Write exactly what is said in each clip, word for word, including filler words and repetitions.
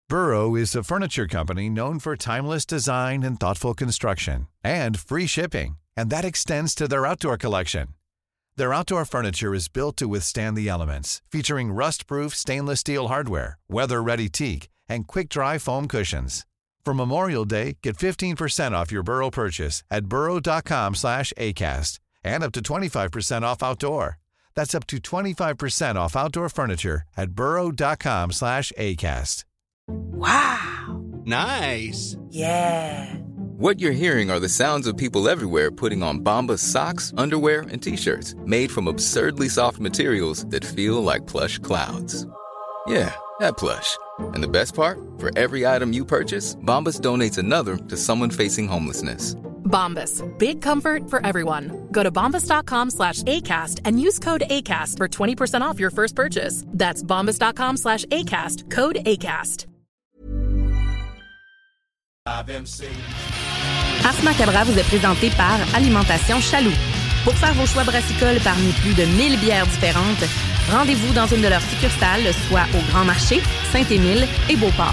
Burrow is a furniture company known for timeless design and thoughtful construction, and free shipping, and that extends to their outdoor collection. Their outdoor furniture is built to withstand the elements, featuring rust-proof stainless steel hardware, weather-ready teak, and quick-dry foam cushions. For Memorial Day, get fifteen percent off your Burrow purchase at burrow.com slash ACAST and up to twenty-five percent off outdoor. That's up to twenty-five percent off outdoor furniture at burrow.com slash ACAST. Wow! Nice! Yeah! What you're hearing are the sounds of people everywhere putting on Bombas socks, underwear, and T-shirts made from absurdly soft materials that feel like plush clouds. Yeah, that plush. And the best part? For every item you purchase, Bombas donates another to someone facing homelessness. Bombas. Big comfort for everyone. Go to bombas.com slash ACAST and use code ACAST for twenty percent off your first purchase. That's bombas.com slash ACAST. Code ACAST. Ars Macabra vous est présenté par Alimentation Chaloux. Pour faire vos choix brassicoles parmi plus de mille bières différentes, rendez-vous dans une de leurs succursales, soit au Grand Marché, Saint-Émile et Beauport.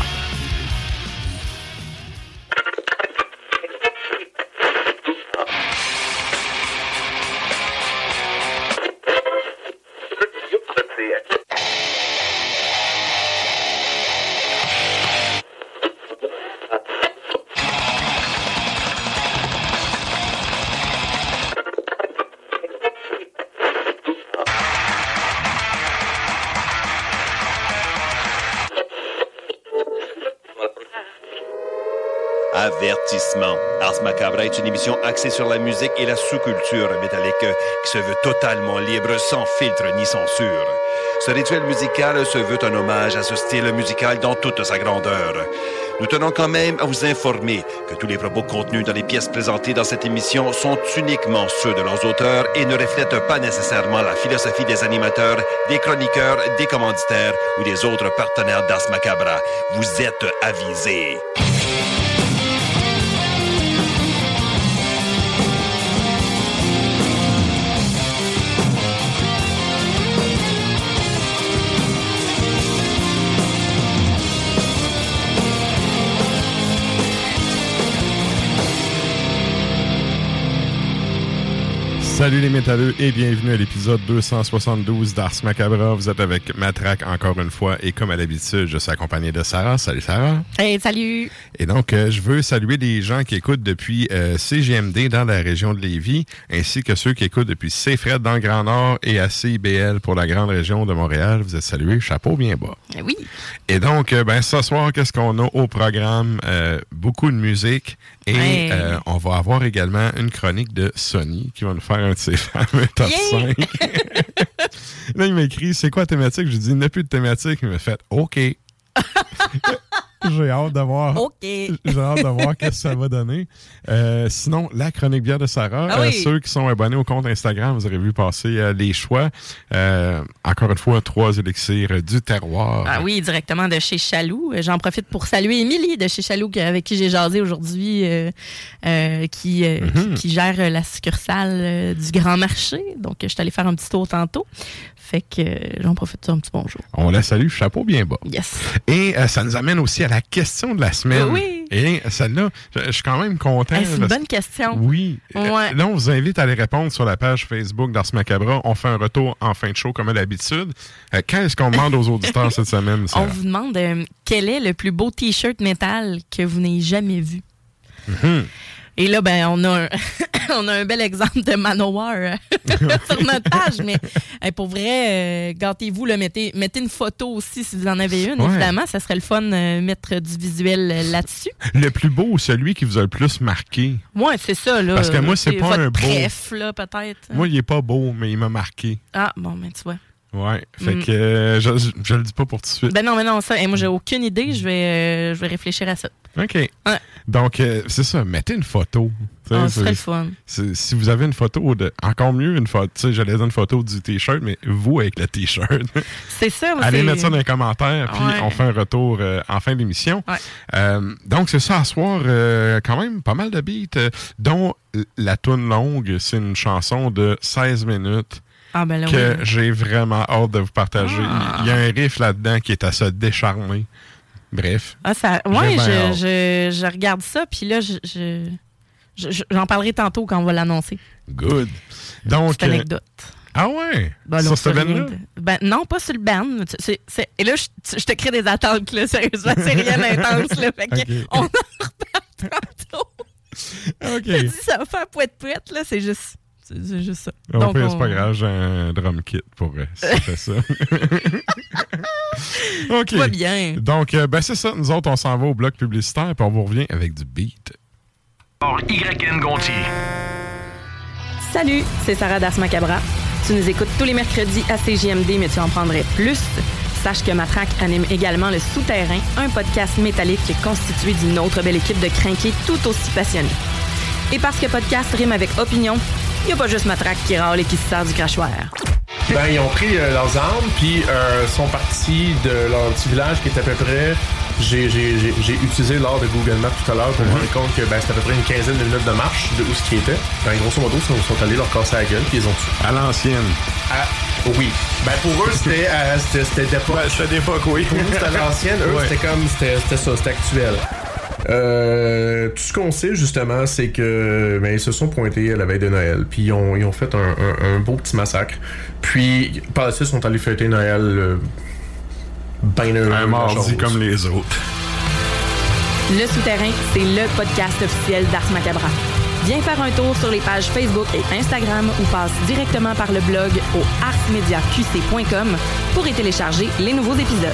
Avertissement. Ars Macabra est une émission axée sur la musique et la sous-culture métallique qui se veut totalement libre, sans filtre ni censure. Ce rituel musical se veut un hommage à ce style musical dans toute sa grandeur. Nous tenons quand même à vous informer que tous les propos contenus dans les pièces présentées dans cette émission sont uniquement ceux de leurs auteurs et ne reflètent pas nécessairement la philosophie des animateurs, des chroniqueurs, des commanditaires ou des autres partenaires d'Ars Macabra. Vous êtes avisés. Salut les métalleux et bienvenue à l'épisode deux cent soixante-douze d'Ars Macabra. Vous êtes avec Matraque encore une fois et comme à l'habitude, je suis accompagné de Sarah. Salut Sarah. Hey, salut. Et donc, euh, je veux saluer les gens qui écoutent depuis euh, C G M D dans la région de Lévis, ainsi que ceux qui écoutent depuis C-Fred dans le Grand Nord et à C I B L pour la grande région de Montréal. Vous êtes salués, chapeau bien bas. Eh oui. Et donc, euh, ben ce soir, qu'est-ce qu'on a au programme? Euh, beaucoup de musique. Et hey. euh, on va avoir également une chronique de Sony qui va nous faire un de ses fameux top yeah. cinq. Là, il m'a écrit, c'est quoi la thématique? Je lui dis, il n'y a plus de thématique. Il m'a fait, OK. J'ai hâte de voir. OK. J'ai hâte de voir qu'est-ce que ça va donner. Euh, sinon, la chronique bière de Sarah. Ah oui. euh, ceux qui sont abonnés au compte Instagram, vous aurez vu passer euh, les choix. Euh, encore une fois, trois élixirs du terroir. Ah oui, directement de chez Chaloux. J'en profite pour saluer Émilie de chez Chaloux avec qui j'ai jasé aujourd'hui, euh, euh, qui, euh, mm-hmm. qui, qui gère la succursale euh, du Grand Marché. Donc, je suis allée faire un petit tour tantôt. Fait que euh, j'en profite un petit bonjour. On la salue, chapeau bien bas. Yes. Et euh, ça nous amène aussi à la question de la semaine. Oui. Et celle-là, je, je suis quand même content. Hey, c'est une parce... bonne question. Oui. Ouais. Là, on vous invite à aller répondre sur la page Facebook d'Ars Macabra. On fait un retour en fin de show comme à l'habitude. Euh, qu'est-ce qu'on demande aux auditeurs cette semaine, Sarah? On vous demande euh, quel est le plus beau T-shirt métal que vous n'ayez jamais vu. Mm-hmm. Et là, ben, on a un, on a un bel exemple de Manowar euh, sur notre page, mais euh, pour vrai, euh, gâtez-vous, là, mettez, mettez une photo aussi si vous en avez une, ouais. Évidemment. Ça serait le fun de euh, mettre du visuel euh, là-dessus. Le plus beau ou celui qui vous a le plus marqué? Oui, c'est ça. Là, parce que moi, c'est, c'est pas un beau. Bref, là, peut-être. Moi, il est pas beau, mais il m'a marqué. Ah, bon, ben, tu vois. Ouais, fait mm. que euh, je, je, je le dis pas pour tout de suite. Ben non, mais non, ça, hey, moi, j'ai aucune idée. Je vais, euh, je vais réfléchir à ça. OK. Ouais. Donc, euh, c'est ça, mettez une photo. Ah, ce serait le fun. Si vous avez une photo, de encore mieux, une photo, tu sais, j'allais dire une photo du T-shirt, mais vous avec le T-shirt. C'est ça. Allez c'est... mettre ça dans les commentaires, puis ouais. on fait un retour euh, en fin d'émission. Ouais. Euh, donc, c'est ça, à soir, euh, quand même pas mal de beats, euh, dont la toune longue, c'est une chanson de seize minutes. Ah ben là, que oui. j'ai vraiment hâte de vous partager. Ah. Il y a un riff là-dedans qui est à se décharmer. Bref. Ah, ça, ouais, je, je, je regarde ça, puis là, je, je, je, j'en parlerai tantôt quand on va l'annoncer. Good. Donc, petite anecdote. Euh, ah ouais? Ben, sur ce band-là? De... Ben, non, pas sur le band. C'est, c'est... Et là, je, je te crée des attentes, là, sérieusement. C'est rien d'intense, là. Fait okay. On en reparle tantôt. OK. Je te dis, ça va faire pouette-pouette, là. C'est juste... C'est, c'est juste ça. On Donc, fait, on... c'est pas grave, j'ai un drum kit pour euh, si tu fais ça. OK. Pas bien. Donc, euh, ben c'est ça. Nous autres, on s'en va au bloc publicitaire, puis on vous revient avec du beat. Or, Y N Gontier. Salut, c'est Sarah Das Macabra. Tu nous écoutes tous les mercredis à C J M D, mais tu en prendrais plus. Sache que Matraque anime également Le Souterrain, un podcast métallique constitué d'une autre belle équipe de crinqués tout aussi passionnés. Et parce que podcast rime avec opinion, il n'y a pas juste Matraque qui râle et qui se sert du crachoir. Ben, ils ont pris euh, leurs armes, puis euh, sont partis de leur petit village qui est à peu près... J'ai, j'ai, j'ai, j'ai utilisé l'art de Google Maps tout à l'heure pour mm-hmm. me rendre compte que ben, c'était à peu près une quinzaine de minutes de marche de où ce qui était. Ben, grosso modo, ils sont allés leur casser la gueule, puis ils ont tué. À l'ancienne. À... Oui. Ben, pour eux, c'était, à... c'était, c'était d'époque. Ben, c'était d'époque, oui. Pour nous, c'était à l'ancienne. Eux, ouais. c'était comme... C'était, c'était ça, c'était actuel. Euh, tout ce qu'on sait justement, c'est que ben, ils se sont pointés à la veille de Noël, puis ils ont, ils ont fait un, un, un beau petit massacre. Puis par la suite, ils sont allés fêter Noël euh, ben heureux. Un mardi comme les autres. Le Souterrain, c'est le podcast officiel d'Ars Macabra. Viens faire un tour sur les pages Facebook et Instagram ou passe directement par le blog au ars media q c point com pour y télécharger les nouveaux épisodes.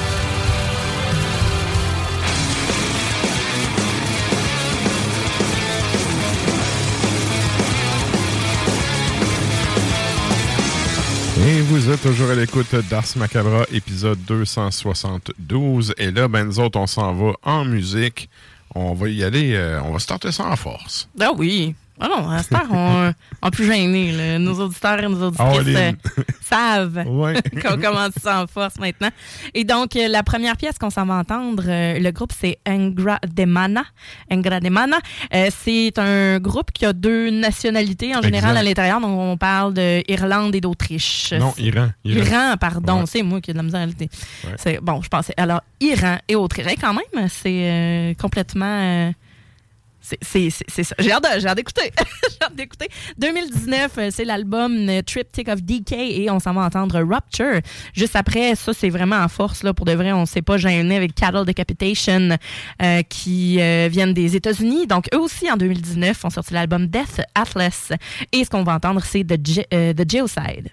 Et vous êtes toujours à l'écoute d'Ars Macabra, épisode deux cent soixante-douze. Et là, ben nous autres, on s'en va en musique. On va y aller, euh, on va starter ça en force. Ah oui. Ah non, à cette heure, on n'est plus gênés. Là. Nos auditeurs et nos auditrices euh, savent ouais. qu'on commence ça en force maintenant. Et donc, euh, la première pièce qu'on s'en va entendre, euh, le groupe, c'est Engra Demana. Engra Demana. Euh, c'est un groupe qui a deux nationalités en général exact. À l'intérieur. Donc, on parle d'Irlande et d'Autriche. Non, Iran. Iran, Iran pardon. Ouais. C'est moi qui ai de la misère. Ouais. C'est, bon, je pensais. Alors, Iran et Autriche. Et quand même, c'est euh, complètement... Euh, C'est, c'est, c'est, c'est ça. J'ai hâte, de, j'ai hâte d'écouter. j'ai hâte d'écouter. deux mille dix-neuf, c'est l'album Triptych of Decay et on s'en va entendre Rupture. Juste après, ça, c'est vraiment en force. Là, pour de vrai, on ne s'est pas gêné avec Cattle Decapitation euh, qui euh, viennent des États-Unis. Donc, eux aussi, en deux mille dix-neuf, ont sorti l'album Death Atlas. Et ce qu'on va entendre, c'est The, Ge- euh, The Geocide.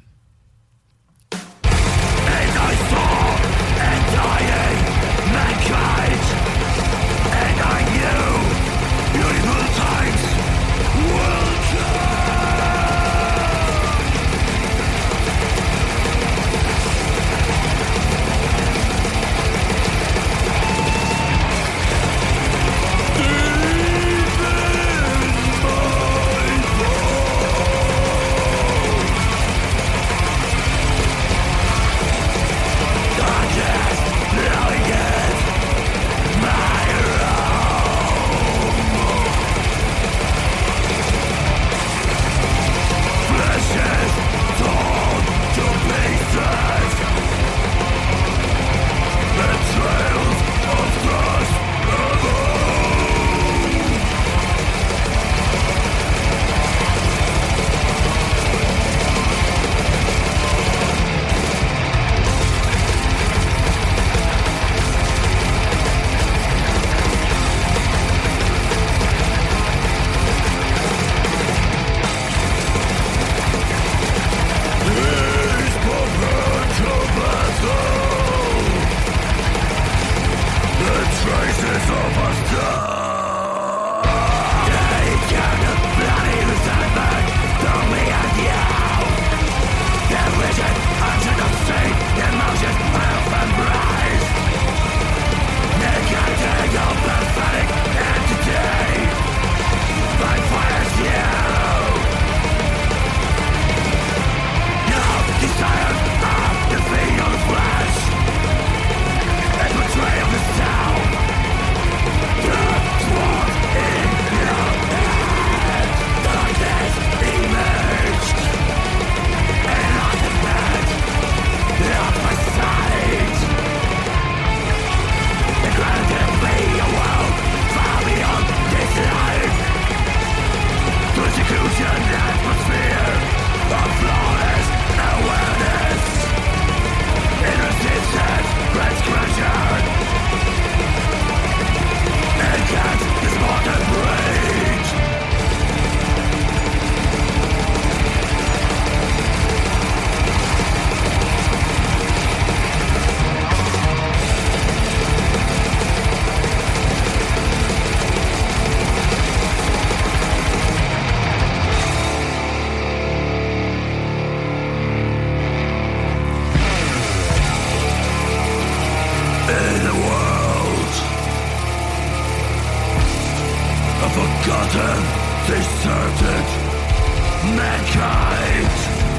death deserted mankind.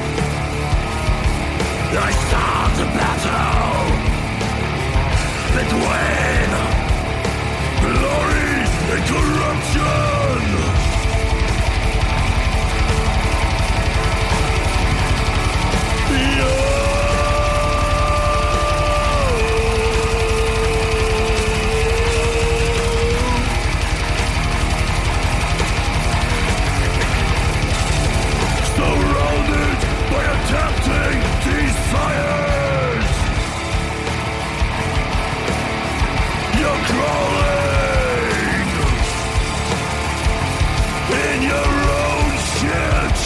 I saw the battle between glory and corruption. Surrounded by a tempting desires, you're crawling in your own shit.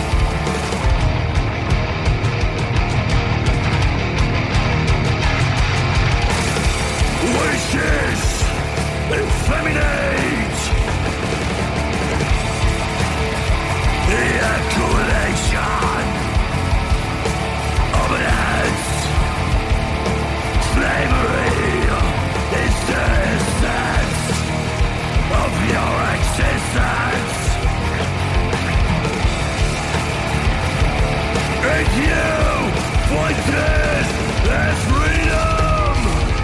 Wishes effeminate, ejaculation of an ants. Slavery is the essence of your existence. And you fight this as freedom.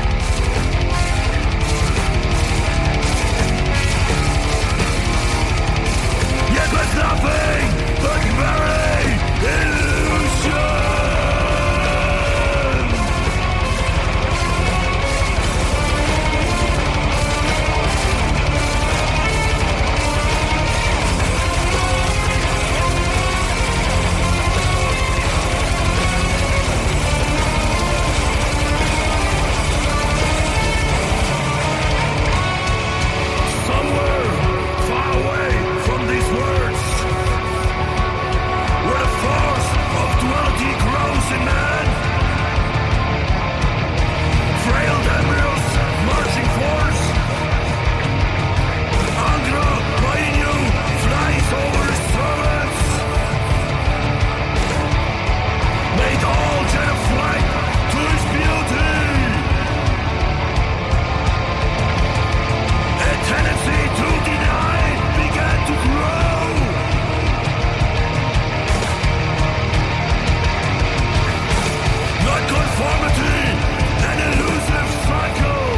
Yet there's nothing but very illusion. Somewhere far away from these words, where the force of duality grows in man, frail embryos marching forth, Angra Mainyu flies over his servants, made all jet of flight to his beauty. A tendency to deny began to grow. Non-conformity, an elusive cycle.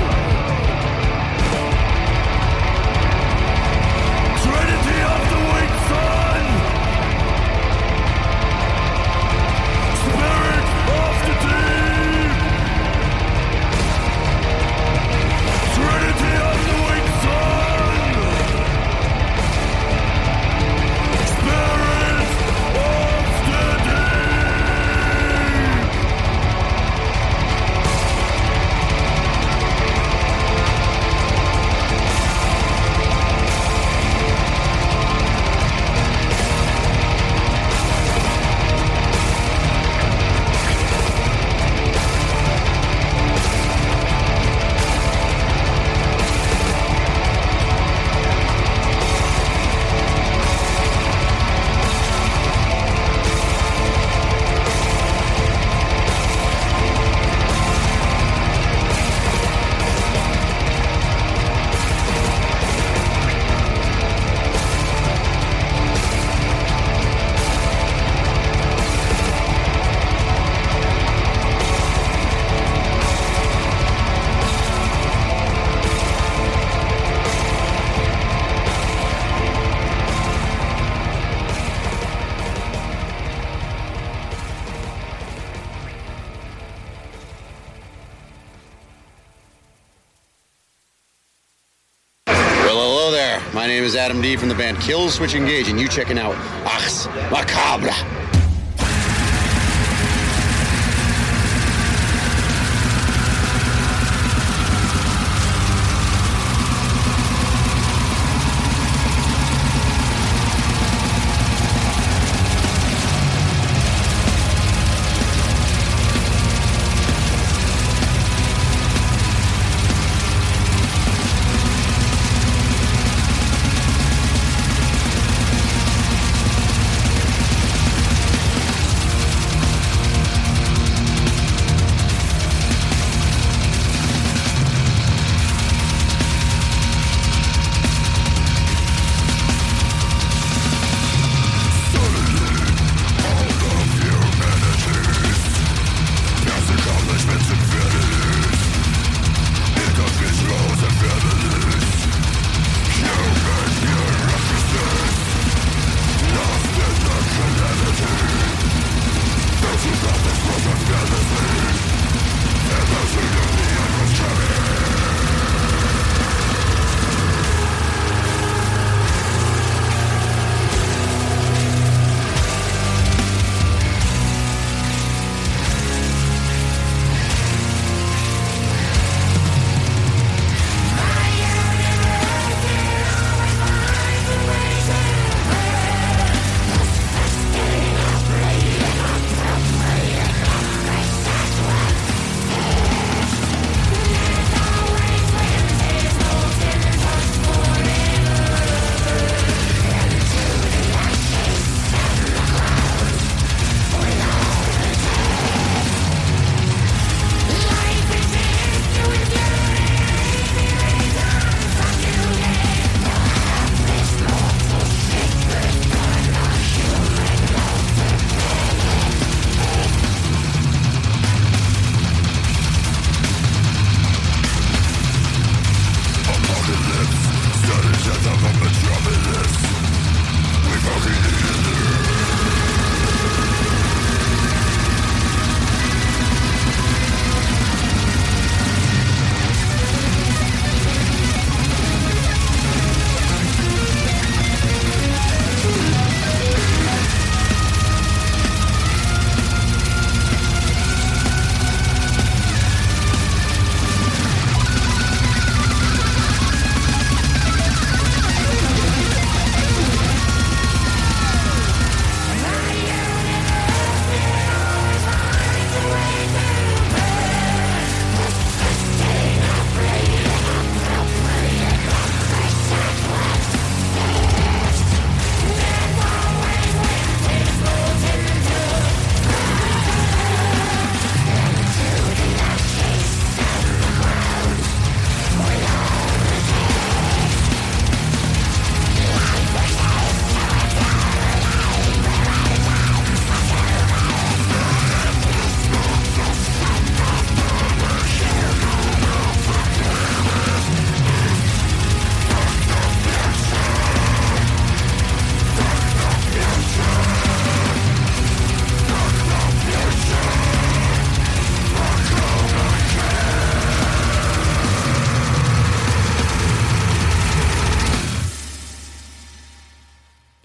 Trinity of the winged sun. Spirit of the deep. Trinity of the winged sun. Spirit of the deep. Well, hello there. My name is Adam D from the band Kill Switch Engage, and you checking out Ars Macabra.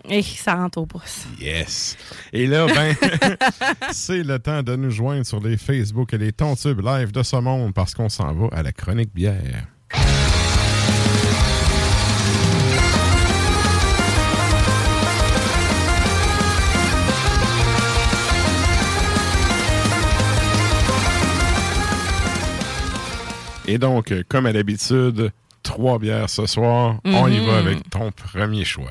Et ça rentre au pouce. Yes. Et là, ben, c'est le temps de nous joindre sur les Facebook et les Tontubes live de ce monde parce qu'on s'en va à la chronique bière. Et donc, comme à l'habitude, trois bières ce soir. Mm-hmm. On y va avec ton premier choix.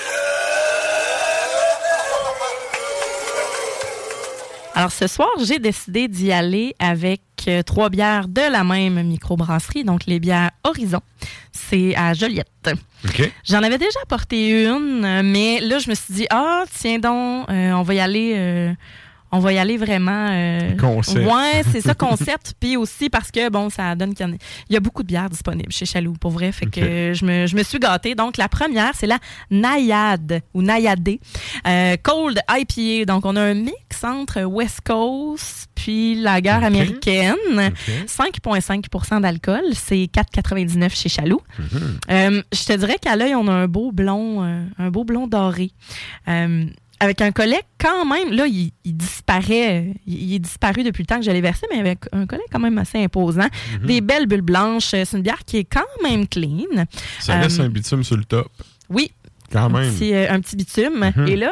Alors, ce soir, j'ai décidé d'y aller avec euh, trois bières de la même microbrasserie, donc les bières Horizon. C'est à Joliette. Okay. J'en avais déjà apporté une, mais là, je me suis dit, ah, tiens donc, euh, on va y aller... Euh, On va y aller vraiment... Euh, concept. Ouais, c'est ça, concept. Puis aussi parce que, bon, ça donne qu'il y, en a, il y a beaucoup de bières disponibles chez Chaloux, pour vrai. Fait que okay. je, me, je me suis gâtée. Donc, la première, c'est la Nayade, ou Nayade, euh, Cold I P A. Donc, on a un mix entre West Coast puis lager okay. américaine. Okay. cinq virgule cinq pour cent d'alcool. C'est quatre quatre-vingt-dix-neuf chez Chaloux. Mm-hmm. Euh, je te dirais qu'à l'œil, on a un beau blond, euh, un beau blond doré. Euh, Avec un collet, quand même, là, il, il disparaît. Il, il est disparu depuis le temps que je l'ai versé, mais avec un collet quand même assez imposant. Mm-hmm. Des belles bulles blanches. C'est une bière qui est quand même clean. Ça laisse euh, un bitume sur le top. Oui. Quand même. Un petit, euh, un petit bitume. Mm-hmm. Et là,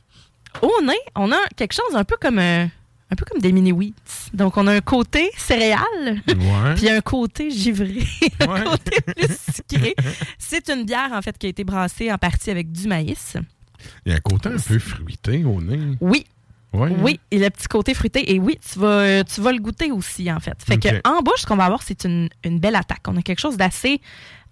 au nez, on a quelque chose un peu comme... Euh, un peu comme des mini-wheats. Donc, on a un côté céréales, ouais. puis un côté givré, un ouais. côté plus sucré. C'est une bière, en fait, qui a été brassée en partie avec du maïs. Il y a un côté un peu fruité au nez. Oui. Ouais, oui, hein? Il y a le petit côté fruité. Et oui, tu vas, tu vas le goûter aussi, en fait. Fait okay. qu'en bouche, ce qu'on va avoir, c'est une, une belle attaque. On a quelque chose d'assez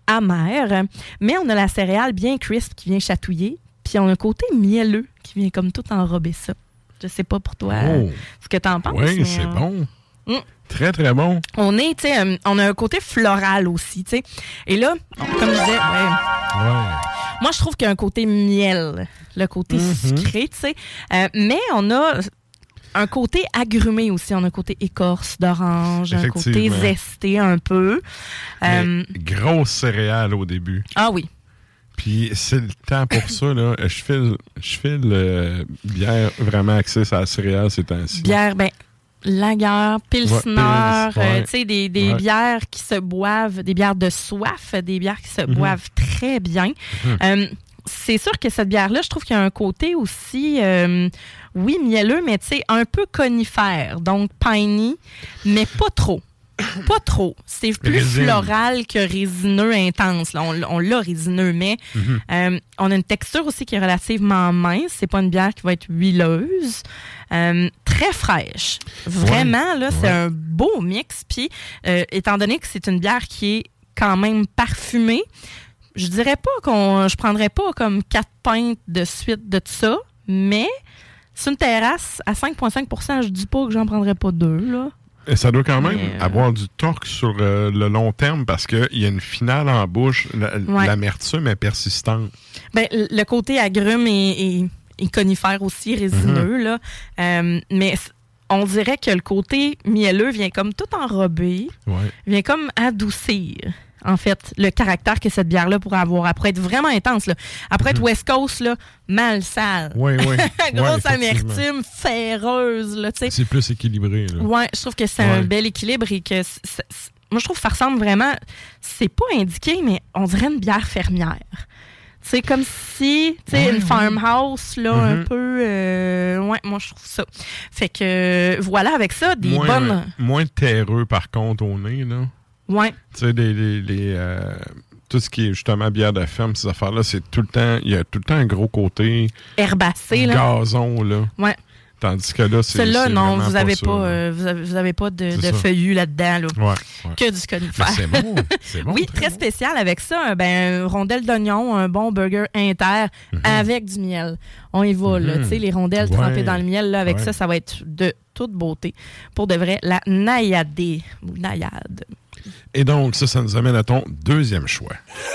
amer, mais on a la céréale bien crisp qui vient chatouiller, puis on a un côté mielleux qui vient comme tout enrober ça. Je sais pas pour toi oh. ce que tu en penses. Oui, c'est euh... bon. Mm. Très, très bon. On est, tu sais, euh, on a un côté floral aussi, tu sais. Et là, comme je disais, ouais, ouais. moi, je trouve qu'il y a un côté miel, le côté mm-hmm. sucré, tu sais. Euh, mais on a un côté agrumé aussi. On a un côté écorce d'orange, un côté zesté un peu. Euh, grosse céréale au début. Ah oui. Puis c'est le temps pour ça, là. Je file, je file euh, bière vraiment axée sur la céréale ces temps-ci. Bière, ben, lager, pilsner, ouais, ouais. euh, tu sais, des, des ouais. bières qui se boivent, des bières de soif, des bières qui se mm-hmm. boivent très bien. Mm-hmm. Euh, c'est sûr que cette bière-là, je trouve qu'il y a un côté aussi, euh, oui, mielleux, mais tu sais, un peu conifère. Donc, piney, mais pas trop. Pas trop. C'est plus Résine. floral que résineux intense. Là, on, on l'a résineux, mais mm-hmm. euh, on a une texture aussi qui est relativement mince. C'est pas une bière qui va être huileuse. Euh, très fraîche. Vraiment, ouais. là, c'est ouais. un beau mix. Puis, euh, étant donné que c'est une bière qui est quand même parfumée, je dirais pas qu'on... Je prendrais pas comme quatre pintes de suite de tout ça, mais sur une terrasse, à cinq virgule cinq pour cent, je dis pas que j'en prendrais pas deux, là. Et ça doit quand même Mais, euh... avoir du torque sur euh, le long terme parce qu'il y a une finale en bouche. La, ouais. L'amertume est persistante. Ben, le côté agrume et, et, et conifère aussi, résineux. Mm-hmm. Là. Euh, mais on dirait que le côté mielleux vient comme tout enrober, ouais. vient comme adoucir. En fait, le caractère que cette bière-là pourrait avoir. Elle pourrait être vraiment intense. Là. Elle pourrait être mm-hmm. West Coast, là, mal sale. Oui, oui. Grosse ouais, amertume, ferreuse. Là, c'est plus équilibré. Oui, je trouve que c'est ouais. un bel équilibre et que c'est, c'est, moi, je trouve que ça ressemble vraiment... C'est pas indiqué, mais on dirait une bière fermière. C'est comme si, tu sais, ouais, une farmhouse, là, mm-hmm. un peu... Euh, ouais, moi, je trouve ça. Fait que, voilà, avec ça, des moins, bonnes... Euh, moins terreux, par contre, au nez, là. Ouais. Tu sais, les, les, les, euh, tout ce qui est justement bière de ferme, ces affaires-là, c'est tout le temps, il y a tout le temps un gros côté herbacé, là. Gazon, là. Ouais. Tandis que là, c'est. Celui-là, non, vous n'avez pas, pas, euh, vous avez, vous avez pas de, de feuillus là-dedans, là. Ouais, ouais. Que du conifère. C'est bon. C'est bon. Oui, très, très bon. Spécial avec ça. Ben, rondelle d'oignon, un bon burger inter mm-hmm. avec du miel. On y va, mm-hmm. là. Tu sais, les rondelles ouais. trempées dans le miel, là, avec ouais. ça, ça va être de toute beauté. Pour de vrai, la Nayade ou Nayade. Et donc, ça, ça nous amène à ton deuxième choix.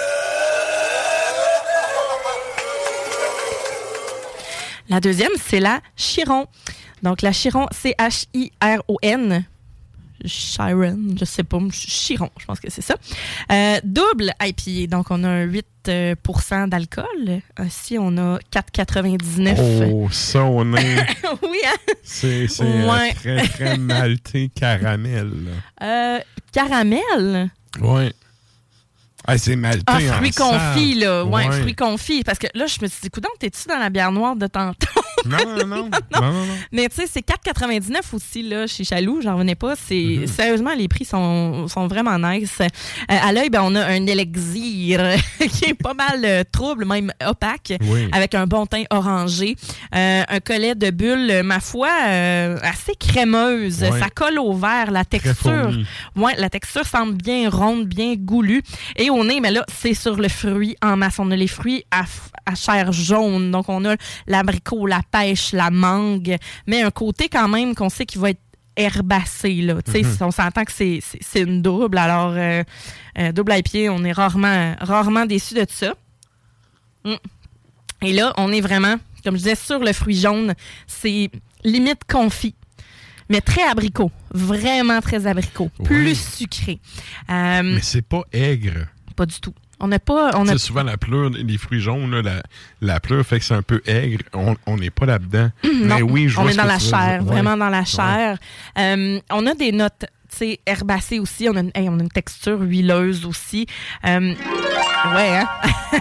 La deuxième, c'est la Chiron. Donc, la Chiron, C H I R O N. Chiron, je sais pas, Chiron, je pense que c'est ça. Euh, double I P A, donc on a un huit pour cent d'alcool. Ici, on a quatre quatre-vingt-dix-neuf. Oh, ça, on est... oui, hein? C'est, c'est ouais. très, très maltais caramel. Euh, caramel? Oui. Ah, c'est maltais Ah, fruits confits, là. Ouais, ouais, fruits confits. Parce que là, je me suis dit, coudonc, t'es-tu dans la bière noire de tantôt? Non, non, non. non, non, non. Mais tu sais, c'est quatre quatre-vingt-dix-neuf aussi, là, chez Chaloux. J'en revenais pas. C'est, mm-hmm. Sérieusement, les prix sont, sont vraiment nice. Euh, à l'œil, ben, on a un élixir qui est pas mal euh, trouble, même opaque, oui. avec un bon teint orangé. Euh, un collet de bulles, ma foi, euh, assez crémeuse. Ouais. Ça colle au verre. La texture, ouais, la texture semble bien ronde, bien goulue. Et au nez, mais là, c'est sur le fruit en masse. On a les fruits à, à chair jaune. Donc, on a l'abricot, la pêche, la mangue, mais un côté quand même qu'on sait qu'il va être herbacé. Là. Mm-hmm. On s'entend que c'est, c'est, c'est une double. Alors, euh, euh, double I P A, on est rarement, rarement déçus de ça. Mm. Et là, on est vraiment, comme je disais, sur le fruit jaune. C'est limite confit. Mais très abricot. Vraiment très abricot. Ouais. Plus sucré. Euh, mais c'est pas aigre. Pas du tout. On n'a pas. On a... C'est souvent la pleure, les fruits jaunes, là, la, la pleure fait que c'est un peu aigre. On n'est pas là-dedans. Non, mais oui, je on vois est ce dans que la tu chair, veux. vraiment Ouais. dans la chair. Ouais. Euh, on a des notes, tu sais, herbacées aussi. On a, une, hey, on a une texture huileuse aussi. Euh, ouais, hein?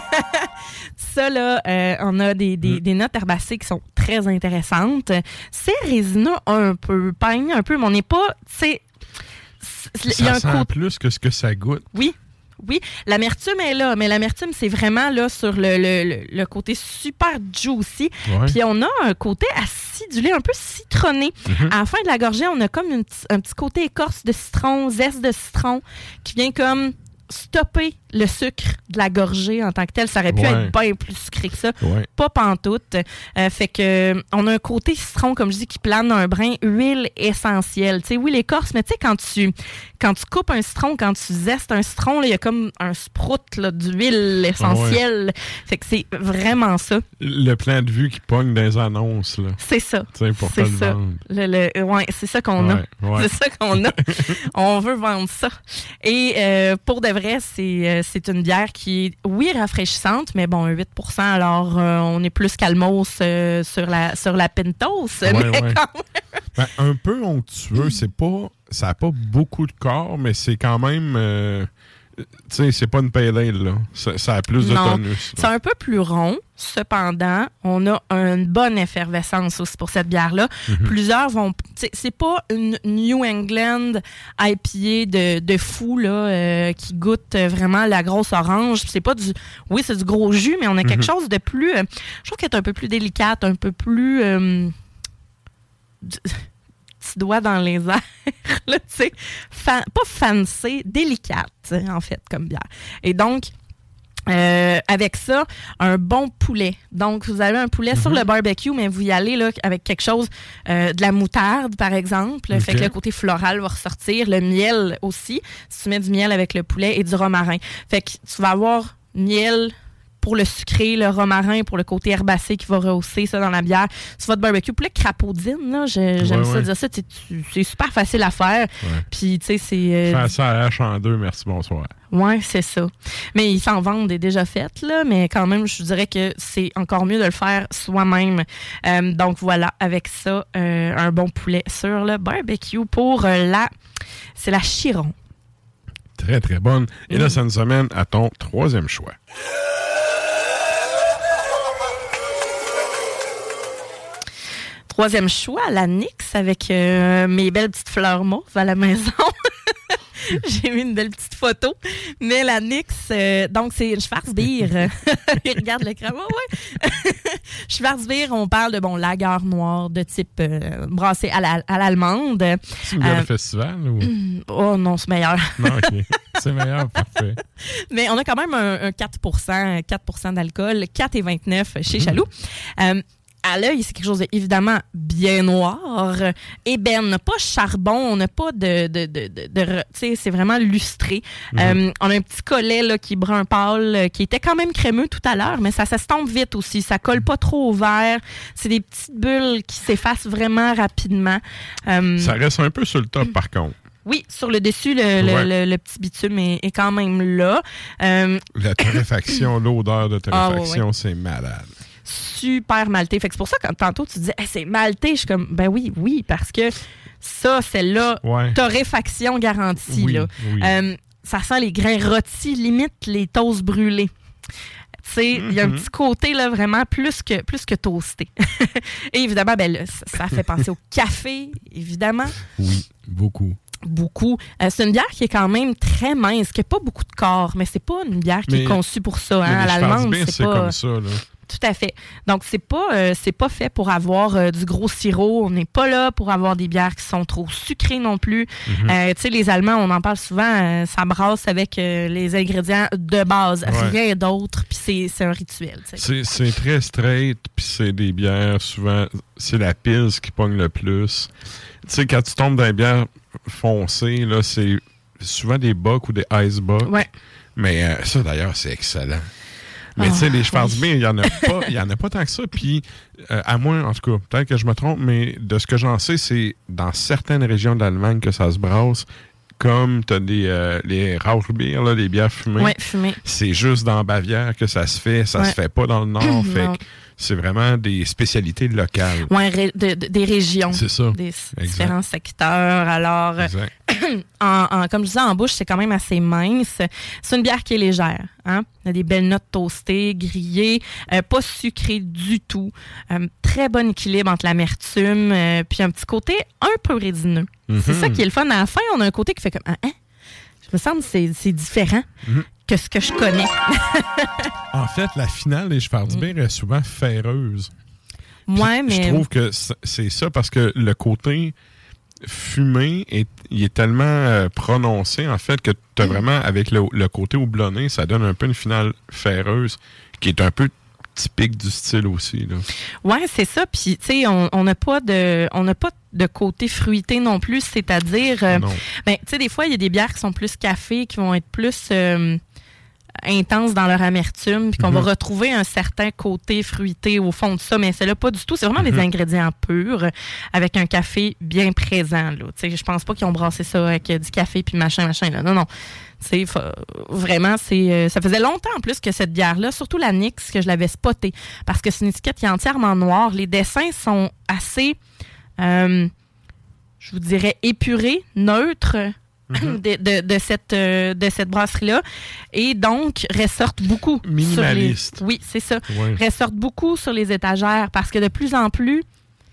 Ça, là, euh, on a des, des, mm. des notes herbacées qui sont très intéressantes. C'est résineux un peu, peigne un peu, mais on n'est pas, tu sais... Ça y a un sent côté... plus que ce que ça goûte. Oui. Oui, l'amertume est là, mais l'amertume, c'est vraiment là sur le, le, le, le côté super juicy. Ouais. Puis on a un côté acidulé, un peu citronné. Mm-hmm. À la fin de la gorgée, on a comme une, un petit côté écorce de citron, zeste de citron, qui vient comme stopper le sucre de la gorgée en tant que tel. Ça aurait pu ouais. être bien plus sucré que ça. Ouais. Pas pantoute. Euh, fait que on a un côté citron, comme je dis, qui plane dans un brin, huile essentielle. Tu sais, oui, l'écorce, mais tu sais, quand tu quand tu coupes un citron, quand tu zestes un citron, il y a comme un sprout là, d'huile essentielle. Ouais. Fait que c'est vraiment ça. Le plan de vue qui pogne dans les annonces. Là. C'est ça. C'est pour c'est le ça. vendre. Le, le, ouais, c'est ça qu'on ouais, a. Ouais. C'est ça qu'on a. On veut vendre ça. Et euh, pour de vrai, c'est, euh, c'est une bière qui est, oui, rafraîchissante, mais bon, un huit pour cent, alors euh, on est plus calmos euh, sur la sur la Pintos. Ouais, mais ouais. Quand même... ben, un peu onctueux, c'est pas, ça n'a pas beaucoup de corps, mais c'est quand même... Euh, tu sais, c'est pas une pale ale, là. Ça, ça a plus de non, tonus. C'est un peu plus rond. Cependant, on a une bonne effervescence aussi pour cette bière-là. Mm-hmm. Plusieurs vont... C'est pas une New England I P A de, de fou là, euh, qui goûte vraiment la grosse orange. C'est pas du... Oui, c'est du gros jus, mais on a quelque mm-hmm. chose de plus... Euh, je trouve qu'elle est un peu plus délicate, un peu plus... Euh, petit doigt dans les airs, là, tu sais, fa- pas fancy, délicate, en fait, comme bière. Et donc, euh, avec ça, un bon poulet. Donc, vous avez un poulet mm-hmm. sur le barbecue, mais vous y allez là, avec quelque chose, euh, de la moutarde, par exemple. Okay. Fait que le côté floral va ressortir. Le miel aussi, si tu mets du miel avec le poulet et du romarin. Fait que tu vas avoir miel pour le sucré, le romarin, pour le côté herbacé qui va rehausser ça dans la bière. Sur votre barbecue, poulet crapaudine, là, je, j'aime ouais, ça ouais. dire ça. Tu, c'est super facile à faire. Ouais. Puis, tu sais, c'est... Euh, faire ça à la hache en deux, merci, bonsoir. Oui, c'est ça. Mais ils s'en vendent des déjà faites, là, mais quand même, je dirais que c'est encore mieux de le faire soi-même. Euh, donc, voilà, avec ça, euh, un bon poulet sur le barbecue pour euh, la... C'est la Chiron. Très, très bonne. Et mmh. là, ça nous amène à ton troisième choix. Troisième choix, la Nix avec euh, mes belles petites fleurs mauves à la maison. J'ai mis une belle petite photo. Mais la Nix, euh, donc c'est une Schwarzbier. Regarde l'écran. Oh, ouais. Schwarzbier, on parle de bon lager noir de type euh, brassé à, la, à l'allemande. C'est une bière de festival ou? Oh non, c'est meilleur. Non, OK. C'est meilleur, parfait. Mais on a quand même un, un quatre pour cent, quatre pour cent d'alcool, quatre virgule vingt-neuf chez mmh. Chaloux. Euh, À l'œil, c'est quelque chose d'évidemment bien noir. Ébène, pas charbon, on n'a pas de... de, de, de, de tu sais, c'est vraiment lustré. Mm-hmm. Euh, on a un petit collet là, qui est brun pâle, qui était quand même crémeux tout à l'heure, mais ça s'estompe vite aussi. Ça colle pas trop au verre. C'est des petites bulles qui s'effacent vraiment rapidement. Euh, ça reste un peu sur le top, par contre. Oui, sur le dessus, le, Ouais. le, le, le petit bitume est, est quand même là. Euh, La torréfaction, l'odeur de torréfaction, Ah, ouais, ouais. c'est malade. super malté. Fait que c'est pour ça que quand tantôt tu disais hey, c'est malté, je suis comme ben oui, oui, parce que ça, celle-là, Ouais. torréfaction garantie. Oui, là. oui. Euh, ça sent les grains rôtis, limite les toasts brûlés. Tu sais, il y a un Mhm. petit côté là, vraiment plus que, plus que toasté. Et évidemment, ben, là, ça, ça fait penser au café, évidemment. Oui, beaucoup. Beaucoup. Euh, c'est une bière qui est quand même très mince, qui n'a pas beaucoup de corps, mais c'est pas une bière qui Mais- est conçue pour ça. Hein. Mais À les l'allemande, Schwarzbier, c'est c'est pas... comme ça, là. Tout à fait. Donc, c'est pas, euh, c'est pas fait pour avoir euh, du gros sirop. On n'est pas là pour avoir des bières qui sont trop sucrées non plus. Mhm. Euh, tu sais, les Allemands, on en parle souvent, euh, ça brasse avec euh, les ingrédients de base. Ouais. Rien d'autre, puis c'est, c'est un rituel. tu sais. C'est, c'est très straight, puis c'est des bières, souvent, c'est la pils qui pogne le plus. Tu sais, quand tu tombes dans les bières foncées, là, c'est souvent des Bock ou des Ice Bock. Ouais. Mais euh, ça, d'ailleurs, c'est excellent. Mais tu sais, les Schwarzbier, il n'y en a pas, il y en a pas tant que ça. Puis, euh, à moins, en tout cas, peut-être que je me trompe, mais de ce que j'en sais, c'est dans certaines régions d'Allemagne que ça se brasse. Comme tu as des, euh, les Rauchbier, là, les bières fumées. Ouais, fumées. C'est juste dans Bavière que ça se fait. Ça Ouais. se fait pas dans le Nord. fait Non. que c'est vraiment des spécialités locales. Ouais, ré- de- de- des régions. C'est ça. Des Exact. différents secteurs. Alors, euh, Exact. en, en- comme je disais, en bouche, c'est quand même assez mince. C'est une bière qui est légère. Hein? Il y a des belles notes toastées, grillées, euh, pas sucrées du tout. Euh, très bon équilibre entre l'amertume, euh, puis un petit côté un peu résineux. Mm-hmm. C'est ça qui est le fun. À la fin, on a un côté qui fait comme ah, hein? Je me sens que c'est, c'est différent Mm-hmm. que ce que je connais. En fait, la finale des Schwarzbier est souvent ferreuse. Ouais, mais. Je trouve que c- c'est ça parce que le côté fumé, est, il est tellement euh, prononcé, en fait, que tu as vraiment, avec le, le côté houblonné, ça donne un peu une finale ferreuse qui est un peu typique du style aussi. Là. Ouais, c'est ça. Puis, tu sais, on n'a pas de, on n'a pas de côté fruité non plus, c'est-à-dire, euh, Non. ben, tu sais, des fois, il y a des bières qui sont plus café, qui vont être plus euh, intenses dans leur amertume, puis qu'on Mhm. va retrouver un certain côté fruité au fond de ça, mais c'est là pas du tout. C'est vraiment des Mhm. ingrédients purs avec un café bien présent. Là. Tu sais, je pense pas qu'ils ont brassé ça avec euh, du café puis machin, machin. Là. Non, non. C'est vraiment, c'est euh, ça faisait longtemps en plus que cette bière-là, surtout la Nix, que je l'avais spotée. Parce que c'est une étiquette qui est entièrement noire. Les dessins sont assez, euh, je vous dirais, épurés, neutres Mm-hmm. de, de, de cette, euh, de cette brasserie-là. Et donc, ressortent beaucoup. Minimaliste. Sur les, oui, c'est ça. Ouais. Ressortent beaucoup sur les étagères parce que de plus en plus,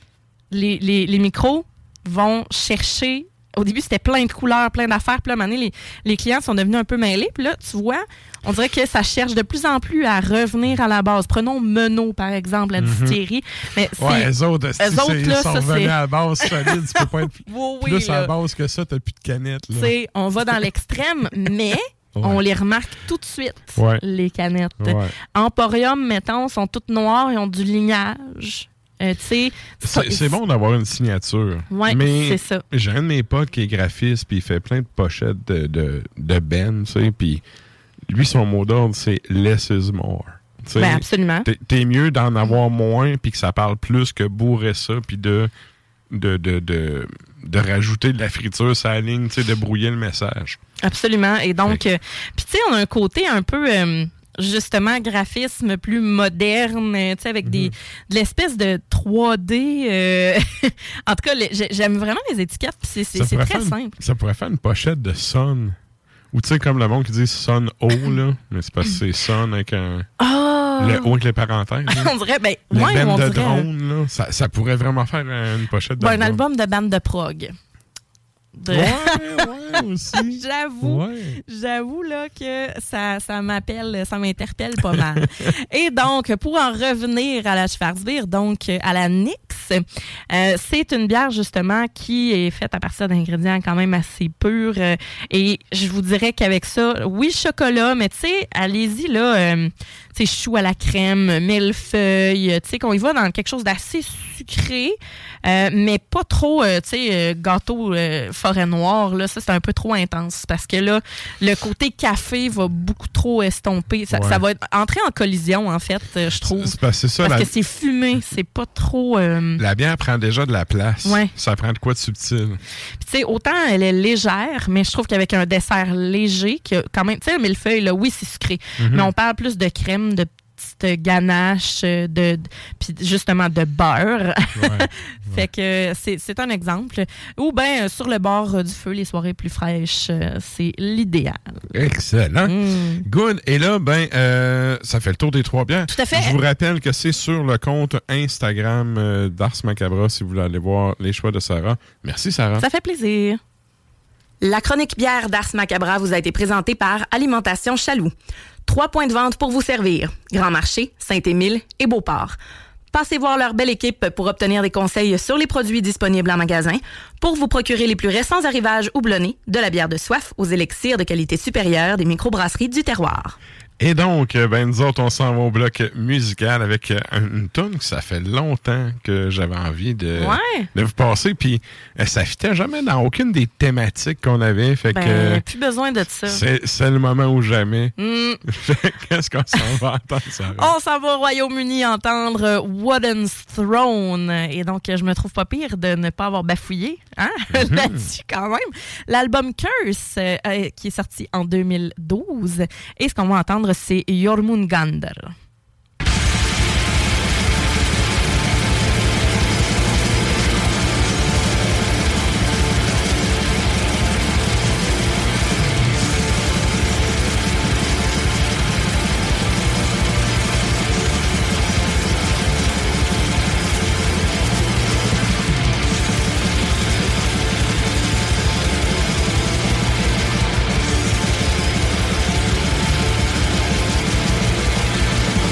les, les, les micros vont chercher. Au début, c'était plein de couleurs, plein d'affaires. Puis là, à un moment donné, les, les clients sont devenus un peu mêlés. Puis là, tu vois, on dirait que ça cherche de plus en plus à revenir à la base. Prenons Menot, par exemple, la Mhm. distillerie. Mais c'est, Ouais, eux autres, esti, eux autres, c'est- là, ils sont ça, revenus c'est- à la base solide. Tu peux pas être Oui, oui, plus à là. la base que ça, t'as plus de canettes. Là. Tu sais, on va dans l'extrême, mais Ouais. on les remarque tout de suite, Ouais. les canettes. Ouais. Emporium, mettons, sont toutes noires, ils ont du lignage. Euh, tu sais, C'est, c'est bon d'avoir une signature. Ouais, mais c'est ça. J'ai un de mes potes qui est graphiste, puis il fait plein de pochettes de, de, de Ben, tu sais, puis lui, son mot d'ordre, c'est « less is more ». Tu sais, Ben, absolument. T'es, t'es mieux d'en avoir moins, puis que ça parle plus que bourrer ça, puis de, de, de, de, de rajouter de la friture sur la ligne, tu sais, de brouiller le message. Absolument. Et donc, euh, puis tu sais, on a un côté un peu, euh, justement, graphisme plus moderne, euh, tu sais, avec des, de l'espèce de trois D. euh, en tout cas, les- j'ai- j'aime vraiment les étiquettes, puis c'est, c'est, Ça c'est pourrait très faire simple. Une, ça pourrait faire une pochette de Sun. Ou tu sais, comme le monde qui dit Sun O, là, mais c'est parce que c'est Sun avec un... Ah! Le O avec les parenthèses. là. On dirait, ben, Les ouais, bandes on de dirait, drone, là, ça, ça pourrait vraiment faire une pochette ben, un d'album. album de bande de prog. De- Ouais, ouais, aussi. J'avoue, Ouais. j'avoue là que ça, ça m'appelle, ça m'interpelle pas mal. Et donc, pour en revenir à la Schwarzbier, donc à la Nix, euh, c'est une bière justement qui est faite à partir d'ingrédients quand même assez purs. euh, et je vous dirais qu'avec ça, oui, chocolat, mais tu sais, allez-y là, euh, tu sais, chou à la crème, millefeuille, tu sais, qu'on y va dans quelque chose d'assez sucré, euh, mais pas trop, euh, tu sais, euh, gâteau euh, forêt noire, là, ça c'est un peu trop intense parce que là, le côté café va beaucoup trop estomper. Ça, Ouais. ça va être, entrer en collision, en fait, euh, je trouve. C'est parce que c'est ça, Parce la- que c'est fumé, c'est pas trop... euh, La bière prend déjà de la place. Ouais. Ça prend de quoi de subtil? Tu sais, autant elle est légère, mais je trouve qu'avec un dessert léger, qui a quand même, tu sais, le millefeuille, là, oui, c'est sucré, mm-hmm. mais on parle plus de crème, de petite ganache, de, de puis justement de beurre. Ouais, fait ouais. que c'est, c'est un exemple. Ou bien sur le bord du feu, les soirées plus fraîches, c'est l'idéal. Excellent. Mm. Good. Et là, ben, euh, ça fait le tour des trois bières. Tout à fait. Je vous rappelle que c'est sur le compte Instagram euh, d'Ars Macabra si vous voulez aller voir les choix de Sarah. Merci, Sarah. Ça fait plaisir. La chronique bière d'Ars Macabra vous a été présentée par Alimentation Chaloux. Trois points de vente pour vous servir. Grand Marché, Saint-Émile et Beauport. Passez voir leur belle équipe pour obtenir des conseils sur les produits disponibles en magasin, pour vous procurer les plus récents arrivages houblonnés, de la bière de soif aux élixirs de qualité supérieure des microbrasseries du terroir. Et donc, ben nous autres, on s'en va au bloc musical avec une tune que ça fait longtemps que j'avais envie de, ouais. de vous passer. Puis, ça fitait jamais dans aucune des thématiques qu'on avait. Fait ben, que plus besoin de ça. C'est, c'est le moment ou jamais. Mm. Qu'est-ce qu'on s'en va entendre, Sarah? On s'en va au Royaume-Uni entendre Wooden's Throne. Et donc, je me trouve pas pire de ne pas avoir bafouillé hein? mm-hmm. là-dessus quand même. L'album Curse, euh, qui est sorti en deux mille douze. Et ce qu'on va entendre, c'est Jormungandr. Thank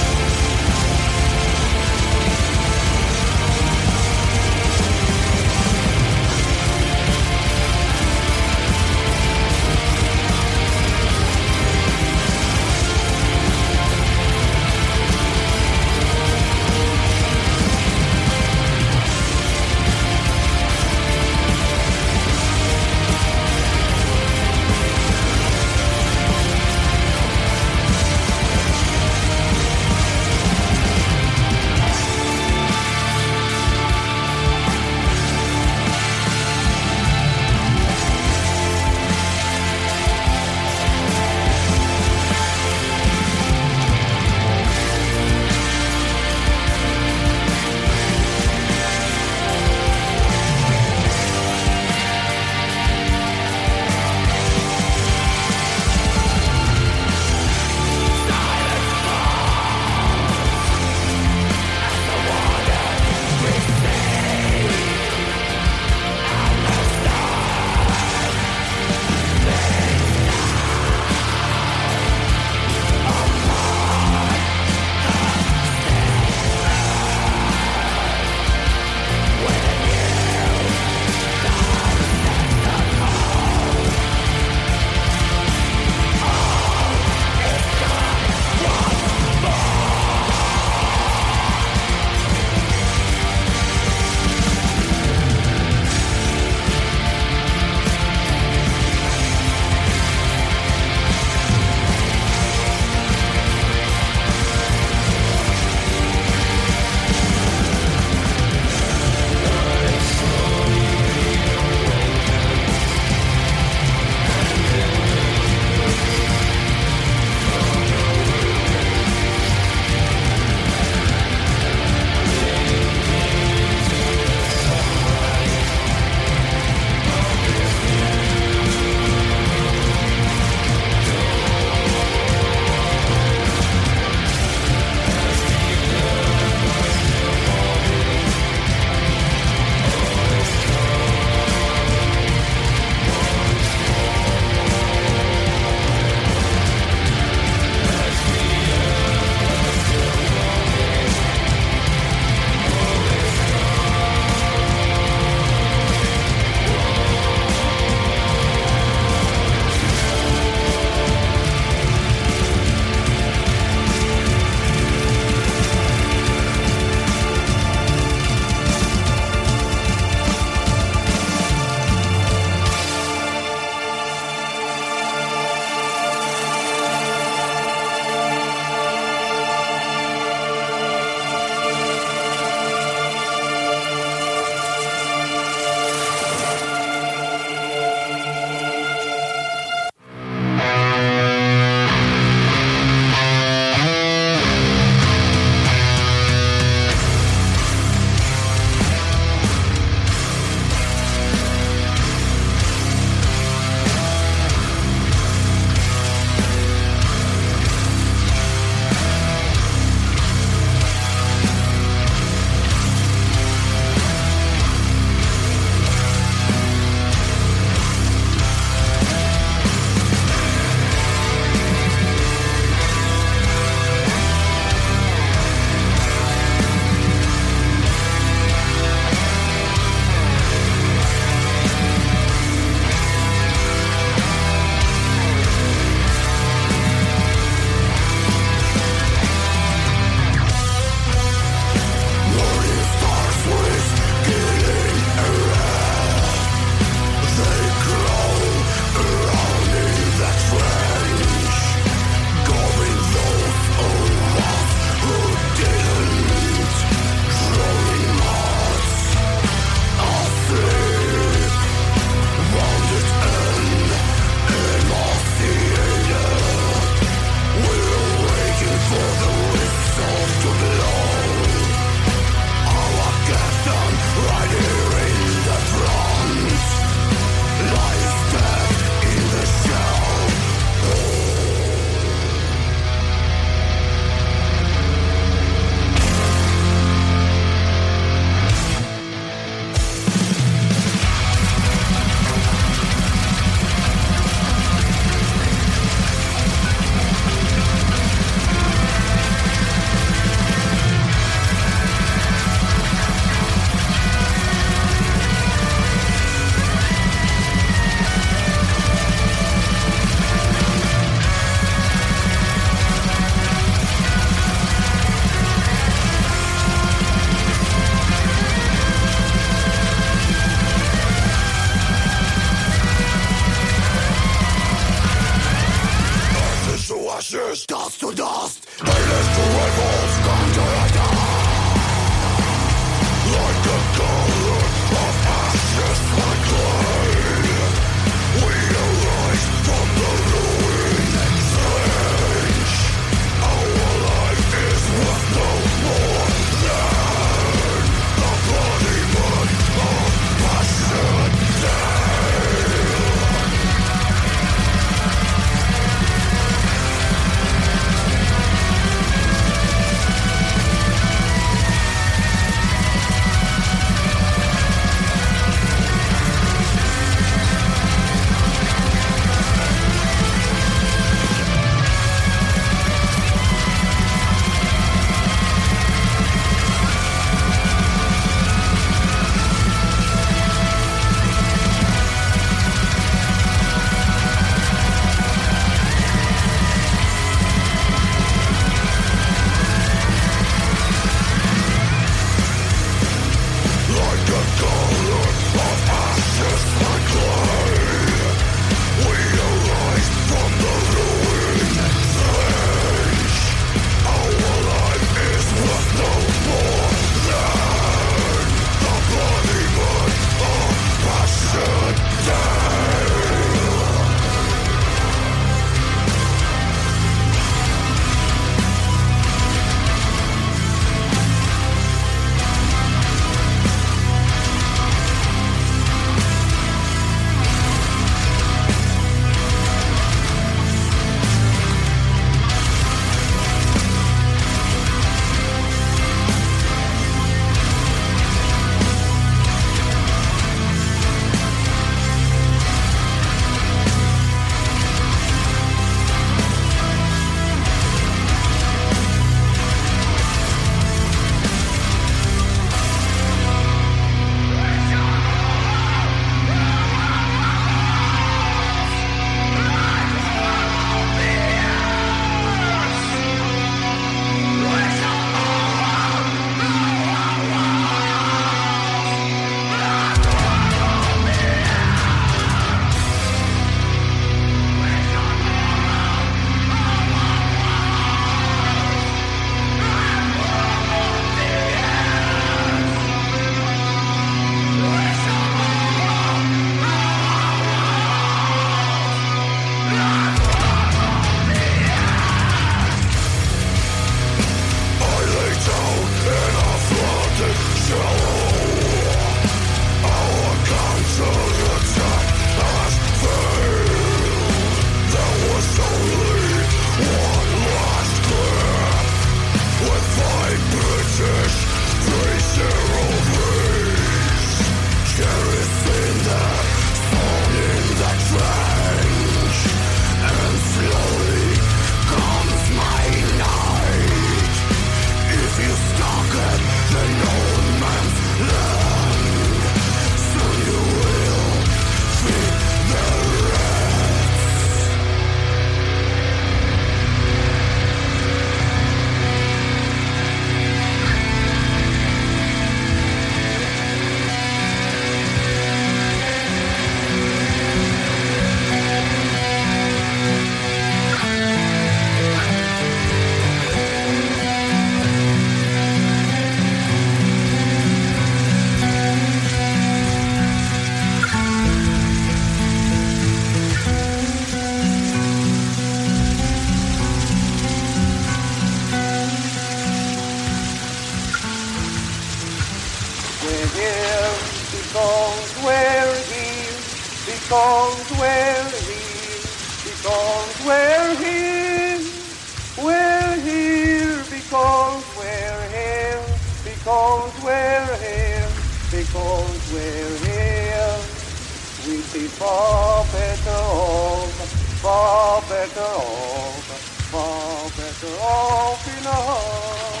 because we're here, because we're here, we're here because we're here, because we're here, because we're here. We see far better off, far better off, far better off enough.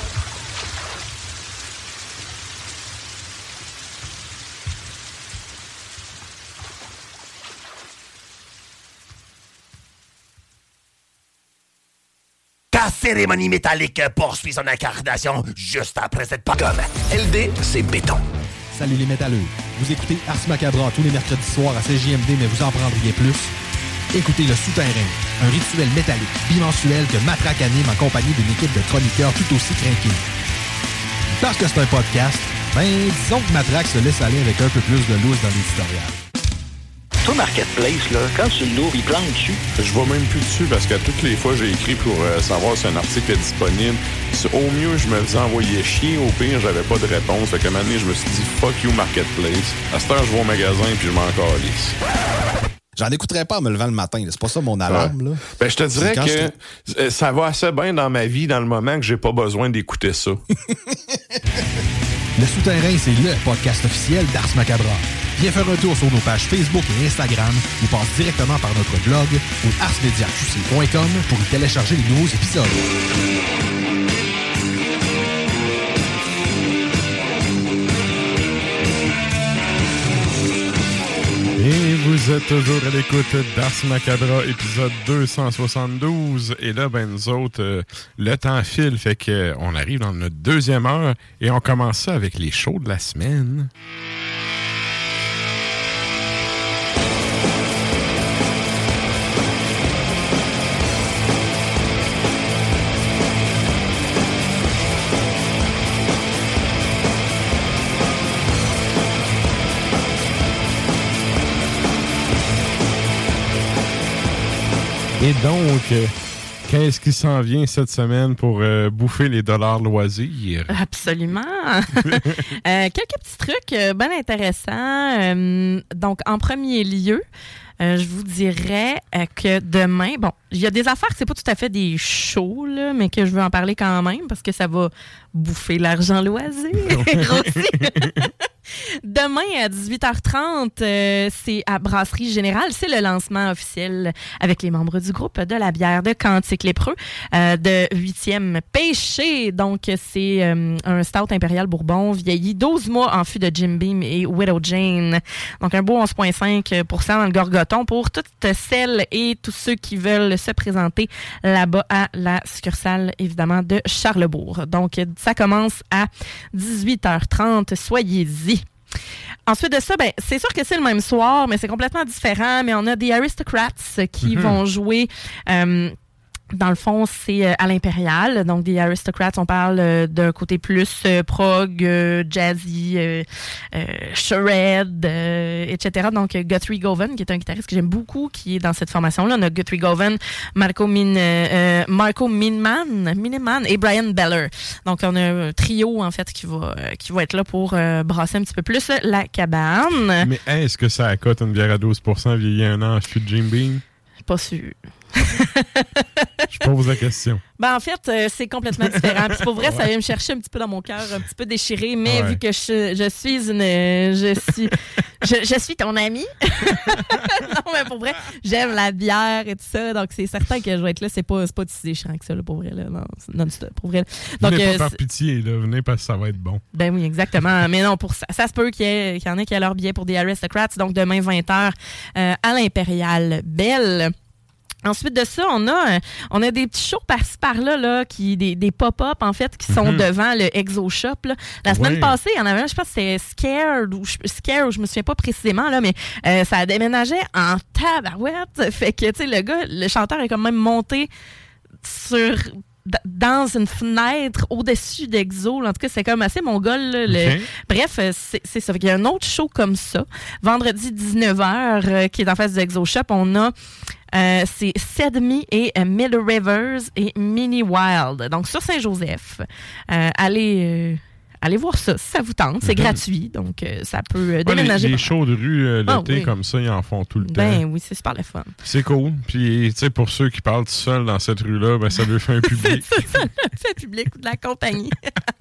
La cérémonie métallique poursuit son incarnation juste après cette pogomme. L D, c'est béton. Salut les métalleux. Vous écoutez Ars Macabra tous les mercredis soirs à C J M D, mais vous en prendriez plus. Écoutez Le Souterrain, un rituel métallique bimensuel que Matraque anime en compagnie d'une équipe de chroniqueurs tout aussi craqués. Parce que c'est un podcast, ben disons que Matraque se laisse aller avec un peu plus de loose dans l'éditorial. Toi, Marketplace, là, quand tu l'ouvres, il plante dessus. Je vais même plus dessus parce que toutes les fois, j'ai écrit pour euh, savoir si un article est disponible. Au mieux, je me faisais envoyer chier. Au pire, j'avais pas de réponse. Fait qu'à un moment donné, je me suis dit « Fuck you, Marketplace ». À cette heure, je vais au magasin et puis je m'en calisse. J'en écouterais pas en me levant le matin. Là. C'est pas ça mon alarme. Ouais. Là. Ben, je te dirais que je... ça va assez bien dans ma vie dans le moment que j'ai pas besoin d'écouter ça. Le Souterrain, c'est le podcast officiel d'Ars Macabra. Viens faire un tour sur nos pages Facebook et Instagram ou passe directement par notre blog au ars media q c point com pour y télécharger les nouveaux épisodes. Et vous êtes toujours à l'écoute d'Ars Macabra, épisode deux cent soixante-douze. Et là, ben nous autres, euh, le temps file, fait qu'on arrive dans notre deuxième heure et on commence ça avec les shows de la semaine. Et donc, euh, qu'est-ce qui s'en vient cette semaine pour euh, bouffer les dollars loisirs? Absolument. euh, quelques petits trucs euh, bien intéressants. Euh, donc, en premier lieu, euh, je vous dirais euh, que demain, bon, il y a des affaires que c'est pas tout à fait des shows, là, mais que je veux en parler quand même parce que ça va bouffer l'argent loisir aussi. Demain, à dix-huit heures trente, euh, c'est à Brasserie Générale. C'est le lancement officiel avec les membres du groupe de la bière de Cantique Lépreux euh, de huitième Péché. Donc, c'est euh, un stout impérial bourbon vieilli douze mois en fût de Jim Beam et Widow Jane. Donc, un beau onze virgule cinq pour cent dans le Gorgoton pour toutes celles et tous ceux qui veulent se présenter là-bas à la succursale, évidemment, de Charlesbourg. Donc, ça commence à dix-huit heures trente. Soyez-y. Ensuite de ça, ben, c'est sûr que c'est le même soir, mais c'est complètement différent. Mais on a des Aristocrats qui mm-hmm. vont jouer... Euh, Dans le fond, c'est euh, à l'Impérial. Donc, des Aristocrats, on parle euh, d'un côté plus euh, prog, euh, jazzy, euh, euh, shred, euh, et cetera. Donc, euh, Guthrie Govan, qui est un guitariste que j'aime beaucoup, qui est dans cette formation-là. On a Guthrie Govan, Marco, Min, euh, Marco Minman, Miniman et Brian Beller. Donc, on a un trio, en fait, qui va, euh, qui va être là pour euh, brasser un petit peu plus la cabane. Mais est-ce que ça accote une bière à douze pour cent vieillie un an en fût de Jim Beam? Pas sûr. Je pose la question. Ben, en fait, euh, c'est complètement différent. Puis pour vrai, ouais. ça vient me chercher un petit peu dans mon cœur, un petit peu déchiré. Mais ouais. vu que je, je suis une... Je suis, je, je suis ton amie. Non, mais pour vrai, j'aime la bière et tout ça. Donc, c'est certain que je vais être là. C'est pas, c'est pas si déchirant que ça, là, pour vrai. Là. Non, c'est non-stop, pour vrai. Donc, venez euh, pas par pitié, là. Venez parce que ça va être bon. Ben oui, exactement. Mais non, pour ça, ça se peut qu'il y, ait, qu'il y en ait qui a leur billet pour des Aristocrats. Donc, demain, vingt heures, euh, à l'Impérial Belle. Ensuite de ça, on a on a des petits shows par-ci par-là là, qui des, des pop-up en fait qui sont mm-hmm. devant le Exo Shop là. La semaine ouais. passée, il y en avait un, je pense que c'était Scared ou Scare, je me souviens pas précisément là, mais euh, ça a déménagé en tabarouette. Fait que tu sais le gars, le chanteur est quand même monté sur dans une fenêtre au-dessus d'Exo. En tout cas, c'est comme assez mongol. Là, le... okay. Bref, c'est, c'est ça. Il y a un autre show comme ça. Vendredi dix-neuf heures, euh, qui est en face du Exo Shop. On a euh, c'est Sedmi et euh, Mid Rivers et Mini Wild. Donc, sur Saint-Joseph. Euh, allez... Euh, allez voir ça si ça vous tente. C'est mm-hmm. gratuit, donc euh, ça peut euh, déménager. Ouais, les, les shows de rue euh, l'été ah, oui. comme ça, ils en font tout le ben, temps. Oui, c'est super le fun. C'est cool. Puis, tu sais, pour ceux qui parlent tout seuls dans cette rue-là, ben, ça leur fait un public. c'est ça, ça fait un public ou de la compagnie.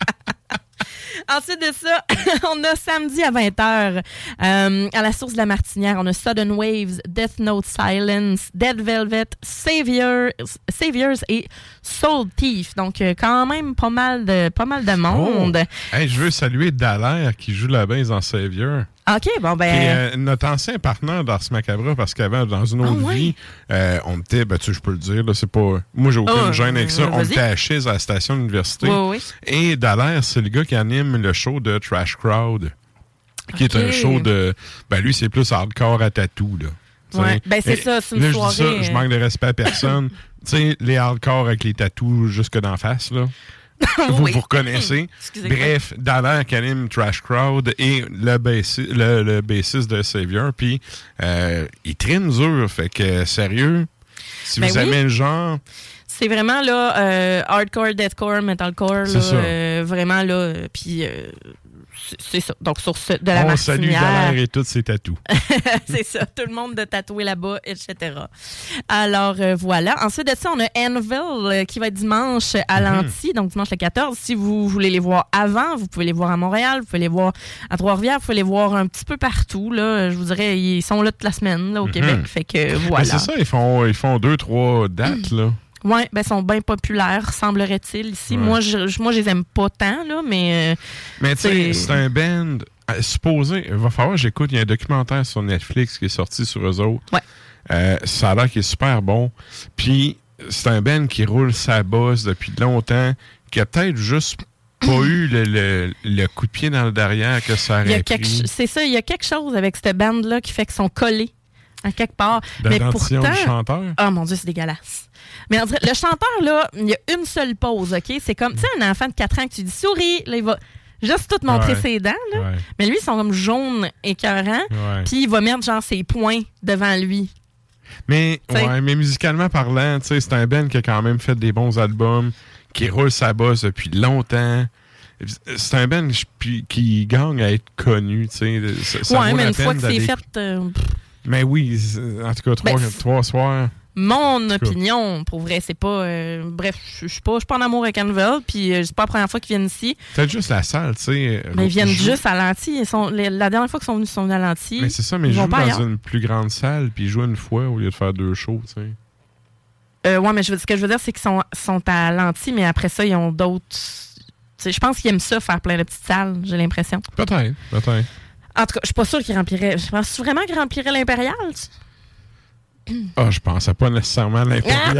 Ensuite de ça, on a samedi à vingt heures, euh, à la source de la Martinière, on a Sudden Waves, Death Note Silence, Dead Velvet, Savior, Saviors et Soul Thief. Donc, euh, quand même pas mal de, pas mal de monde. Oh. Hey, je veux saluer Dallaire qui joue la baisse dans Savior. OK, bon, ben. Puis, euh, notre ancien partenaire d'Ars Macabra, parce qu'avant, dans une autre oh, vie, ouais. euh, on était, ben, tu sais, je peux le dire, là, c'est pas. Moi, j'ai aucune oh, gêne avec ça. Euh, on était à Chiz à la station de l'université. Oui, oui. Et Dallaire, c'est le gars qui anime le show de Trash Crowd, qui okay. est un show de. Ben, lui, c'est plus hardcore à tatou, là. Ouais, ben, c'est Et, ça, c'est une là, soirée. Je dis ça, je manque de respect à personne. Tu sais, les hardcore avec les tatous jusque d'en face, là. vous oui. vous reconnaissez. Bref, Dallaire qui anime Trash Crowd et le, bassi- le, le bassiste de Savior. Puis, euh, il trine dur. Fait que, sérieux, si ben vous oui. aimez le genre... C'est vraiment, là, euh, hardcore, deathcore, metalcore. Là, euh, vraiment, là, euh, puis... Euh, c'est ça. Donc, sur ce, de la On Martinière. salue Dallaire et tous ses tatous. C'est ça. Tout le monde de tatoué là-bas, et cetera. Alors, euh, voilà. Ensuite de ça, on a Anvil euh, qui va être dimanche à Lanty, mm-hmm. donc dimanche le quatorze. Si vous voulez les voir avant, vous pouvez les voir à Montréal, vous pouvez les voir à Trois-Rivières, vous pouvez les voir un petit peu partout. Là. Je vous dirais, ils sont là toute la semaine là, au mm-hmm. Québec. Fait que voilà. Ben, c'est ça, ils font, ils font deux, trois dates, là. Oui, ben, ils sont bien populaires, semblerait-il, ici. Ouais. Moi, je, moi, je les aime pas tant, là, mais... Euh, mais tu sais, c'est un band... Euh, supposé, il va falloir que j'écoute, il y a un documentaire sur Netflix qui est sorti sur eux autres. Ouais. Euh, ça a l'air qu'il est super bon. Puis, c'est un band qui roule sa bosse depuis longtemps, qui a peut-être juste pas eu le, le, le coup de pied dans le derrière que ça aurait pris. C'est ça, il y a quelque chose avec cette band-là qui fait qu'ils sont collés à quelque part. De mais pourtant, du chanteur? Oh mon Dieu, c'est dégueulasse. Mais on dirait, le chanteur, là, il y a une seule pause, OK? C'est comme, tu sais, un enfant de quatre ans que tu dis souris, là, il va juste tout montrer ouais. ses dents, là. Ouais. Mais lui, ils sont comme jaunes écœurants, ouais. puis il va mettre, genre, ses poings devant lui. Mais, ouais, mais musicalement parlant, tu sais, c'est un band qui a quand même fait des bons albums, qui roule sa bosse depuis longtemps. C'est un band qui, qui gagne à être connu, tu sais. Ça, ça ouais, vaut mais la une peine fois que c'est d'aller... fait... Euh... Mais oui, en tout cas, trois, ben, trois soirs... Mon opinion, pour vrai, c'est pas... Euh, bref, je suis pas, pas en amour avec Anvil, puis euh, c'est pas la première fois qu'ils viennent ici. Peut-être juste la salle, tu sais. Mais ils viennent juste à Lanty. Ils sont, les, la dernière fois qu'ils sont venus, ils sont venus à Lanty. Mais c'est ça, mais ils, ils jouent dans ailleurs. Une plus grande salle, puis ils jouent une fois au lieu de faire deux shows, tu sais. Euh, ouais, mais je, ce que je veux dire, c'est qu'ils sont, sont à Lanty, mais après ça, ils ont d'autres... Je pense qu'ils aiment ça, faire plein de petites salles, j'ai l'impression. Peut-être, peut-être. En tout cas, je suis pas sûre qu'ils rempliraient... Je pense vraiment qu'ils rempliraient l'Impérial, tu... Ah, oh, je pensais pas nécessairement à l'Impérial.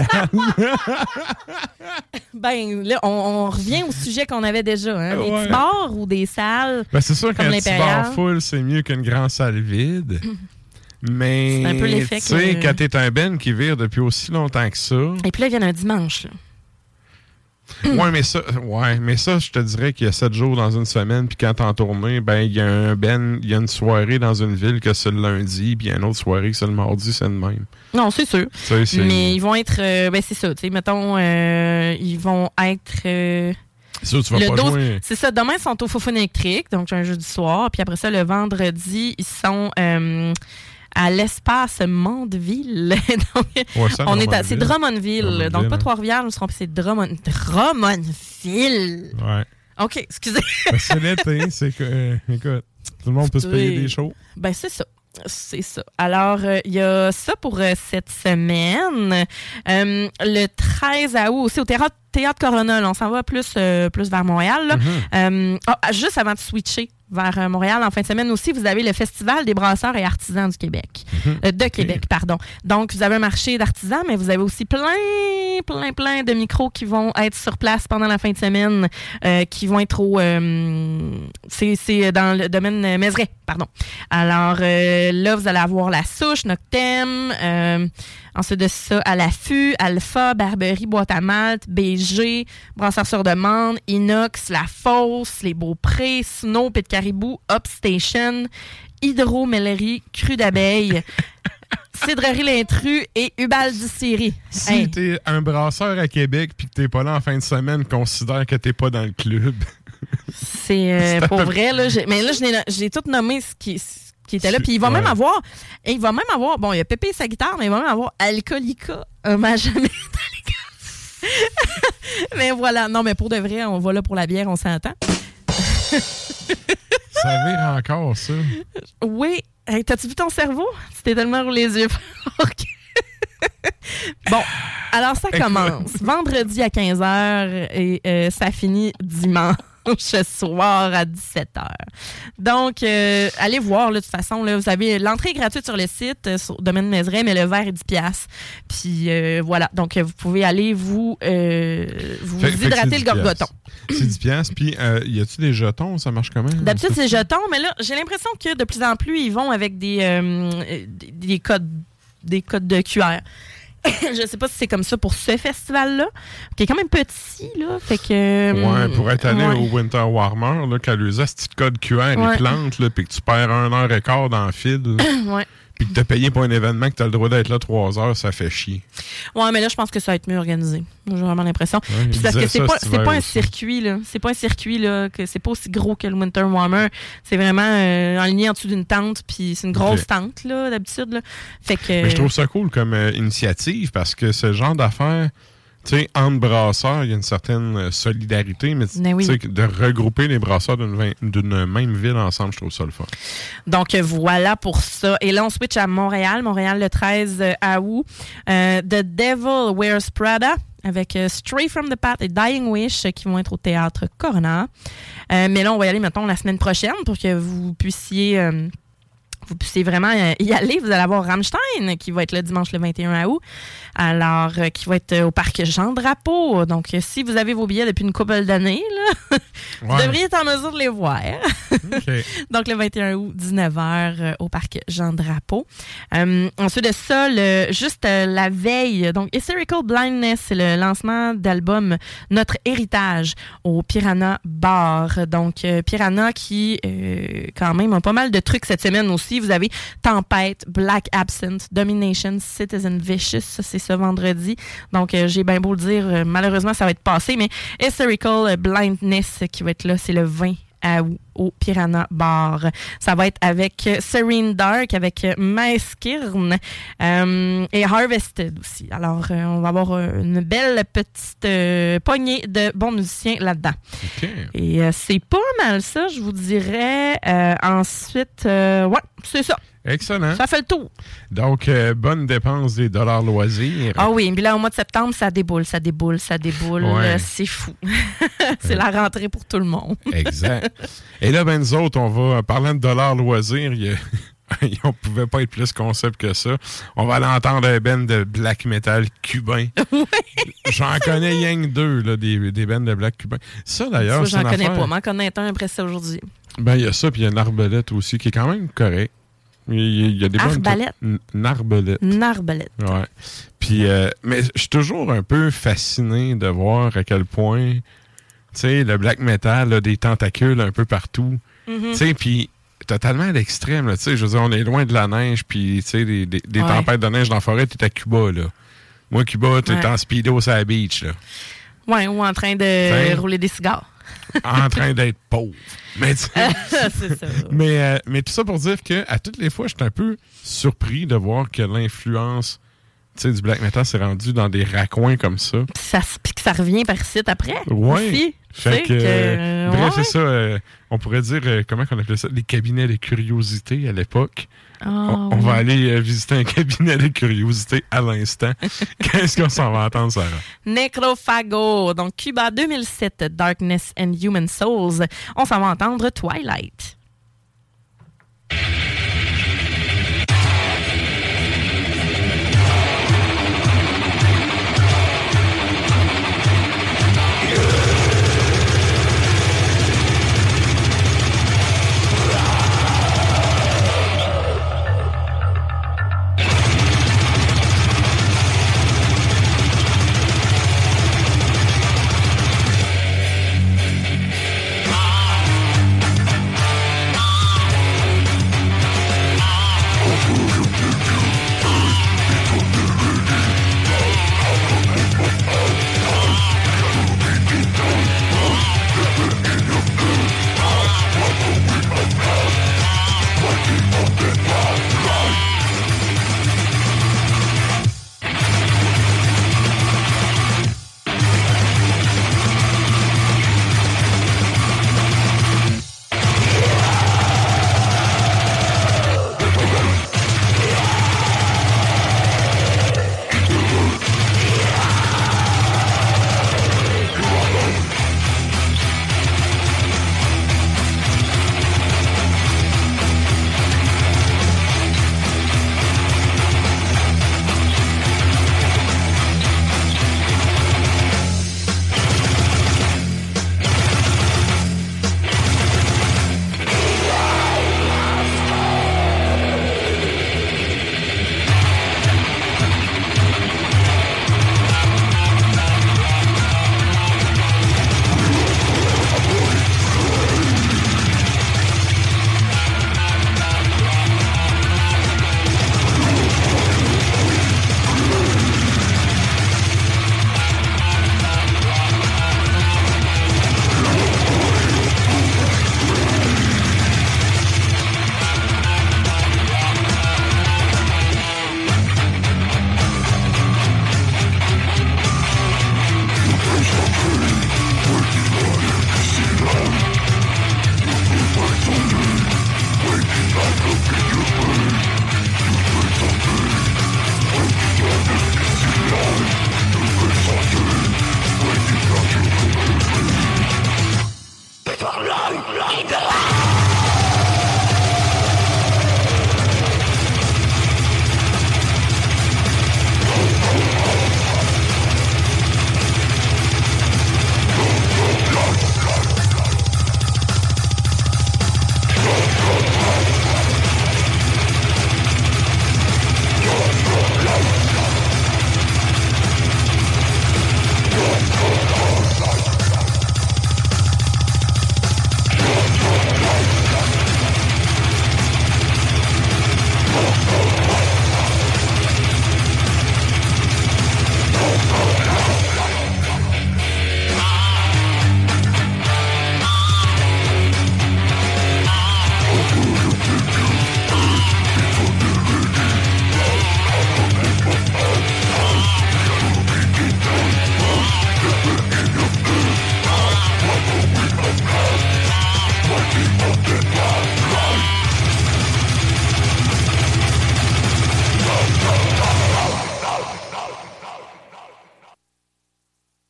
Ben, là, on, on revient au sujet qu'on avait déjà. Hein? Des ouais. petits bars ou des salles. Ben, c'est sûr qu'un petit bar full, c'est mieux qu'une grande salle vide. Mais, c'est un peu l'effet tu sais, que... quand t'es un Ben qui vire depuis aussi longtemps que ça... Et puis là, il vient un dimanche, là. Ouais, mais ça, ouais, mais ça, je te dirais qu'il y a sept jours dans une semaine, puis quand t'es en tournée, ben, il y a un Ben, il y a une soirée dans une ville que c'est le lundi, puis il y a une autre soirée que c'est le mardi, c'est le même. Non, c'est sûr. Ça, c'est... Mais ils vont être, euh, ben, c'est ça, tu sais, mettons, euh, ils vont être... Euh, c'est sûr, tu vas pas dos, jouer. C'est ça, demain, ils sont au Faux-Fun électrique, donc un jeudi soir, puis après ça, le vendredi, ils sont... Euh, à l'espace Mandeville. donc, ouais, ça, on est à, c'est Drummondville. Drummondville donc, pas hein. Trois-Rivières, nous serons, c'est Drummond, Drummondville. Ouais. OK, excusez. Ben, c'est l'été, c'est que, euh, écoute, tout le monde peut se payer des shows. Ben, c'est ça. C'est ça. Alors, il euh, y a ça pour euh, cette semaine. Euh, le treize août, aussi au théâtre, théâtre Corona, là, on s'en va plus, euh, plus vers Montréal. Là. Mm-hmm. euh, oh, juste avant de switcher vers euh, Montréal, en fin de semaine aussi, vous avez le Festival des brasseurs et artisans du Québec. Mm-hmm. Euh, de Québec, okay. pardon. Donc, vous avez un marché d'artisans, mais vous avez aussi plein, plein, plein de micros qui vont être sur place pendant la fin de semaine, euh, qui vont être au... Euh, c'est, c'est dans le domaine Mézeray, pardon. Alors, euh, là, vous allez avoir La Souche, Noctem, euh, ensuite de ça, à l'affût, Alpha, Barberie, Boîte à Malte, B G, Brasseur sur demande, Inox, La Fosse, Les Beauprés, Snow, Pit Caribou, Upstation, Hydromellerie, Cru d'Abeille, Cidrerie L'Intrus et Ubal Distillerie. Si hey. t'es un brasseur à Québec puis que t'es pas là en fin de semaine, considère que t'es pas dans le club. C'est euh, pour vrai, là. J'ai, mais là, je l'ai, j'ai tout nommé ce qui, ce qui était là. Puis il va ouais. même avoir. Et il va même avoir. Bon, il y a Pépé sa guitare, mais il va même avoir Alcoolica, hommage à Metallica. Mais voilà. Non, mais pour de vrai, on va là pour la bière, on s'entend. Ça vire encore, ça. Oui. Hey, t'as-tu vu ton cerveau? Tu t'es tellement roulé les yeux fort que... Bon, alors ça commence vendredi à quinze heures et euh, ça finit dimanche soir à dix-sept heures. Donc, euh, allez voir, là, de toute façon, là, vous avez l'entrée est gratuite sur le site, euh, sur Domaine Mézeray, mais le verre est dix dollars. Puis euh, voilà, donc vous pouvez aller vous, euh, vous fait, hydrater fait le gorgoton. C'est dix dollars. Puis, euh, y a-tu des jetons? Ça marche comment? D'habitude, c'est des jetons, mais là, j'ai l'impression que de plus en plus, ils vont avec des, euh, des, des codes des codes de Q R. Je sais pas si c'est comme ça pour ce festival-là, qui est quand même petit, là. Fait que. Ouais, pour être allé ouais. au Winter Warmer, là, quand les petits codes Q R, ouais. ils plantent, là, puis que tu perds un heure et quart dans le fil. Ouais. Puis que tu as payé pour un événement que tu as le droit d'être là trois heures, ça fait chier. Ouais, mais là, je pense que ça va être mieux organisé. J'ai vraiment l'impression. Ouais, Puis parce que c'est pas, c'est pas un aussi. circuit, là. C'est pas un circuit, là, que c'est pas aussi gros que le Winter Warmer. C'est vraiment euh, enligné en dessous d'une tente, puis c'est une grosse okay. tente, là, d'habitude, là. Fait que. Mais je trouve ça cool comme euh, initiative parce que ce genre d'affaires. Tu sais, entre brasseurs, il y a une certaine solidarité, mais, mais oui. de regrouper les brasseurs d'une, d'une même ville ensemble, je trouve ça le fun. Donc, voilà pour ça. Et là, on switch à Montréal. Montréal, le treize août. Euh, The Devil Wears Prada avec euh, Stray from the Path et Dying Wish euh, qui vont être au Théâtre Corona. Euh, mais là, on va y aller, mettons, la semaine prochaine pour que vous puissiez... Euh, vous puissiez vraiment y aller. Vous allez avoir Rammstein qui va être là dimanche le vingt et un août. Alors, euh, qui va être euh, au parc Jean-Drapeau. Donc, euh, si vous avez vos billets depuis une couple d'années, là, ouais. vous devriez être en mesure de les voir. Okay. Donc, le vingt et un août, dix-neuf heures, euh, au parc Jean-Drapeau. Euh, ensuite de ça, le, juste euh, la veille, donc Hysterical Blindness, c'est le lancement d'album Notre Héritage au Piranha Bar. Donc, euh, Piranha qui, euh, quand même, a pas mal de trucs cette semaine aussi. Vous avez Tempête, Black Absinthe, Domination, Citizen Vicious. Ça, c'est ce vendredi. Donc, euh, j'ai bien beau le dire, euh, malheureusement, ça va être passé, mais Hysterical Blindness qui va être là, c'est le vingt août au Piranha Bar. Ça va être avec Serene Dark, avec Maeskirn euh, et Harvested aussi. Alors, euh, on va avoir une belle petite euh, poignée de bons musiciens là-dedans. Okay. Et euh, c'est pas mal ça, je vous dirais. Euh, ensuite, euh, ouais, c'est ça. Excellent. Ça fait le tour. Donc, euh, bonne dépense des dollars loisirs. Ah oui, puis là, au mois de septembre, ça déboule, ça déboule, ça déboule. Ouais. Euh, c'est fou. C'est euh. la rentrée pour tout le monde. Exact. Et là, ben nous autres, on va, parlant de dollars loisirs, il y a... on pouvait pas être plus concept que ça. On va aller entendre un band de black metal cubain. Oui, j'en connais rien que deux, là, des, des bands de black cubain. Ça, d'ailleurs, ça, c'est j'en connais affaire... pas. M'en connais un après ça aujourd'hui. Ben, il y a ça, puis il y a une arbalète aussi, qui est quand même correct. Il y a des arbalète. bonnes... Une arbalète. Une arbalète. Ouais. Puis, euh, mais je suis toujours un peu fasciné de voir à quel point, tu sais, le black metal a des tentacules un peu partout. Mm-hmm. Tu sais, puis totalement à l'extrême, tu sais, je veux dire, on est loin de la neige, puis, tu sais, des, des, des ouais. tempêtes de neige dans la forêt, t'es à Cuba, là. Moi, Cuba, t'es ouais. en speedo sur la beach, là. Ouais, ou en train de T'sais, rouler des cigares. En train d'être pauvre. Mais, c'est ça. Mais, euh, mais tout ça pour dire que à toutes les fois, je suis un peu surpris de voir que l'influence du black metal s'est rendue dans des raccoins comme ça. Puis que ça revient par ici après. Oui. Fait que, que euh, bref, ouais. c'est ça. Euh, on pourrait dire, euh, comment on appelait ça? Les cabinets de curiosité à l'époque. Oh, on, on oui. va aller euh, visiter un cabinet de curiosité à l'instant. Qu'est-ce qu'on s'en va entendre, Sarah? Necrophago. Donc, Cuba deux mille sept, Darkness and Human Souls. On s'en va entendre Twilight.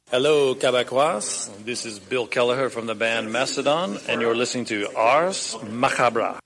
Hello, Québécois. This is Bill Kelleher from the band Mastodon, and you're listening to Ars Macabra.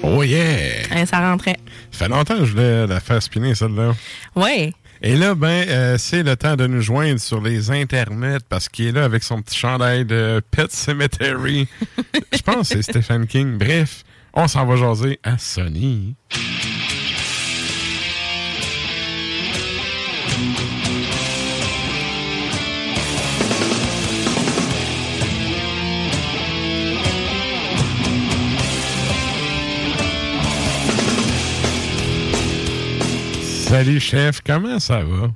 Oh yeah! Euh, ça rentrait. Ça fait longtemps que je voulais la faire spinner, celle-là. Oui. Et là, ben, euh, c'est le temps de nous joindre sur les internets parce qu'il est là avec son petit chandail de Pet Sematary. Je pense que c'est Stephen King. Bref, on s'en va jaser à Sony. Salut, chef. Comment ça va?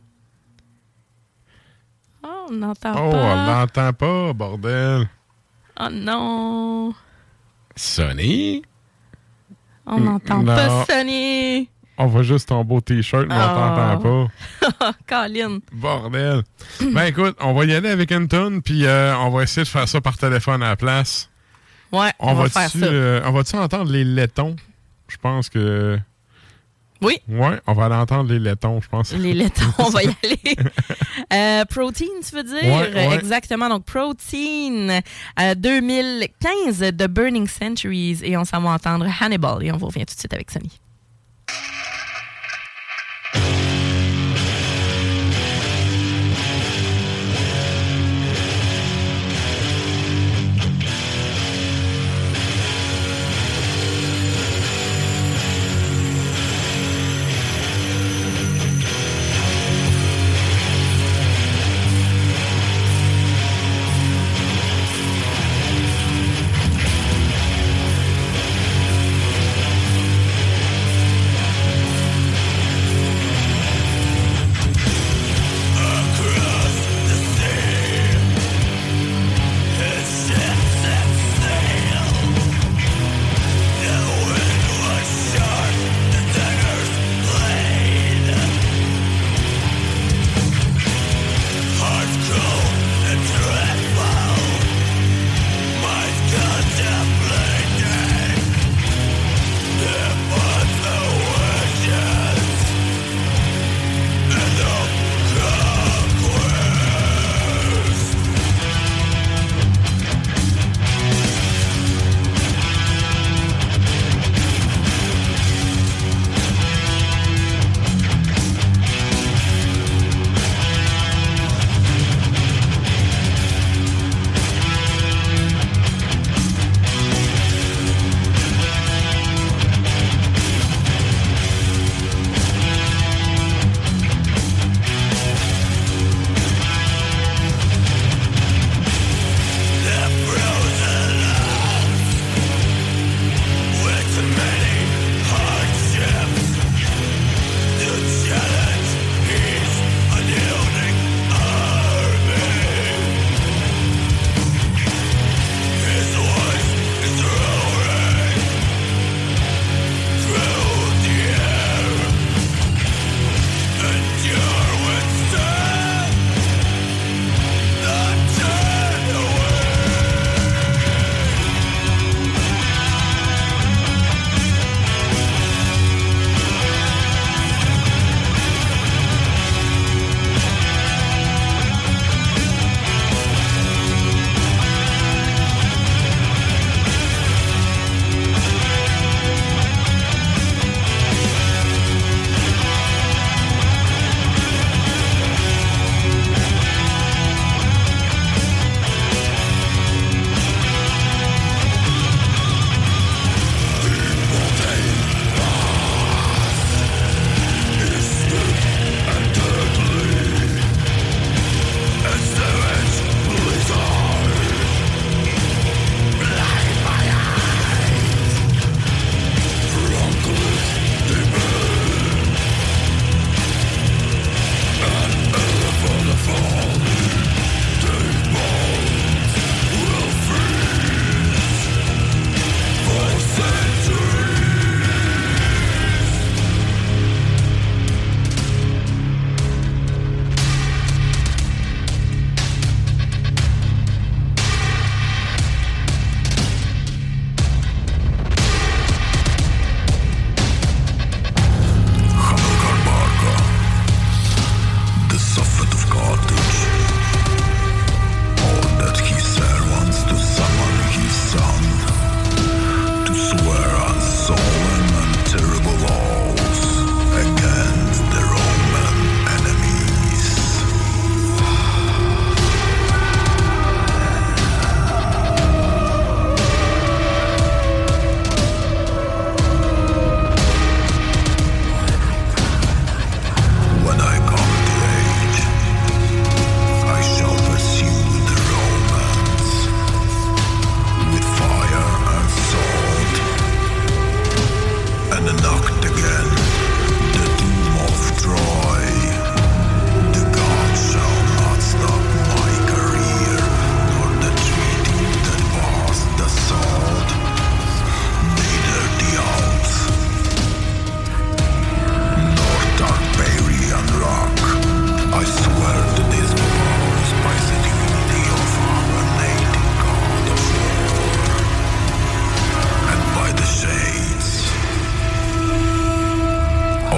Oh, on n'entend oh, pas. Oh, on l'entend pas, bordel. Oh non. Sony? On n'entend pas Sony. On voit juste ton beau T-shirt, mais oh. on t'entend pas. Colin. Bordel. Ben écoute, on va y aller avec une toune, puis euh, on va essayer de faire ça par téléphone à la place. Ouais, on, on va faire ça. Euh, on va-tu entendre les laitons? Je pense que... Oui. Oui, on va aller entendre les laitons, je pense. Les laitons, on va y aller. euh, Protein, tu veux dire? Ouais, ouais. Exactement. Donc, Protein, euh, deux mille quinze, The Burning Centuries. Et on s'en va entendre Hannibal. Et on vous revient tout de suite avec Sony.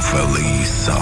Felisa.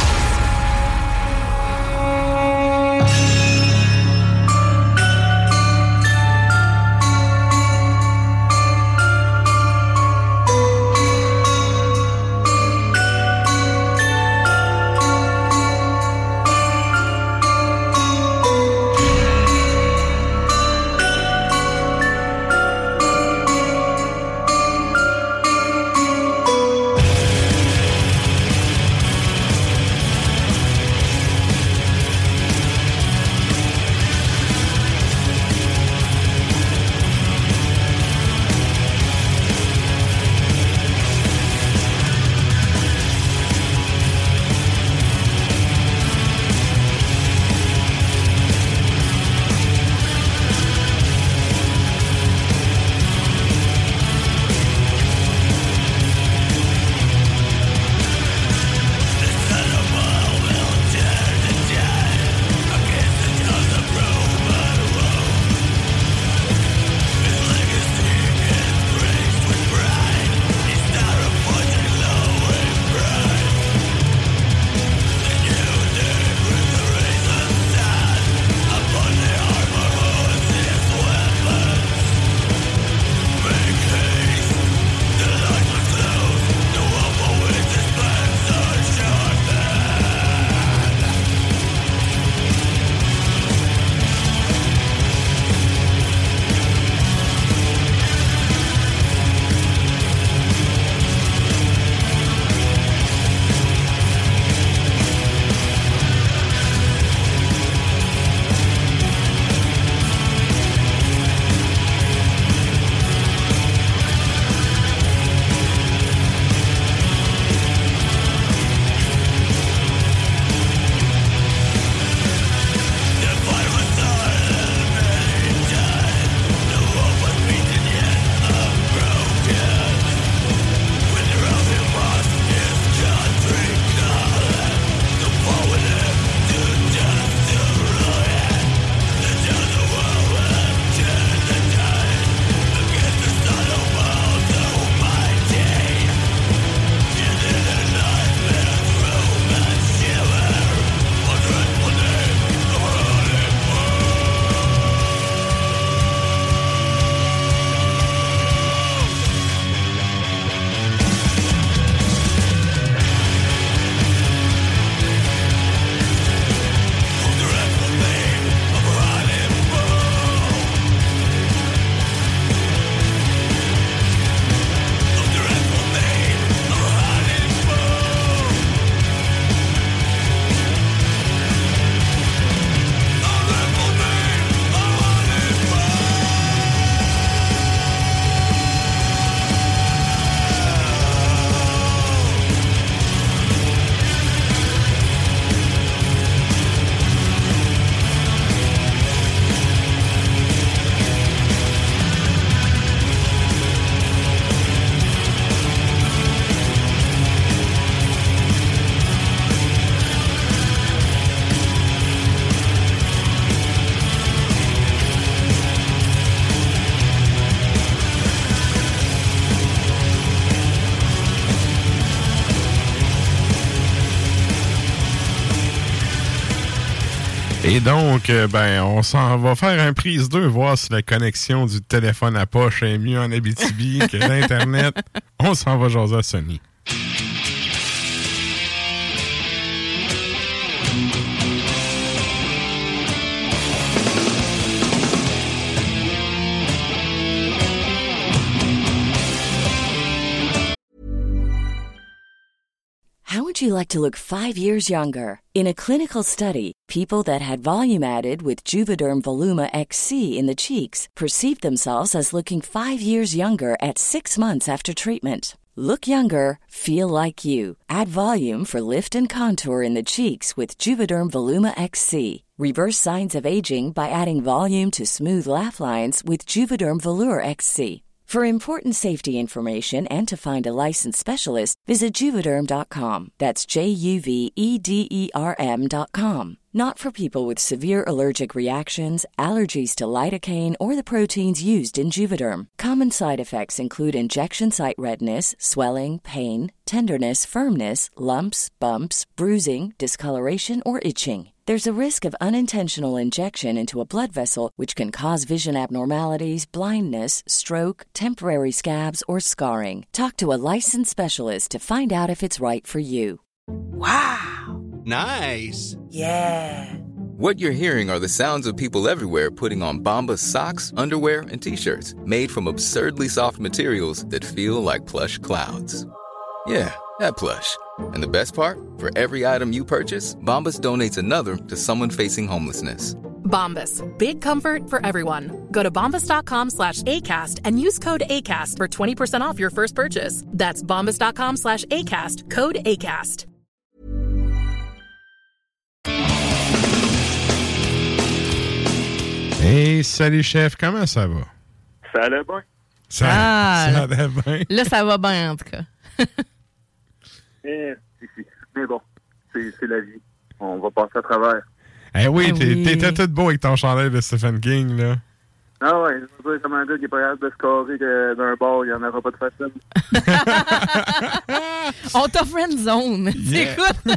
Et donc, ben, on s'en va faire un prise deux, voir si la connexion du téléphone à poche est mieux en Abitibi que l'Internet. On s'en va jaser à Sony. How would you like to look five years younger? In a clinical study, people that had volume added with Juvederm Voluma X C in the cheeks perceived themselves as looking five years younger at six months after treatment. Look younger, feel like you. Add volume for lift and contour in the cheeks with Juvederm Voluma X C. Reverse signs of aging by adding volume to smooth laugh lines with Juvederm Volure X C. For important safety information and to find a licensed specialist, visit Juvederm dot com. That's J U V E D E R M dot com. Not for people with severe allergic reactions, allergies to lidocaine, or the proteins used in Juvederm. Common side effects include injection site redness, swelling, pain, tenderness, firmness, lumps, bumps, bruising, discoloration, or itching. There's a risk of unintentional injection into a blood vessel, which can cause vision abnormalities, blindness, stroke, temporary scabs, or scarring. Talk to a licensed specialist to find out if it's right for you. Wow. Nice. Yeah. What you're hearing are the sounds of people everywhere putting on Bombas socks, underwear, and T-shirts made from absurdly soft materials that feel like plush clouds. Yeah, that plush. And the best part? For every item you purchase, Bombas donates another to someone facing homelessness. Bombas. Big comfort for everyone. Go to bombas.com slash ACAST and use code ACAST for twenty percent off your first purchase. That's bombas.com slash ACAST. Code ACAST. Hey, salut chef, comment ça va? Ça allait bien. Ça, Ah, ça allait bien. Là, ça va bien, en tout cas. Mais, mais bon, c'est, c'est la vie. On va passer à travers. Eh oui, Ah t'es, oui. t'étais tout beau avec ton chandail de Stephen King, là. Ah ouais, je veux dire, comme un gars qui est pas capable de scorer que d'un bord, il n'y en aura pas de facile. On t'a friend zone. Yeah. Écoute.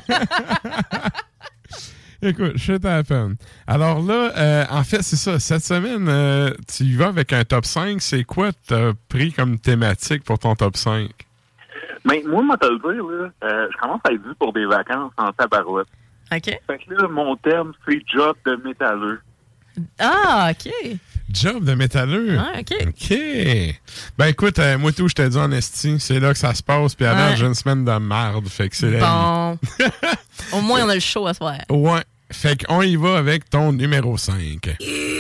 Écoute, shit happen. Alors là, euh, en fait, c'est ça. Cette semaine, euh, tu y vas avec un top cinq. C'est quoi t'as pris comme thématique pour ton top cinq? Mais moi, moi, te le dire, là, euh, je commence à être dû pour des vacances en tabarouette. OK. Fait que là, mon thème, c'est job de métalleux. Ah, OK. Job de métalleux? Ah, OK. OK. Ben écoute, euh, moi tout, je t'ai dit en esti, c'est là que ça se passe. Puis avant, Ouais. j'ai une semaine de marde. Fait que c'est la Bon. Au moins, on a le show à soir. vie. Ouais. Fait qu'on y va avec ton numéro cinq.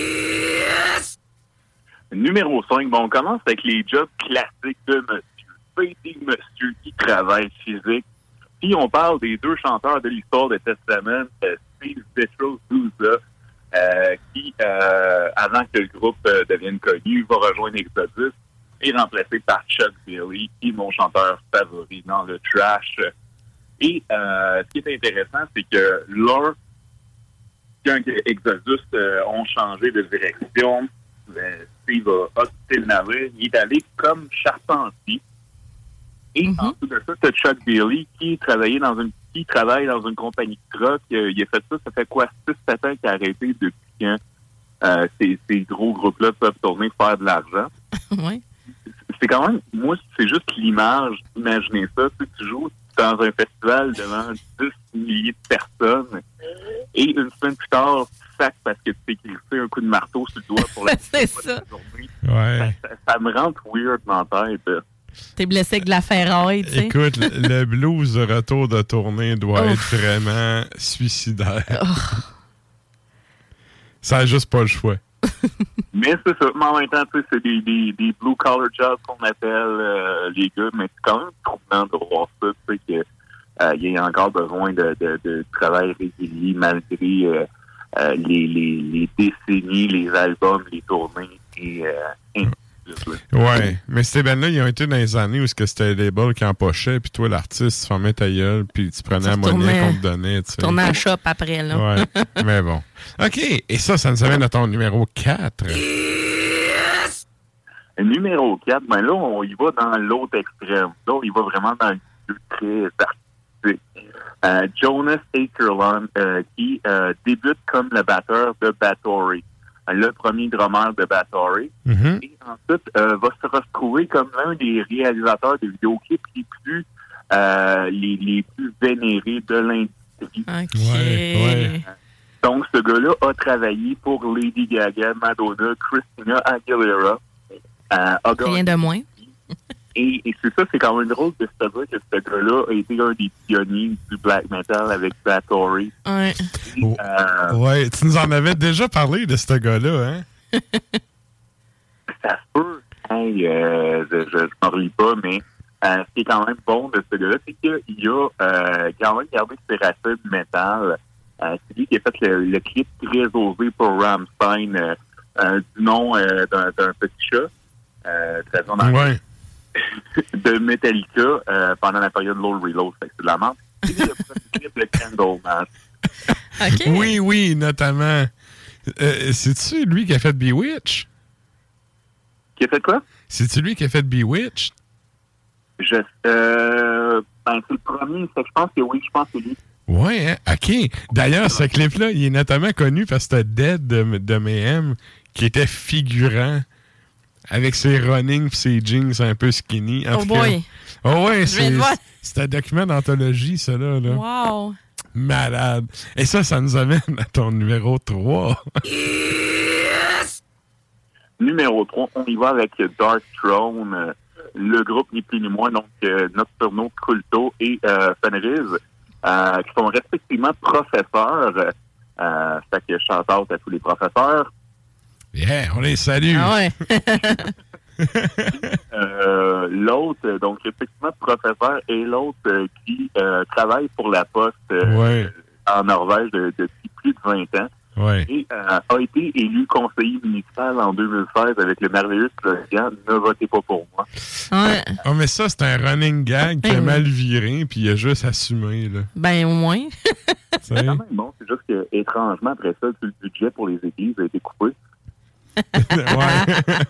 Numéro cinq, bon, on commence avec les jobs classiques de monsieur. C'est des monsieur qui travaillent physique. Puis on parle des deux chanteurs de l'histoire de Testament, euh, Steve Petros Souza, euh, qui, euh, avant que le groupe euh, devienne connu, va rejoindre Exodus et remplacé par Chuck Billy, qui est mon chanteur favori dans le trash. Et euh, ce qui est intéressant, c'est que l'un, quand Exodus euh, ont changé de direction, euh, Steve a quitté le navire, il est allé comme charpentier. Et mm-hmm. en dessous de ça, c'est Chuck Billy qui travaillait dans une qui travaille dans une compagnie de truck. Euh, il a fait ça, ça fait quoi, six sept ans qu'il a arrêté depuis quand euh, ces, ces gros groupes-là peuvent tourner faire de l'argent. Oui. C'est quand même, moi, c'est juste l'image. Imaginez ça, tu sais, tu joues dans un festival devant dix milliers de personnes et une semaine plus tard, tu sacs parce que tu t'es glissé un coup de marteau sur le doigt pour la c'est ça. journée. Ouais. Ça, ça, ça me rentre weird dans la tête. T'es blessé avec de la ferraille, tu sais. Écoute, le, le blues de retour de tournée doit Ouf. être vraiment suicidaire. Oh. Ça n'a juste pas le choix. Mais c'est ça. Mais en même temps, tu sais, c'est des, des, des blue-collar jobs qu'on appelle euh, les gars, mais c'est quand même troublant de voir ça, tu sais, qu'il euh, y a encore besoin de, de, de travail régulier malgré euh, euh, les, les, les décennies, les albums, les tournées et euh, ainsi de suite. Ouais, mais ces bands-là, ils ont été dans les années où c'était les labels qui empochaient, puis toi, l'artiste, tu fermais ta gueule, puis tu prenais la monnaie qu'on te donnait. Tu tournais à la shop après, là. Ouais, mais bon. OK, et ça, ça nous amène à ton numéro quatre. Numéro quatre, ben là, on y va dans l'autre extrême. Là, on y va vraiment dans le milieu très artistique. Euh, Jonas Akerlund, euh, qui euh, débute comme le batteur de Bathory, le premier drummer de Bathory. Mm-hmm. Et ensuite, euh, va se retrouver comme l'un des réalisateurs de vidéoclips les plus, euh, les, les plus vénérés de l'industrie. OK. Ouais, ouais. Donc, ce gars-là a travaillé pour Lady Gaga, Madonna, Christina Aguilera. Euh, Rien de moins. Et, et c'est ça, c'est quand même drôle de se dire que ce gars-là a été un des pionniers du black metal avec Bathory. Ouais. Et, euh, Ouais, tu nous en avais déjà parlé de ce gars-là, hein? Ça se peut. Hey, euh, je ne m'en relis pas, mais euh, ce qui est quand même bon de ce gars-là, c'est qu'il a euh, quand même gardé ses racines métal. Euh, c'est lui qui a fait le, le clip très osé pour Rammstein, euh, euh, du nom euh, d'un, d'un petit chat. euh, traduit en anglais, Ouais. de Metallica euh, pendant la période Low Reload. Fait que c'est de la merde. Et il y a le premier clip, le Candlemas. Okay. Oui, oui, notamment. Euh, c'est-tu lui qui a fait Bewitched? Qui a fait quoi? C'est-tu lui qui a fait Bewitched? Je, euh, ben, c'est le premier. Fait que je pense que oui, je pense que c'est lui. Ouais, hein? OK. D'ailleurs, ce clip-là, il est notamment connu parce que c'était Dead de, de Mayhem qui était figurant avec ses running et ses jeans un peu skinny. En Oh tout boy! Cas, oh ouais, Je viens c'est, de voir. c'est un document d'anthologie, ça, là. là. Wow! Malade. Et ça, ça nous amène à ton numéro trois. Numéro trois, on y va avec Dark Throne, euh, le groupe ni plus ni moins, donc euh, Nocturno, Culto et euh, Fenriz, euh, qui sont respectivement professeurs. Euh, fait que shout-out à tous les professeurs. Yeah, on les salue. Ah ouais. euh, l'autre, donc effectivement professeur, et l'autre euh, qui euh, travaille pour la Poste euh, Ouais. en Norvège de- depuis plus de vingt ans. Ouais. Et euh, a été élu conseiller municipal en deux mille seize avec le merveilleux slogan « Ne votez pas pour moi Ouais. Oh, mais ça, c'est un running gag qui a Ouais. mal viré, puis il a juste assumé, là. Ben, au moins. Tu sais? C'est quand même bon, c'est juste que étrangement après ça, tout le budget pour les églises a été coupé. Ouais.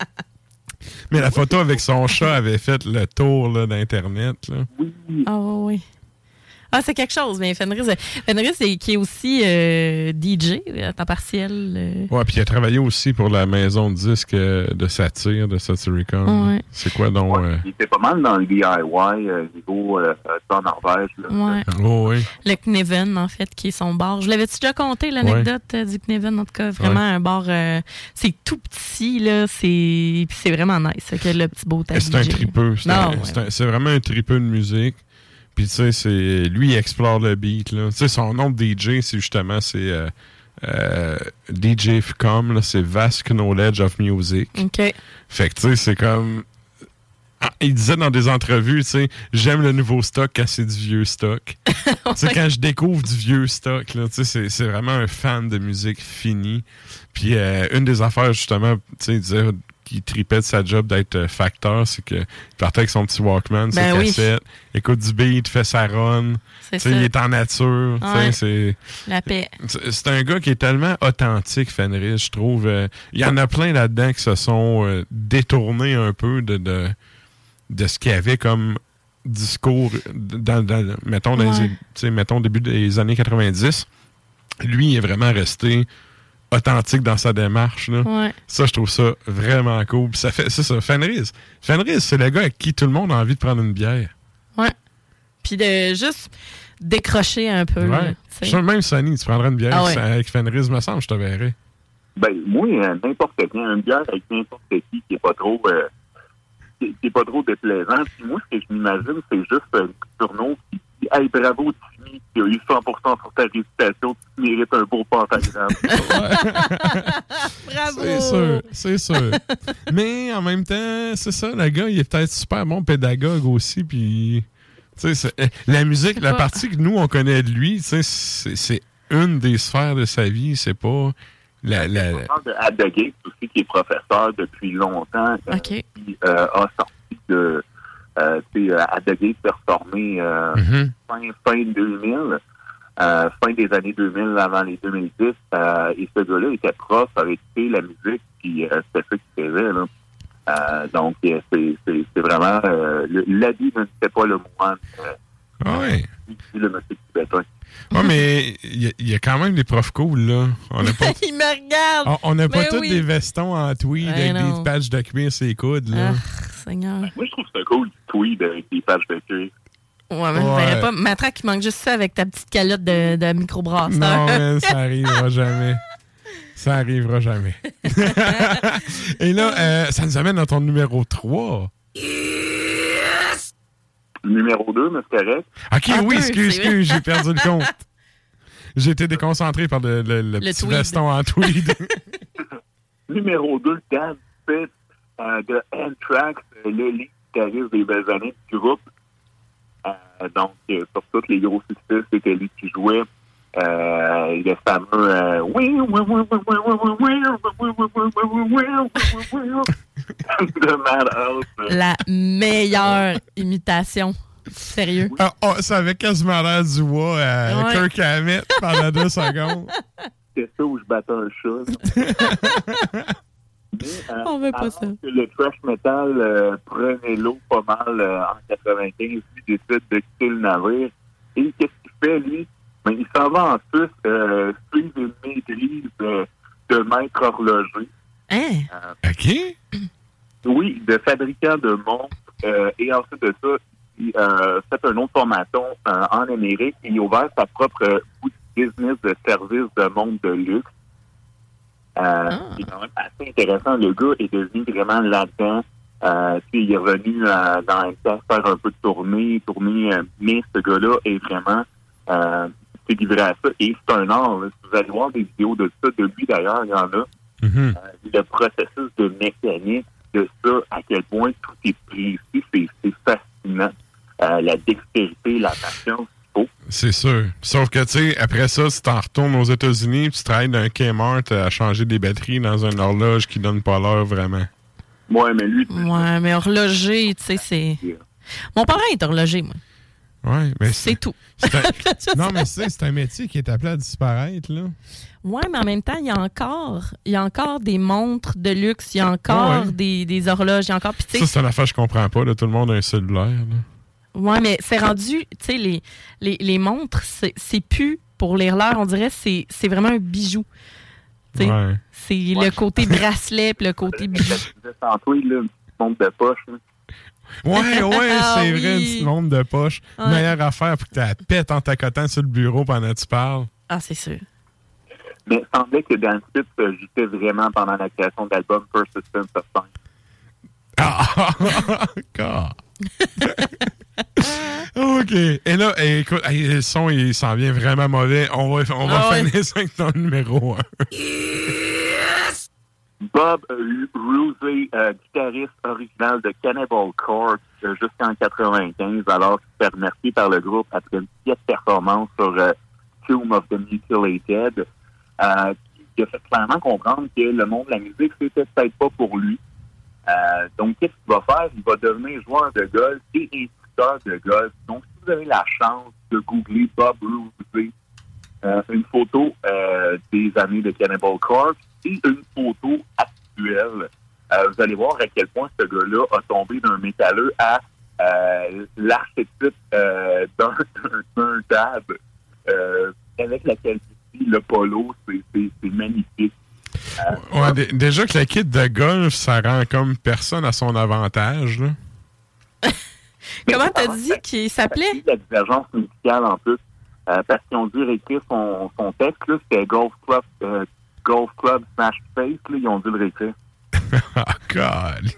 Mais la photo avec son chat avait fait le tour là, d'Internet. Là. Oui. Ah oui, oui. Ah, c'est quelque chose. Mais Fenris, Fenris c'est, qui est aussi euh, D J à temps partiel. Euh. Ouais, puis il a travaillé aussi pour la maison de disques euh, de Satire, de Satyricon. Ouais. C'est quoi donc? Ouais, euh... Il était pas mal dans le D I Y, euh, niveau euh, en Norvège. Là. Ouais. Oh, oui. Le Kneven, en fait, qui est son bar. Je l'avais-tu déjà conté, l'anecdote euh, du Kneven, en tout cas. Vraiment Ouais. un bar. Euh, c'est tout petit, là. C'est, puis c'est vraiment nice. Fait que le petit beau Et c'est un tripeux. C'est, Non, un- ouais. c'est, un- c'est vraiment un tripeux de musique. Puis, tu sais, c'est, lui, il explore le beat. Là. Tu sais, son nom de D J, c'est justement c'est, euh, euh, D J F C O M, là, c'est Vast Knowledge of Music. OK. Fait que, tu sais, c'est comme... Ah, il disait dans des entrevues, tu sais, j'aime le nouveau stock quand c'est du vieux stock. Tu sais, quand je découvre du vieux stock, là, tu sais, c'est, c'est vraiment un fan de musique finie. Puis, euh, une des affaires, justement, tu sais, il disait qu'il tripait de sa job d'être euh, facteur, c'est qu'il partait avec son petit Walkman, Ben ses oui. cassettes, écoute du beat, fait sa run. C'est Tu sais, ça. il est en nature. Tu sais, Ouais. c'est... La paix. C'est c'est un gars qui est tellement authentique, Fenris, je trouve. Euh, Il y en a plein là-dedans qui se sont euh, détournés un peu de, de, de ce qu'il y avait comme discours, dans, dans, mettons, dans Ouais. les, tu sais, mettons, début des années quatre-vingt-dix. Lui, il est vraiment resté authentique dans sa démarche. Là. Ouais. Ça, je trouve ça vraiment cool. Puis ça fait, c'est ça, Fenris. Fenris, c'est le gars avec qui tout le monde a envie de prendre une bière. Ouais. Puis de juste décrocher un peu. Là, Ouais. tu Je sais. suis même Sonny, tu prendrais une bière Ah ouais. avec Fenris, me semble, je te verrais. Ben, moi, euh, n'importe qui, une bière avec n'importe qui qui est pas trop euh, qui, qui est pas trop déplaisant. Puis moi, ce que je m'imagine, c'est juste un Nocturno qui dit « Hey, bravo, Timmy, tu as eu cent pour cent sur ta récitation, tu mérites un beau pentagramme. » Bravo! C'est sûr, c'est sûr. Mais en même temps, c'est ça, le gars, il est peut-être super bon pédagogue aussi, puis... tu sais, c'est- la musique, la pas. partie que nous, on connaît de lui, tu sais, c'est, c'est une des sphères de sa vie, c'est pas... La, la, On parle de At the Gate aussi, qui est professeur depuis longtemps, euh, OK. qui euh, a sorti de... Euh, tu sais, euh, At the Gate s'est reformé euh, Mhm. fin, fin deux mille, euh, fin des années deux mille, avant les deux mille dix, euh, et ce gars-là était prof, avait écouté la musique, puis euh, c'était ça qu'il faisait, là. Euh, donc, euh, c'est, c'est, c'est vraiment... Euh, le- l'habit ne n'était pas le moine. Euh, Ah ouais. c'est le monsieur tibétain. Ouais, mais il y, a- il y a quand même des profs cool, là. On n'a pas, Il me regarde! on, on n'a pas Ben tous oui. des vestons en tweed Ben avec non. des patchs de cuir sur les coudes, là. Ah, Seigneur. Moi, je trouve ça cool, du tweed avec des pages de cuir. Ouais, mais Ouais. ouais. pas. Matraque, il manque juste ça avec ta petite calotte de, de microbrasseur. Non, man, ça arrivera jamais. Ça arrivera jamais. Et là, euh, ça nous amène à ton numéro trois. Numéro deux, mais c'est correct. OK, Ah, oui, deux, excuse, c'est excuse, j'ai perdu le compte. J'ai été déconcentré par le, le, le petit tweed. veston en tweed. Numéro deux, Dan Spitz euh, de Anthrax, euh, le lead guitariste des belles années du groupe. Euh, donc, euh, sur tous les gros succès, c'était lui qui jouait. Euh, le fameux euh, oui, oui, oui, oui, oui, oui, oui, oui, oui, oui, oui, oui, oui, oui, oui, oui. de Madhouse. La meilleure imitation. Sérieux. Ah, oh, ça avait quasiment l'air du Wa à Ouais. Kirk Hammett pendant deux secondes. C'est ça où je battais un chat. Mais, euh, On veut pas alors ça. que le thrash metal euh, prenait l'eau pas mal euh, en quatre-vingt-quinze, lui décide de quitter le navire. Et qu'est-ce qu'il fait, lui? Ben, il s'en va en Suisse euh, suivre une maîtrise euh, de maître horloger. Hein? Euh, OK. Oui, de fabricant de montres. Euh, et ensuite de ça, il euh, fait une autre formation euh, en Amérique et il a ouvert sa propre euh, business de service de montres de luxe. Euh, Ah. C'est quand même assez intéressant. Le gars est devenu vraiment là-dedans. Euh, puis il est revenu euh, dans le temps faire un peu de tournée, tournée, euh, mais ce gars-là est vraiment euh, s'est livré à ça. Et c'est un art. Là. Si vous allez voir des vidéos de ça, de lui d'ailleurs, il y en a. Mm-hmm. Euh, le processus de mécanique de ça, à quel point tout est précis, c'est, c'est fascinant. Euh, la dextérité, la patience. C'est sûr. Sauf que, tu sais, après ça, si t'en retournes aux États-Unis, tu travailles dans un Kmart à changer des batteries dans une horloge qui donne pas l'heure vraiment. Ouais, mais lui... Ouais, mais horloger, tu sais, c'est... Mon parent est horloger, moi. Ouais, mais c'est tout. C'est un... non, mais c'est, c'est un métier qui est appelé à disparaître, là. Ouais, mais en même temps, il y a encore, il y a encore des montres de luxe, il y a encore Ah ouais. des, des horloges, il y a encore... Puis, tu sais, Ça, c'est une affaire que je comprends pas, là. Tout le monde a un cellulaire, là. ouais, mais c'est rendu, tu sais, les, les, les montres, c'est, c'est plus pour les l'heure, on dirait, c'est, c'est vraiment un bijou. Tu sais, Ouais. c'est le côté bracelet puis le côté bijou. Tantôt, il a une petite montre de poche. Là. Ouais, ouais, Ah c'est oui. vrai, une petite montre de poche. Ouais. Meilleure affaire pour que tu la pètes en t'accotant sur le bureau pendant que tu parles. Ah, c'est sûr. Mais il semblait que Dan Smith se jutait vraiment pendant la création de l'album Persistence of Time. Ah! God. OK. Et là, eh, écoute, eh, le son, il s'en vient vraiment mauvais. On va, on va Ah ouais. finir ça avec ton numéro un. Bob Rousey, euh, guitariste original de Cannibal Corpse euh, jusqu'en quatre-vingt-quinze, alors qu'il s'est remercié par le groupe après une pièce performance sur euh, Tomb of the Mutilated, euh, qui a fait clairement comprendre que le monde de la musique, c'était peut-être pas pour lui. Euh, donc, qu'est-ce qu'il va faire? Il va devenir joueur de golf et instructeur de golf. Donc, si vous avez la chance de googler Bob Rousey, euh, une photo euh, des années de Cannibal Corpse et une photo actuelle, euh, vous allez voir à quel point ce gars-là a tombé d'un métalleux à euh, l'archétype euh, d'un, d'un dab euh, avec la qualité, le polo, c'est, c'est, c'est magnifique. Euh, Ouais, d- déjà que la kit de golf, ça rend comme personne à son avantage, là. Comment t'as dit qu'il s'appelait? La divergence musicale en plus, euh, parce qu'ils ont dû réécrire son, son texte, là, c'était Golf Club, euh, Golf Club Smash Face, là, ils ont dû le réécrire. Oh, God!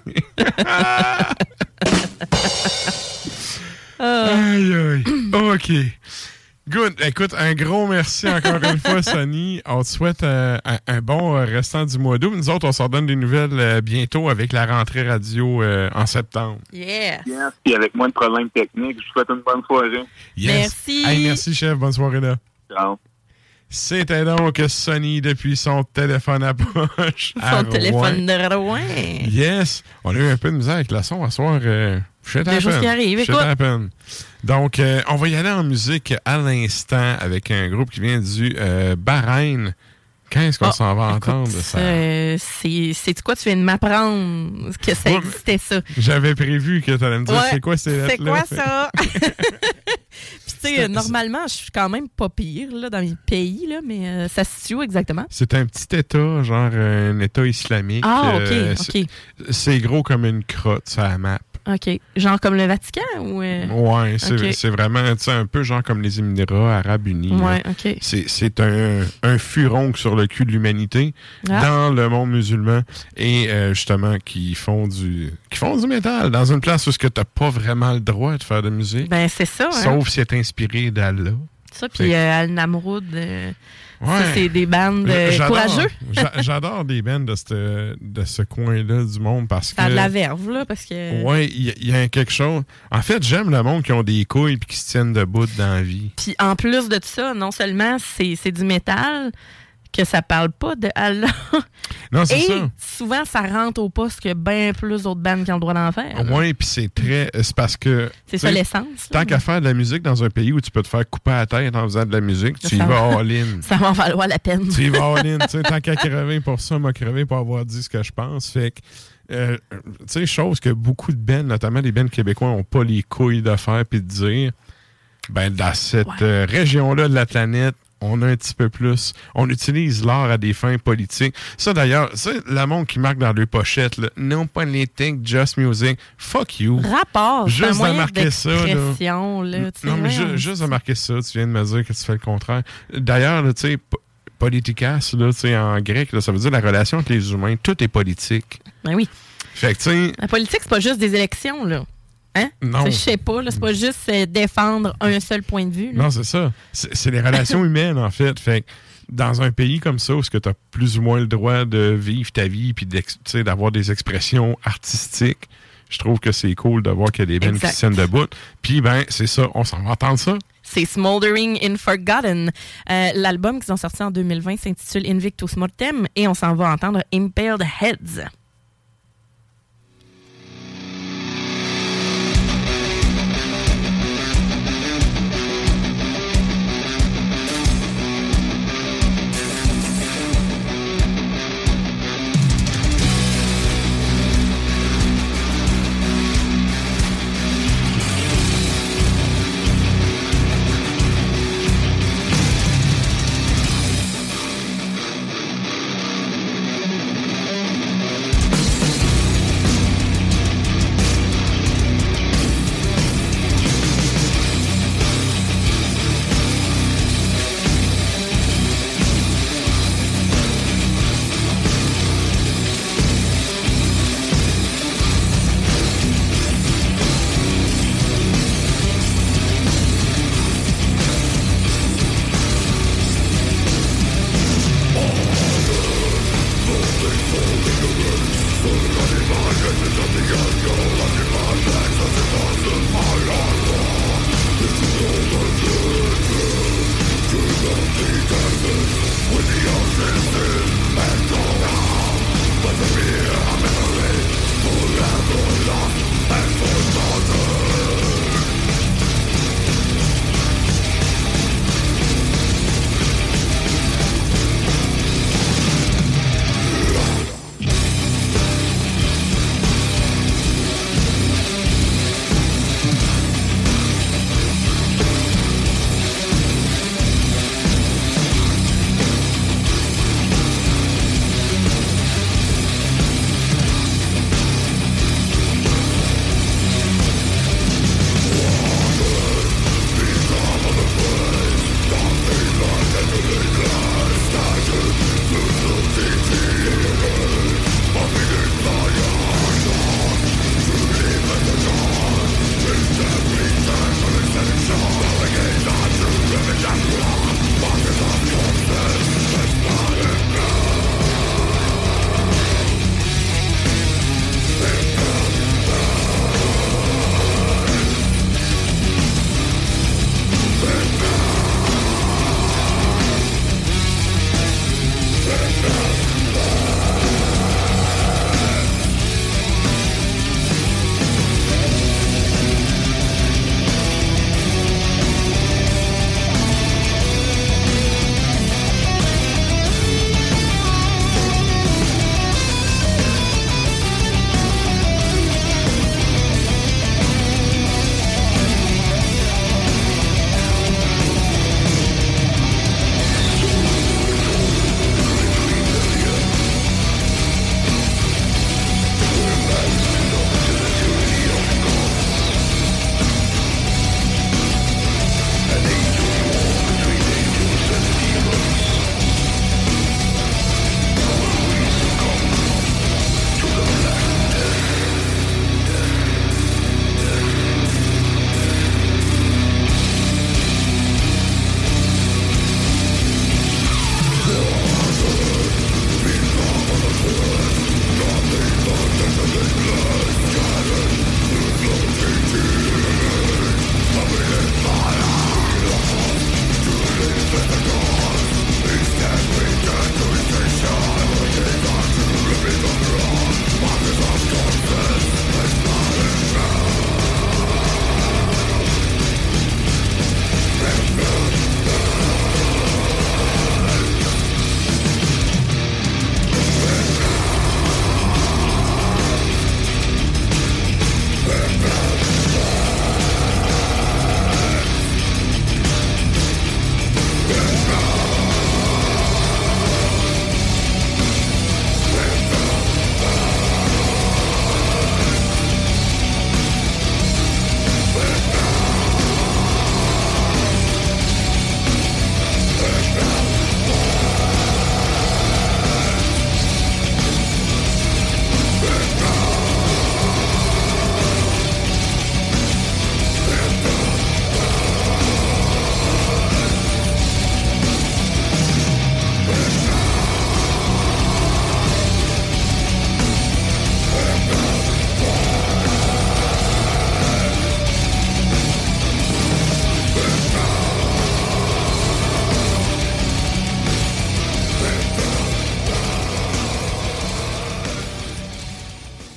Aïe, aïe. OK. Good. Écoute, un gros merci encore une fois, Sonny. On te souhaite euh, un, un bon euh, restant du mois d'août. Nous autres, on s'en donne des nouvelles euh, bientôt avec la rentrée radio euh, en septembre. Yes. Yes. Puis avec moins de problèmes techniques, je vous souhaite une bonne soirée. Yes. Merci. Hey, merci, chef. Bonne soirée, là. Ciao. C'était donc Sonny depuis son téléphone à poche. à Son téléphone Rouen. de Rouen. Yes. On a eu un peu de misère avec le son à soir. Euh, shit Des choses happen. qui arrivent, Shit écoute. happen. Donc, euh, on va y aller en musique à l'instant avec un groupe qui vient du euh, Bahreïn. Quand est-ce qu'on Ah, s'en va écoute, entendre ça? euh, c'est, c'est quoi? Tu viens de m'apprendre que ça Ouais, existait, ça. J'avais prévu que tu allais me dire Ouais, c'est quoi ces c'est lettres-là. quoi ça? Puis, tu sais, euh, normalement, je suis quand même pas pire là, dans mes pays, là, mais euh, ça se situe où exactement? C'est un petit État, genre un État islamique. Ah, OK, Euh, OK. c'est, c'est gros comme une crotte, ça, la map. OK. Genre comme le Vatican ou. euh? Ouais, c'est, OK. c'est vraiment tu sais, un peu genre comme les Émirats Arabes Unis. là. Ouais, OK. C'est, c'est un, un furon sur le cul de l'humanité Ah. dans le monde musulman et euh, justement qui font du qui font du métal dans une place où tu n'as pas vraiment le droit de faire de musique. Ben, c'est ça. Hein? Sauf si c'est inspiré d'Allah. Ça, puis euh, Al-Namroud, euh, Ouais. ça, c'est des bandes euh, J'adore- courageux. j'a- J'adore des bands de, cette, de ce coin-là du monde parce que. Ça a de la verve, là, parce que. Ouais, il y, y a quelque chose. En fait, j'aime le monde qui ont des couilles et qui se tiennent debout dans la vie. Puis en plus de ça, non seulement c'est, c'est du métal que ça parle pas de Allah. Non, c'est Et ça. souvent, ça rentre au poste que bien plus d'autres bandes qui ont le droit d'en faire. Oui, puis c'est très... C'est parce que... C'est ça l'essence. Tant qu'à faire de la musique dans un pays où tu peux te faire couper la tête en faisant de la musique, tu y ça vas va, all-in. Ça va en valoir la peine. Tu y vas all-in. Tant qu'à crever pour ça, m'a crevé pour avoir dit ce que je pense. Fait que... Euh, tu sais, chose que beaucoup de bands, notamment des bands québécois, n'ont pas les couilles de faire puis de dire, ben dans cette ouais. euh, région-là de la planète, on a un petit peu plus. On utilise l'art à des fins politiques. Ça, d'ailleurs, c'est le monde qui marque dans deux pochettes, là, non politique, just music. Fuck you. Rapport. Juste un moyen de marquer ça. Là. Là, non, mais ju- juste de marquer ça, tu viens de me dire que tu fais le contraire. D'ailleurs, tu sais, p- politikas, là, en grec, là, ça veut dire la relation entre les humains. Tout est politique. Ben oui. Fait que, tu sais. La politique, c'est pas juste des élections, là. Hein? Non. Je sais pas, là, c'est pas juste euh, défendre un seul point de vue. Là. Non, c'est ça. C'est, c'est les relations humaines, en fait. Fait que dans un pays comme ça, où tu as plus ou moins le droit de vivre ta vie et d'avoir des expressions artistiques, je trouve que c'est cool de voir qu'il y a des bands qui se tiennent debout. Puis, ben, c'est ça. On s'en va entendre ça. C'est Smoldering in Forgotten. Euh, l'album qu'ils ont sorti en deux mille vingt s'intitule Invictus Mortem et on s'en va entendre Impaled Heads.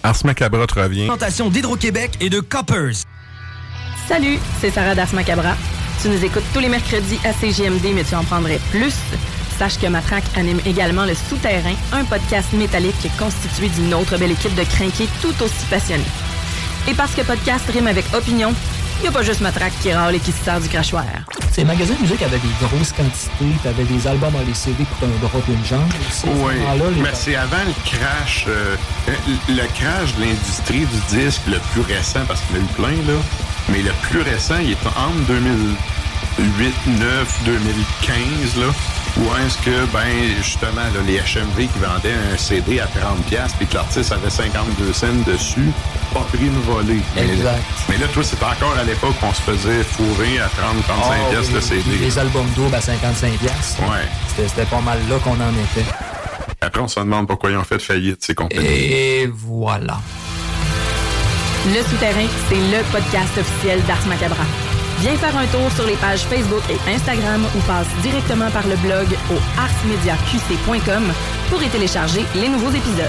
Ars Macabra te revient. Présentation d'Hydro-Québec et de Coppers. Salut, c'est Sarah d'Ars Macabra. Tu nous écoutes tous les mercredis à C J M D, mais tu en prendrais plus. Sache que Matraque anime également Le Souterrain, un podcast métallique constitué d'une autre belle équipe de crinqués tout aussi passionnés. Et parce que podcast rime avec opinion, il n'y a pas juste Matraque qui râle et qui se sert du crachoir. Ces magasins de musique avaient des grosses quantités, t'avais des albums en C D pour un bras et une jambe aussi. Oui, les... mais c'est avant le crash, euh, le crash de l'industrie du disque le plus récent, parce qu'il y en a eu plein, là, mais le plus récent, il est entre deux mille huit, neuf, deux mille quinze, là, où est-ce que, ben, justement, là, les H M V qui vendaient un C D à trente dollars puis que l'artiste avait cinquante-deux cents dessus, pas pris une volée. Exact. Mais, mais là, toi, c'était encore à l'époque qu'on se faisait fourrer à trente à trente-cinq oh, piastres oui, le C D. Les albums doubles à cinquante-cinq piastres. Ouais. C'était, c'était pas mal là qu'on en était. Après, on se demande pourquoi ils ont fait faillite, ces compagnies. Et voilà. Le Souterrain, c'est le podcast officiel d'Ars Macabra. Viens faire un tour sur les pages Facebook et Instagram ou passe directement par le blog au ars media q c point com pour y télécharger les nouveaux épisodes.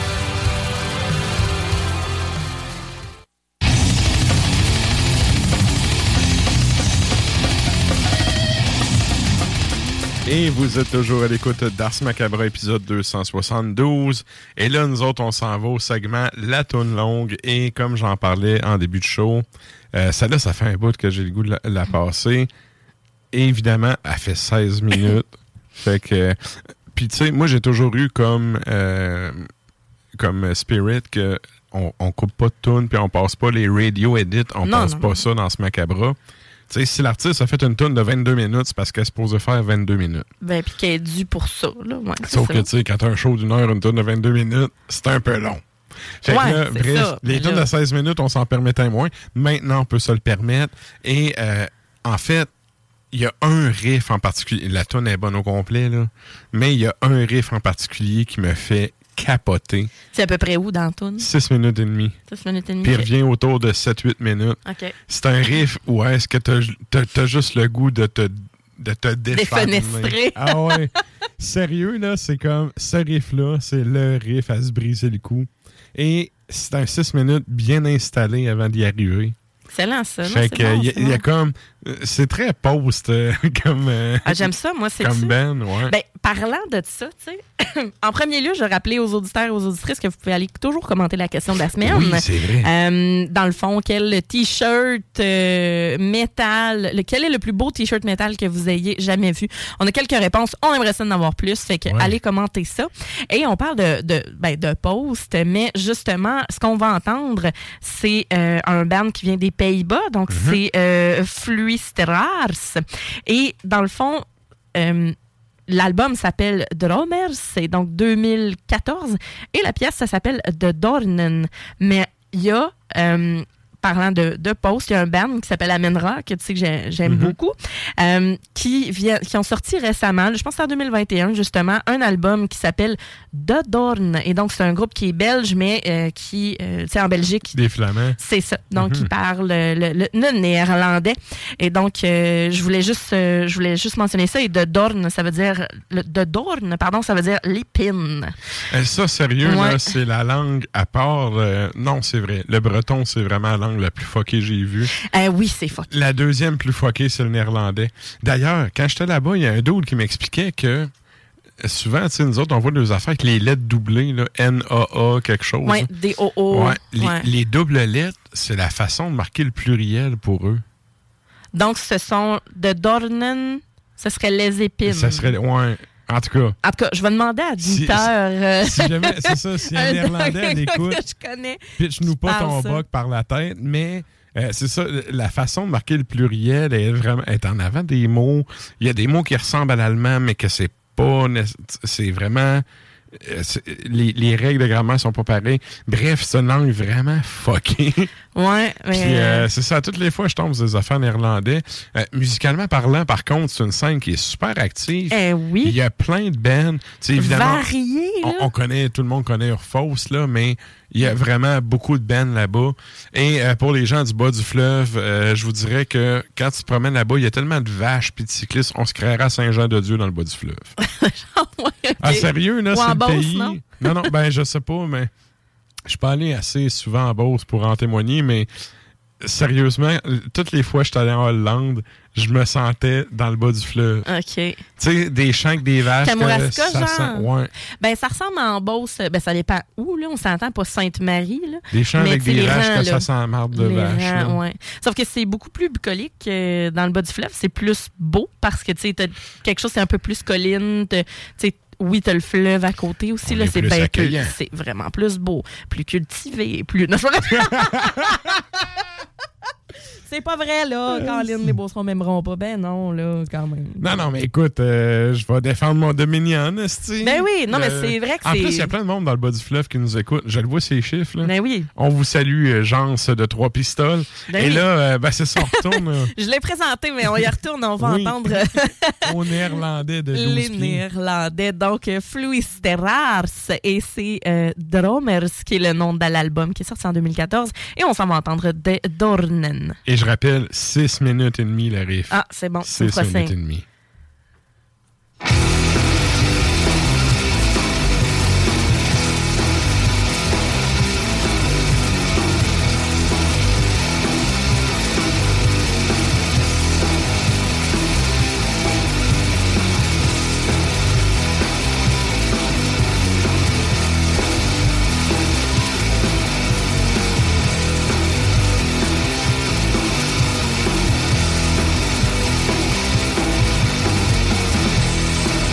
Et vous êtes toujours à l'écoute d'Ars Macabra, épisode deux cent soixante-douze. Et là, nous autres, on s'en va au segment La Toune Longue. Et comme j'en parlais en début de show, euh, celle-là, ça fait un bout que j'ai le goût de la, la passer. Et évidemment, elle fait seize minutes. Fait que... Puis tu sais, moi, j'ai toujours eu comme, euh, comme spirit que on, on coupe pas de tunes puis on passe pas les radio edits. On non, passe non, pas non. ça dans ce Macabra. Tu sais, si l'artiste a fait une tune de vingt-deux minutes, c'est parce qu'elle est supposée faire vingt-deux minutes. Ben, puis qu'elle est due pour ça, là. Ouais, Sauf ça. que, tu sais, quand t'as un show d'une heure, une tune de vingt-deux minutes, c'est un peu long. Fait ouais, que là, c'est bref, ça. les tunes de seize minutes, on s'en permettait moins. Maintenant, on peut se le permettre. Et, euh, en fait, il y a un riff en particulier. La tune est bonne au complet, là. Mais il y a un riff en particulier qui me fait capoter. C'est à peu près où dans la toune? six minutes et demie. six minutes et demie. Puis il revient autour de sept huit minutes. OK. C'est un riff où est-ce que t'as, t'as, t'as juste le goût de te, de te défenestrer. Défenestrer. Ah ouais. Sérieux, là, c'est comme ce riff-là, c'est le riff à se briser le cou. Et c'est un six minutes bien installé avant d'y arriver. Excellent, ça. Fait que, bon, y a, y a comme... C'est très post euh, comme... Euh, ah, j'aime ça, moi, c'est Comme Ben, ouais. Ben, parlant de ça, tu sais, en premier lieu, je rappelais aux auditeurs et aux auditrices que vous pouvez aller toujours commenter la question de la semaine. Oui, c'est vrai. Euh, dans le fond, quel T-shirt euh, métal, le, quel est le plus beau T-shirt métal que vous ayez jamais vu? On a quelques réponses, on aimerait ça en avoir plus, fait que Ouais. allez commenter ça. Et on parle de, de, ben, de post, mais justement, ce qu'on va entendre, c'est euh, un band qui vient des Pays-Bas, donc Mm-hmm. c'est euh, Fluisteraars. Et dans le fond, euh, l'album s'appelle Dromers, c'est donc deux mille quatorze, et la pièce, ça s'appelle The Dornen. Mais il y a, euh, parlant de, de post, il y a un band qui s'appelle Amenra, que tu sais que j'ai- j'aime Mm-hmm. beaucoup, euh, qui, vient, qui ont sorti récemment, je pense que c'est en deux mille vingt et un, justement, un album qui s'appelle The Dorn. Et donc, c'est un groupe qui est belge, mais euh, qui, euh, tu sais, en Belgique, Des Flamands. c'est ça. Donc, Mhm. il parle le, le- le néerlandais. Et donc, euh, je voulais juste euh, je voulais juste mentionner ça. Et de Dorn, ça veut dire... Le, de Dorn, pardon, ça veut dire l'épine. Euh, Ça, sérieux, Ouais. là, c'est la langue à part... euh, non, c'est vrai. Le breton, c'est vraiment la langue la plus fuckée que j'ai vue. Euh, oui, c'est fuck. La deuxième plus fuckée, c'est le néerlandais. D'ailleurs, quand j'étais là-bas, il y a un dude qui m'expliquait que souvent, tu sais, nous autres, on voit des affaires avec les lettres doublées, là, N A A quelque chose. Oui, des O O. Ouais, les, Ouais. les doubles lettres, c'est la façon de marquer le pluriel pour eux. Donc, ce sont de Dornen, ce serait les épines. Ça serait... Ouais, en tout cas... En tout cas, je vais demander à Si- Dieter... euh, si jamais- c'est ça, si un Néerlandais à l'écoute, que je connais, pitch-nous pas parle ton ça. boc par la tête, mais euh, c'est ça, la façon de marquer le pluriel est vraiment est en avant des mots. Il y a des mots qui ressemblent à l'allemand, mais que c'est pas... nécess- C'est vraiment... euh, c'est- les, les règles de grammaire sont pas pareilles. Bref, c'est une langue vraiment fuckée. Ouais, mais... Puis euh, c'est ça, toutes les fois je tombe sur des affaires néerlandais. Euh, musicalement parlant, par contre, c'est une scène qui est super active. Eh oui. Il y a plein de bands. Tu sais, évidemment, Varié, là. on, on connaît, tout le monde connaît Urfos, là, mais il y a vraiment beaucoup de bands là-bas. Et euh, pour les gens du bas du fleuve, euh, je vous dirais que quand tu te promènes là-bas, il y a tellement de vaches puis de cyclistes, on se créera Saint-Jean-de-Dieu dans le bas du fleuve. Ouais, ok. Ah, sérieux, là, Ou c'est en le Beauce, pays. non? non, non, ben je sais pas, mais... Je suis pas allé assez souvent en Beauce pour en témoigner, mais sérieusement, toutes les fois que je suis allé en Hollande, je me sentais dans le bas du fleuve. OK. Tu sais, des champs avec des vaches. Kamouraska, ça genre? sent, ouais. Ben, ça ressemble en Beauce. Ben, ça dépend où, là. On s'entend pas Sainte-Marie, là. Des champs mais avec des vaches rangs, que là, ça sent marde de les vache. rangs, ouais. Sauf que c'est beaucoup plus bucolique euh, dans le bas du fleuve. C'est plus beau parce que, tu sais, t'as quelque chose, c'est un peu plus colline. Tu sais, oui, t'as le fleuve à côté aussi. On Là, est c'est plus bien accueillant. plus. C'est vraiment plus beau, plus cultivé, plus. Non, c'est pas vrai, là. Caroline, les Beaucerons m'aimeront pas. Ben non, là, quand même. Non, non, mais écoute, euh, je vais défendre mon Dominion, esti. Ben oui, non, mais Euh, c'est vrai que En c'est... plus, il y a plein de monde dans le bas du fleuve qui nous écoute. Je le vois, ces chiffres, là. Ben oui. On vous salue, euh, Jean de Trois Pistoles. Ben Et oui. là, euh, ben c'est ça, on retourne euh, Je l'ai présenté, mais on y retourne. On va Oui. entendre au néerlandais de douze les pieds. Néerlandais. Donc, euh, Fluisterars et c'est euh, Dromers qui est le nom de l'album qui est sorti en deux mille quatorze. Et on s'en va entendre De Dornen. Et je rappelle, six minutes et demie, le riff. Ah, c'est bon. C'est six le prochain. minutes et demie. Thank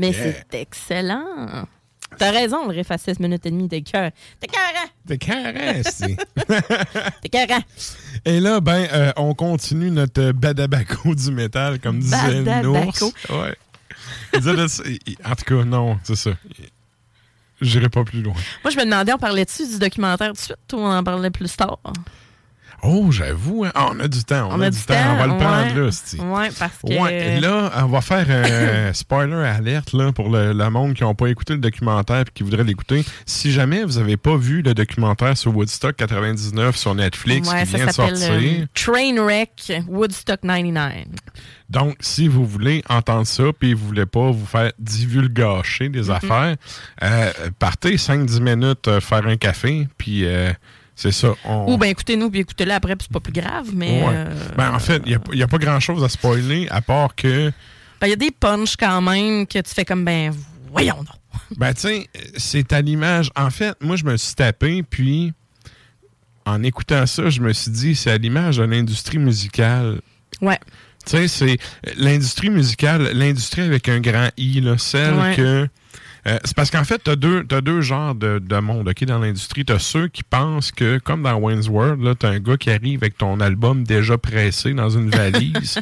Mais Yeah. c'est excellent. T'as raison, le riff à six minutes et demie, t'es cœur. T'es cœurant. T'es carré, c'est. T'es cœurant. Et là, ben, euh, on continue notre badabaco du métal, comme disait Nours. Ouais. Il disait de- en tout cas, non, c'est ça. J'irai pas plus loin. Moi, je me demandais, on parlait-tu du documentaire tout de suite ou on en parlait plus tard? Oh, j'avoue, hein. Ah, on a du temps, on, On a, a du du temps. temps, On va le ouais. prendre là, c'ti. Ouais, parce que... Ouais, là, on va faire un spoiler alerte là, pour le, le monde qui n'a pas écouté le documentaire et qui voudrait l'écouter. Si jamais vous n'avez pas vu le documentaire sur Woodstock quatre-vingt-dix-neuf sur Netflix Ouais, qui ça vient de s'appelle sortir, euh, Trainwreck Woodstock quatre-vingt-dix-neuf. donc si vous voulez entendre ça puis vous voulez pas vous faire divulgacher des Mm-hmm. affaires, euh, partez cinq à dix minutes euh, faire un café puis euh, c'est ça. On... Ou bien écoutez-nous, puis écoutez-le après, puis c'est pas plus grave, mais... Ouais. euh, Ben, en fait, il n'y a, a pas grand-chose à spoiler à part que... ben, il y a des punchs quand même que tu fais comme, ben, voyons donc. Ben, tu sais, c'est à l'image. En fait, moi, je me suis tapé, puis en écoutant ça, je me suis dit, c'est à l'image de l'industrie musicale. Ouais. Tu sais, c'est l'industrie musicale, l'industrie avec un grand I, là, celle Ouais. que. Euh, c'est parce qu'en fait, t'as deux, t'as deux genres de, de monde, OK, dans l'industrie. T'as ceux qui pensent que, comme dans Wayne's World, là, t'as un gars qui arrive avec ton album déjà pressé dans une valise,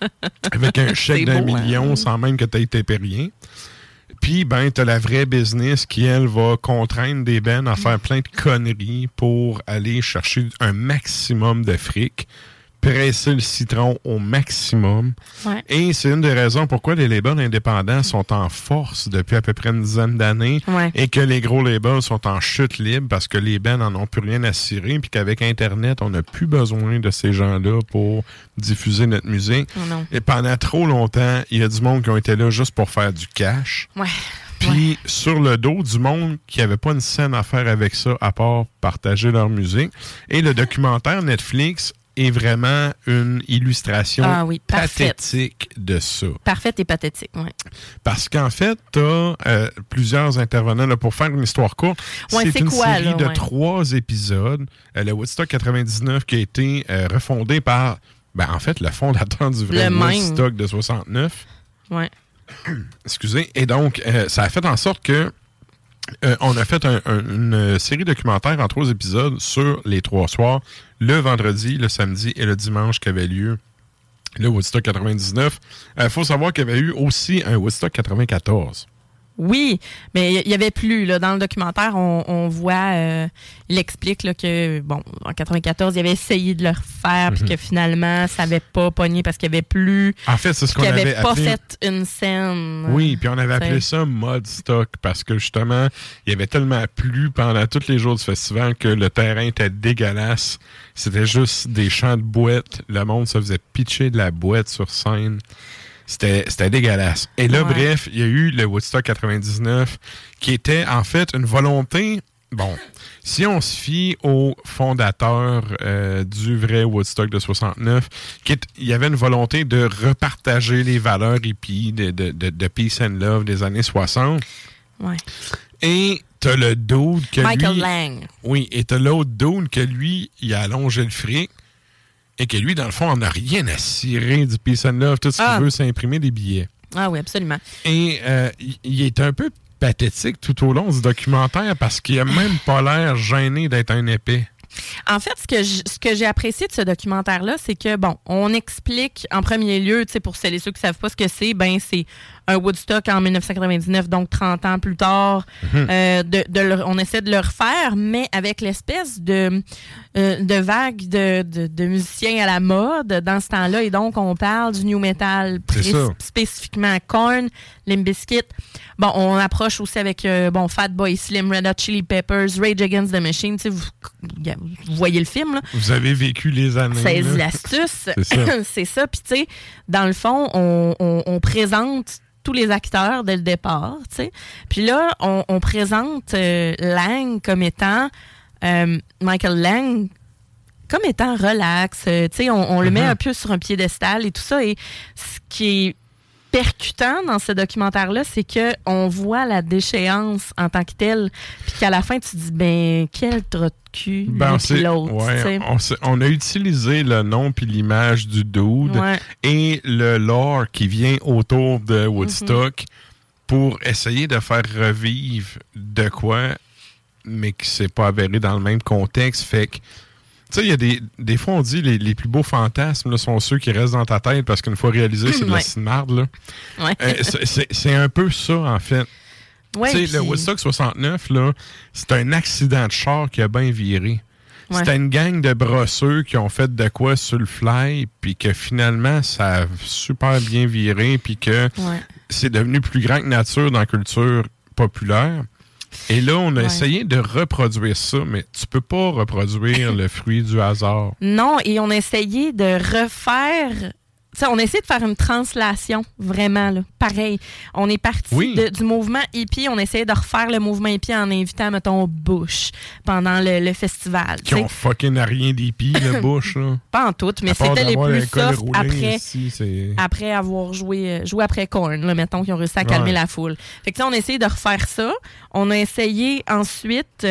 avec un chèque C'est d'un beau, million hein? sans même que t'aies tapé rien. Puis, ben, t'as la vraie business qui, elle, va contraindre des bands à faire plein de conneries pour aller chercher un maximum de fric, presser le citron au maximum. Ouais. Et c'est une des raisons pourquoi les labels indépendants sont en force depuis à peu près une dizaine d'années Ouais. et que les gros labels sont en chute libre parce que les bands n'en ont plus rien à cirer puis qu'avec Internet, on n'a plus besoin de ces gens-là pour diffuser notre musique. Oh non. Et pendant trop longtemps, il y a du monde qui ont été là juste pour faire du cash. Ouais. Puis sur le dos du monde qui n'avait pas une scène à faire avec ça à part partager leur musique. Et le documentaire Netflix est vraiment une illustration Ah oui, parfaite. pathétique de ça. Parfaite et pathétique, oui. Parce qu'en fait, tu as euh, plusieurs intervenants. Là, pour faire une histoire courte, Ouais, c'est c'est une quoi, série là, de ouais. trois épisodes. Euh, le Woodstock quatre-vingt-dix-neuf qui a été euh, refondé par, ben, en fait, le fondateur du vrai Le même. Woodstock de soixante-neuf. Ouais. Excusez. Et donc, euh, ça a fait en sorte que euh, on a fait un- un- une série documentaire en trois épisodes sur les trois soirs, le vendredi, le samedi et le dimanche qu'avait lieu le Woodstock quatre-vingt-dix-neuf. Il faut savoir qu'il y avait eu aussi un Woodstock quatre-vingt-quatorze. Oui, mais il y avait plus. Là, dans le documentaire, on, on voit, euh, il explique là, que, bon, en quatre-vingt-quatorze, il avait essayé de le refaire, puis Mhm. que finalement, ça n'avait pas pogné parce qu'il n'y avait plus. En fait, c'est ce puis qu'on qu'il avait n'avait pas appelé- fait une scène. Oui, puis on avait T'sais. appelé ça Modstock parce que justement, il y avait tellement plu pendant tous les jours du festival que le terrain était dégueulasse. C'était juste des champs de boîtes. Le monde se faisait pitcher de la boîte sur scène. C'était, c'était dégueulasse. Et là, Ouais. bref, il y a eu le Woodstock quatre-vingt-dix-neuf qui était en fait une volonté. Bon, si on se fie au fondateur euh, du vrai Woodstock de soixante-neuf, qui est- il y avait une volonté de repartager les valeurs hippies de, de, de, de Peace and Love des années soixante. Ouais. Et t'as le dude que Michael lui... Lang. Oui, et t'as l'autre dude que lui, il a allongé le fric et que lui, dans le fond, on n'a rien à cirer du Peace and Love. Tout ce Ah. qu'il veut, c'est imprimer des billets. Ah oui, absolument. Et euh, il- il est un peu pathétique tout au long du documentaire parce qu'il a même pas l'air gêné d'être un épais. En fait, ce que j- ce que j'ai apprécié de ce documentaire-là, c'est que, bon, on explique en premier lieu, tu sais, pour celles et ceux qui ne savent pas ce que c'est, ben c'est un Woodstock en dix-neuf cent quatre-vingt-dix-neuf, donc trente ans plus tard. Mhm. Euh, de, de le- on essaie de le refaire, mais avec l'espèce de, euh, de vague de, de, de musiciens à la mode dans ce temps-là. Et donc, on parle du new metal, C'est pré- ça. spécifiquement Korn, Limp Bizkit. Bon, on approche aussi avec euh, bon, Fatboy Slim, Red Hot Chili Peppers, Rage Against the Machine. Tu sais, Vous, vous voyez le film, là. Vous avez vécu les années. C'est là. l'astuce. C'est ça. C'est ça. Puis, tu sais, dans le fond, on, on- on présente tous les acteurs dès le départ, tu sais. Puis là, on, on présente euh, Lang comme étant, euh, Michael Lang, comme étant relax. euh, tu sais, on, on le met Mhm. un peu sur un piédestal et tout ça. Et ce qui est percutant dans ce documentaire-là, c'est que on voit la déchéance en tant que telle, puis qu'à la fin, tu te dis, ben, quel trou de cul, Ben, lui c'est- puis l'autre, ouais, tu sais. on, s'est- on a utilisé le nom puis l'image du dude Ouais. et le lore qui vient autour de Woodstock pour essayer de faire revivre de quoi, mais qui s'est pas avéré dans le même contexte. Fait que, tu sais, il y a des, des fois, on dit les, les plus beaux fantasmes là, sont ceux qui restent dans ta tête parce qu'une fois réalisé, c'est de la Ouais. cimarde, là. Ouais. Euh, c'est, c'est, c'est un peu ça, en fait. Ouais, tu sais, puis- le Woodstock soixante-neuf, là, c'est un accident de char qui a bien viré. Ouais. C'était une gang de brosseux qui ont fait de quoi sur le fly, puis que finalement, ça a super bien viré, puis que Ouais. c'est devenu plus grand que nature dans la culture populaire. Et là, on a Ouais. essayé de reproduire ça, mais tu peux pas reproduire le fruit du hasard. Non, et on a essayé de refaire... Tu sais, on a essayé de faire une translation, vraiment, là. Pareil. On est parti Oui. de- du mouvement hippie, on a essayé de refaire le mouvement hippie en invitant, mettons, Bush pendant le, le festival. Qui tu sais. ont fucking rien d'hippie, le Bush, là. Pas en tout, mais À part c'était les d'avoir plus un col soft roulé après, ici, c'est- après avoir joué, euh, joué après Korn, là, mettons, qui ont réussi à calmer Ouais. la foule. Fait que, tu sais, on a essayé de refaire ça. On a essayé ensuite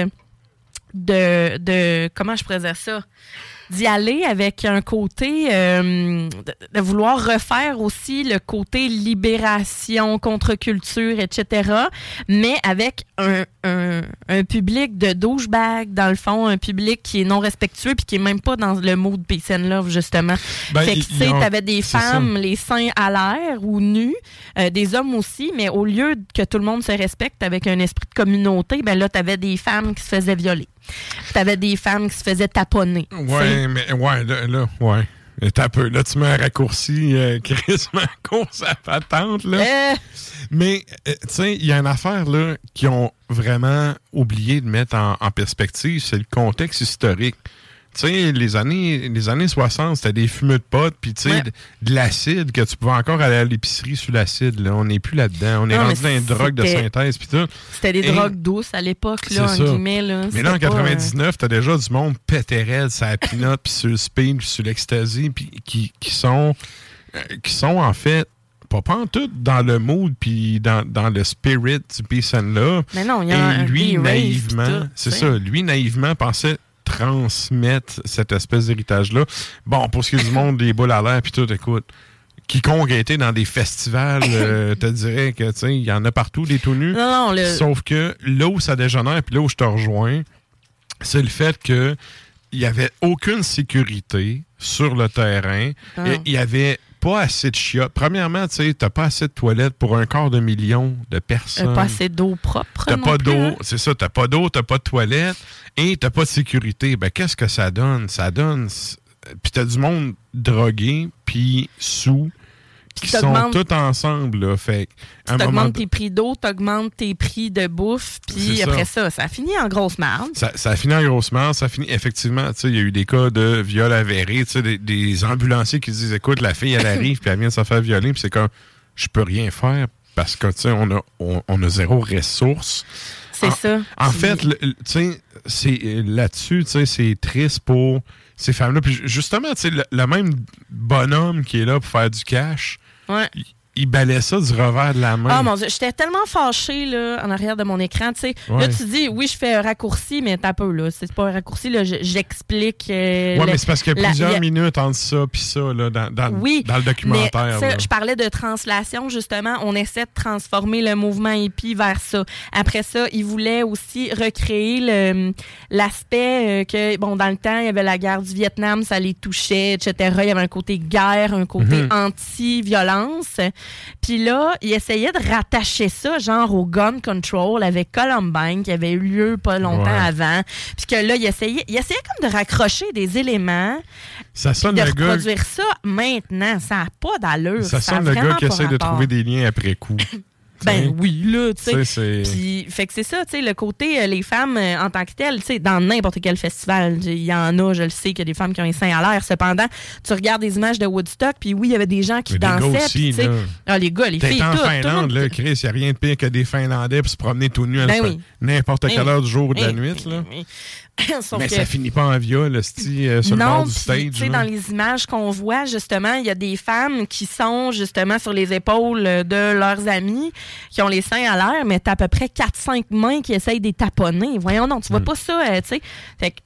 de, de comment je pourrais dire ça? D'y aller avec un côté euh, de, de vouloir refaire aussi le côté libération, contre-culture, et cetera, mais avec un, un, un public de douchebags, dans le fond, un public qui est non respectueux puis qui est même pas dans le mood peace and love, justement. Ben, fait que, ils- tu sais, ils ont- t'avais des c'est femmes, ça. les seins à l'air ou nus, euh, des hommes aussi, mais au lieu que tout le monde se respecte avec un esprit de communauté, ben là, t'avais des femmes qui se faisaient violer. T'avais des femmes qui se faisaient taponner. tu sais. Ouais, mais ouais, là, là ouais. Mais t'as un peu. Là, tu mets un raccourci euh, crissement course à patente, là. Euh. Mais, euh, tu sais, il y a une affaire, là, qui ont vraiment oublié de mettre en, en perspective, c'est le contexte historique. Tu sais, les années, les années soixante, c'était des fumeux de potes, puis tu sais, Ouais. de, de l'acide, que tu pouvais encore aller à l'épicerie sur l'acide, là. On n'est plus là-dedans. On est Non, rendu dans mais les drogues de c'était- synthèse, puis tout. C'était des Et- drogues douces à l'époque, là, C'est en ça. guillemets. Là. Mais C'était là, en pas, euh, quatre-vingt-dix-neuf, t'as déjà du monde pété raide, sur la peanut, puis sur le speed, puis sur l'ecstasy, puis qui, qui sont euh, qui sont en fait pas pantoute dans le mood puis dans, dans le spirit du peace and love. Mais non, il y a Et un lui, gay rave, naïvement, puis tout, c'est tu sais. ça, lui, naïvement, pensait transmettre cette espèce d'héritage-là. Bon, pour ce qui est du monde des boules à l'air, puis tout, écoute, quiconque a été dans des festivals, euh, te dirait que, tu sais, il y en a partout, des tout nus. Non, non, le- Sauf que là où ça dégénère, puis là où je te rejoins, c'est le fait que il n'y avait aucune sécurité sur le terrain. Ah. Et il n'y avait pas assez de chiottes. Premièrement, tu sais, t'as pas assez de toilettes pour un quart de million de personnes. Euh, pas assez d'eau propre. T'as non pas plus, d'eau, hein. c'est ça, t'as pas d'eau, t'as pas de toilette et t'as pas de sécurité. Ben, qu'est-ce que ça donne? Ça donne... Puis t'as du monde drogué, puis sous, qui sont t'augmentes- tous ensemble, là. Fait qu'à un moment T'augmentes tes prix d'eau, t'augmentes tes prix de bouffe, puis C'est ça. après ça, ça finit en grosse merde. Ça, ça a fini en grosse merde. Ça finit, effectivement, tu sais, il y a eu des cas de viol avéré, tu sais, des, des ambulanciers qui disent, écoute, la fille, elle arrive, puis elle vient de se faire violer, puis c'est comme, je peux rien faire parce que, tu sais, on a, on, on a zéro ressource. C'est En- ça. En Puis- fait, le- le- tu sais, c'est euh, là-dessus, tu sais, c'est triste pour ces femmes-là. Puis justement, tu sais, le, le même bonhomme qui est là pour faire du cash, Ouais. il, il balaie ça du revers de la main. Ah mon Dieu, j'étais tellement fâchée là, en arrière de mon écran. Tu sais, Ouais. là, tu dis, oui, je fais un raccourci, mais t'as peu, là. C'est pas un raccourci, là. je- J'explique. euh, ouais, le- mais c'est parce qu'il y a la- plusieurs il y a- minutes entre ça puis ça, là, dans, dans, Oui, dans le documentaire. mais ça, là. je parlais de translation, justement. On essaie de transformer le mouvement hippie vers ça. Après ça, ils voulaient aussi recréer le- l'aspect euh, que, bon, dans le temps, il y avait la guerre du Vietnam, ça les touchait, et cetera. Il y avait un côté guerre, un côté Mhm. anti-violence. Puis là, ils essayaient de rattacher ça, genre au gun control avec Columbine, qui avait eu lieu pas longtemps Ouais. avant. Puis que là, ils essayaient, ils essayaient comme de raccrocher des éléments. Ça Puis sonne de le gars, reproduire ça maintenant, ça n'a pas d'allure. ça a sonne le vraiment gars qui pas essaie de rapport. trouver des liens après coup. Ben oui, là, tu sais. Tu sais, c'est- Puis, fait que c'est ça, tu sais, le côté, euh, les femmes euh, en tant que telles, tu sais, dans n'importe quel festival, il y en a, je le sais, qu'il y a des femmes qui ont les seins à l'air. Cependant, tu regardes des images de Woodstock, puis oui, il y avait des gens qui Mais les gars dansaient. aussi, puis, tu sais, là. ah, les gars, les T'es filles, en tout, tout le Finlande, monde- là, Chris, il n'y a rien de pire que des Finlandais pour se promener tout nu à Ben oui. n'importe quelle Ben heure du jour ou de la oui. nuit. Là. Sauf Mais que- ça finit pas en viol, sti, euh, sur le non, bord du puis, stage. tu sais, là. dans les images qu'on voit, justement, il y a des femmes qui sont justement sur les épaules de leurs amis, qui ont les seins à l'air, mais t'as à peu près quatre cinq mains qui essayent de les taponner. Voyons donc, tu vois Mm. pas ça, euh, tu sais. Fait que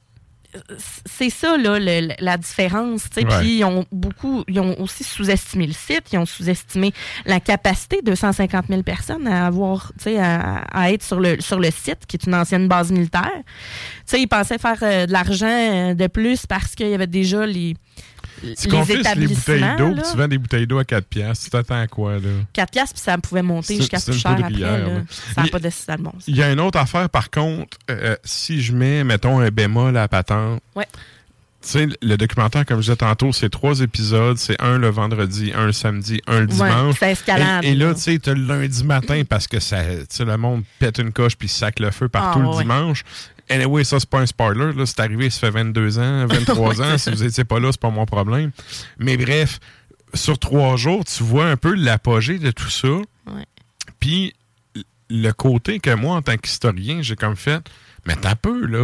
c'est ça, là, le, la différence. Ouais. Puis ils ont beaucoup, ils ont aussi sous-estimé le site, ils ont sous-estimé la capacité de deux cent cinquante mille personnes à avoir, à, à être sur le, sur le site, qui est une ancienne base militaire. T'sais, ils pensaient faire euh, de l'argent de plus parce qu'il y avait déjà les. Tu confisques les bouteilles d'eau, puis tu vends des bouteilles d'eau à quatre piastres. Tu t'attends à quoi, là? quatre piastres, puis ça pouvait monter c'est, jusqu'à plus cher après. Là. Là. Ça n'a pas de ça bon. Il y a une autre affaire, par contre. Euh, si je mets, mettons, un bémol à la patente. Ouais. Tu sais, le documentaire, comme je disais tantôt, c'est trois épisodes. C'est un le vendredi, un le samedi, un le dimanche. Ouais, ça escalade. Et, et là, tu sais, t'as le lundi matin parce que ça, le monde pète une coche puis sac le feu partout ah, le ouais. dimanche. Anyway, ça, c'est pas un spoiler. Là. C'est arrivé, ça fait vingt-deux ans, vingt-trois ans. Si vous n'étiez pas là, c'est pas mon problème. Mais bref, sur trois jours, tu vois un peu l'apogée de tout ça. Ouais. Puis, le côté que moi, en tant qu'historien, j'ai comme fait, mais t'as peu, là.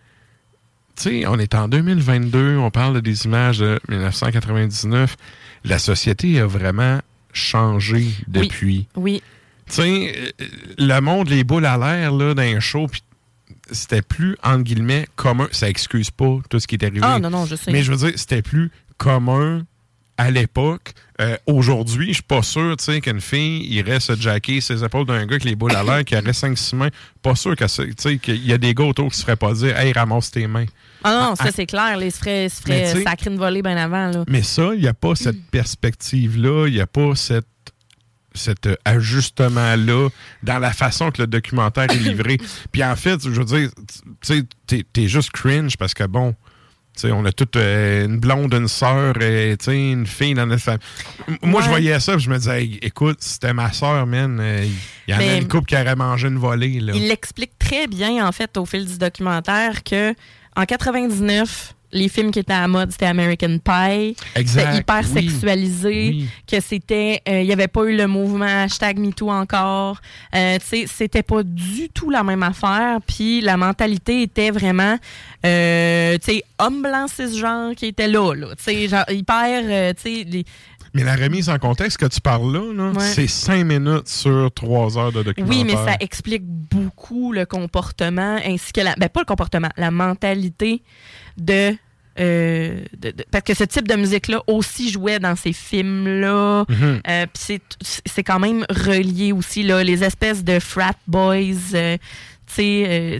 Tu sais, on est en deux mille vingt-deux, on parle des images de dix-neuf cent quatre-vingt-dix-neuf. La société a vraiment changé depuis. Oui. oui. Tu sais, le monde, les boules à l'air, là, dans un show, puis c'était plus, entre guillemets, commun. Ça excuse pas tout ce qui est arrivé. Ah, non, non, je sais. Mais je veux dire, c'était plus commun à l'époque. Euh, aujourd'hui, je suis pas sûr, tu sais, qu'une fille irait se jacker ses épaules d'un gars avec les boules à l'air qui aurait cinq six mains. Pas sûr que, tu sais, qu'il y a des gars autour qui se feraient pas dire « Hey, ramasse tes mains ». Ah non, ça, c'est clair. Ils se feraient, se feraient sacrer une volée bien avant, là. Mais ça, il n'y a pas cette perspective-là. Il n'y a pas cette cet ajustement-là dans la façon que le documentaire est livré. Puis en fait, je veux dire, tu sais, t'es, t'es juste cringe parce que bon, tu sais, on a toute euh, une blonde, une sœur, et tu sais, une fille dans notre famille. Moi, ouais. je voyais ça, je me disais, hey, écoute, c'était ma sœur, man. Il euh, y en Mais a une couple qui aurait mangé une volée, là. Il l'explique très bien, en fait, au fil du documentaire, que en quatre-vingt-dix-neuf, les films qui étaient à la mode, c'était American Pie. Exact. C'était hyper oui. sexualisé. Oui. Que c'était... Il euh, n'y avait pas eu le mouvement hashtag MeToo encore. Euh, tu sais, c'était pas du tout la même affaire. Puis la mentalité était vraiment... Euh, tu sais, homme blanc cisgenre qui était là. là. Tu sais, genre hyper... Euh, tu sais... Les... Mais la remise en contexte que tu parles là, là ouais. c'est cinq minutes sur trois heures de documentaire. Oui, mais ça explique beaucoup le comportement ainsi que la... Ben, pas le comportement, la mentalité de... Euh, de, de, parce que ce type de musique-là aussi jouait dans ces films-là. Mm-hmm. Euh, Puis c'est, c'est quand même relié aussi, là, les espèces de frat boys, euh, tu sais, euh,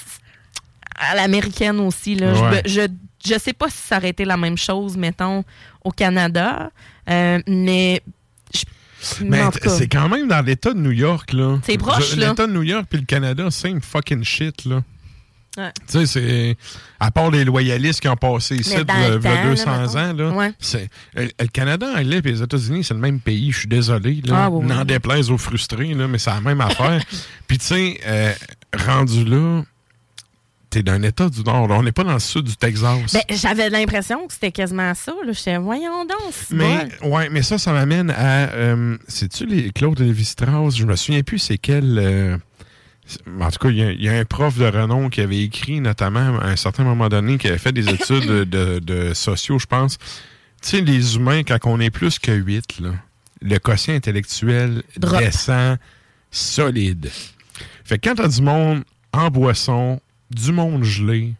à l'américaine aussi. Là. Ouais. Je, je, je sais pas si ça aurait été la même chose, mettons, au Canada, euh, mais... Je, Mais t- c'est quand même dans l'État de New York, là. C'est proche, je, là. L'État de New York puis le Canada, same fucking shit, là. Ouais. Tu sais, c'est... À part les loyalistes qui ont passé ici il y a deux cents ans, là, ouais. c'est, le, le Canada anglais et les États-Unis, c'est le même pays. Je suis désolé, là. Ah, oui, N'en oui. déplaise aux frustrés, là, mais c'est la même affaire. Puis, tu sais, euh, rendu là, t'es d'un État du Nord. Là. On n'est pas dans le sud du Texas. Ben, j'avais l'impression que c'était quasiment ça. Là. Je disais, voyons donc. C'est mais, ouais, mais ça, ça m'amène à... Euh, sais-tu les Claude Lévi-Strauss? Je me souviens plus c'est quel... Euh, en tout cas, il y, y a un prof de renom qui avait écrit, notamment, à un certain moment donné, qui avait fait des études de, de, de sociaux, je pense. Tu sais, les humains, quand on est plus que huit, là, le quotient intellectuel Drop. descend solide. Fait que quand t'as du monde en boisson, du monde gelé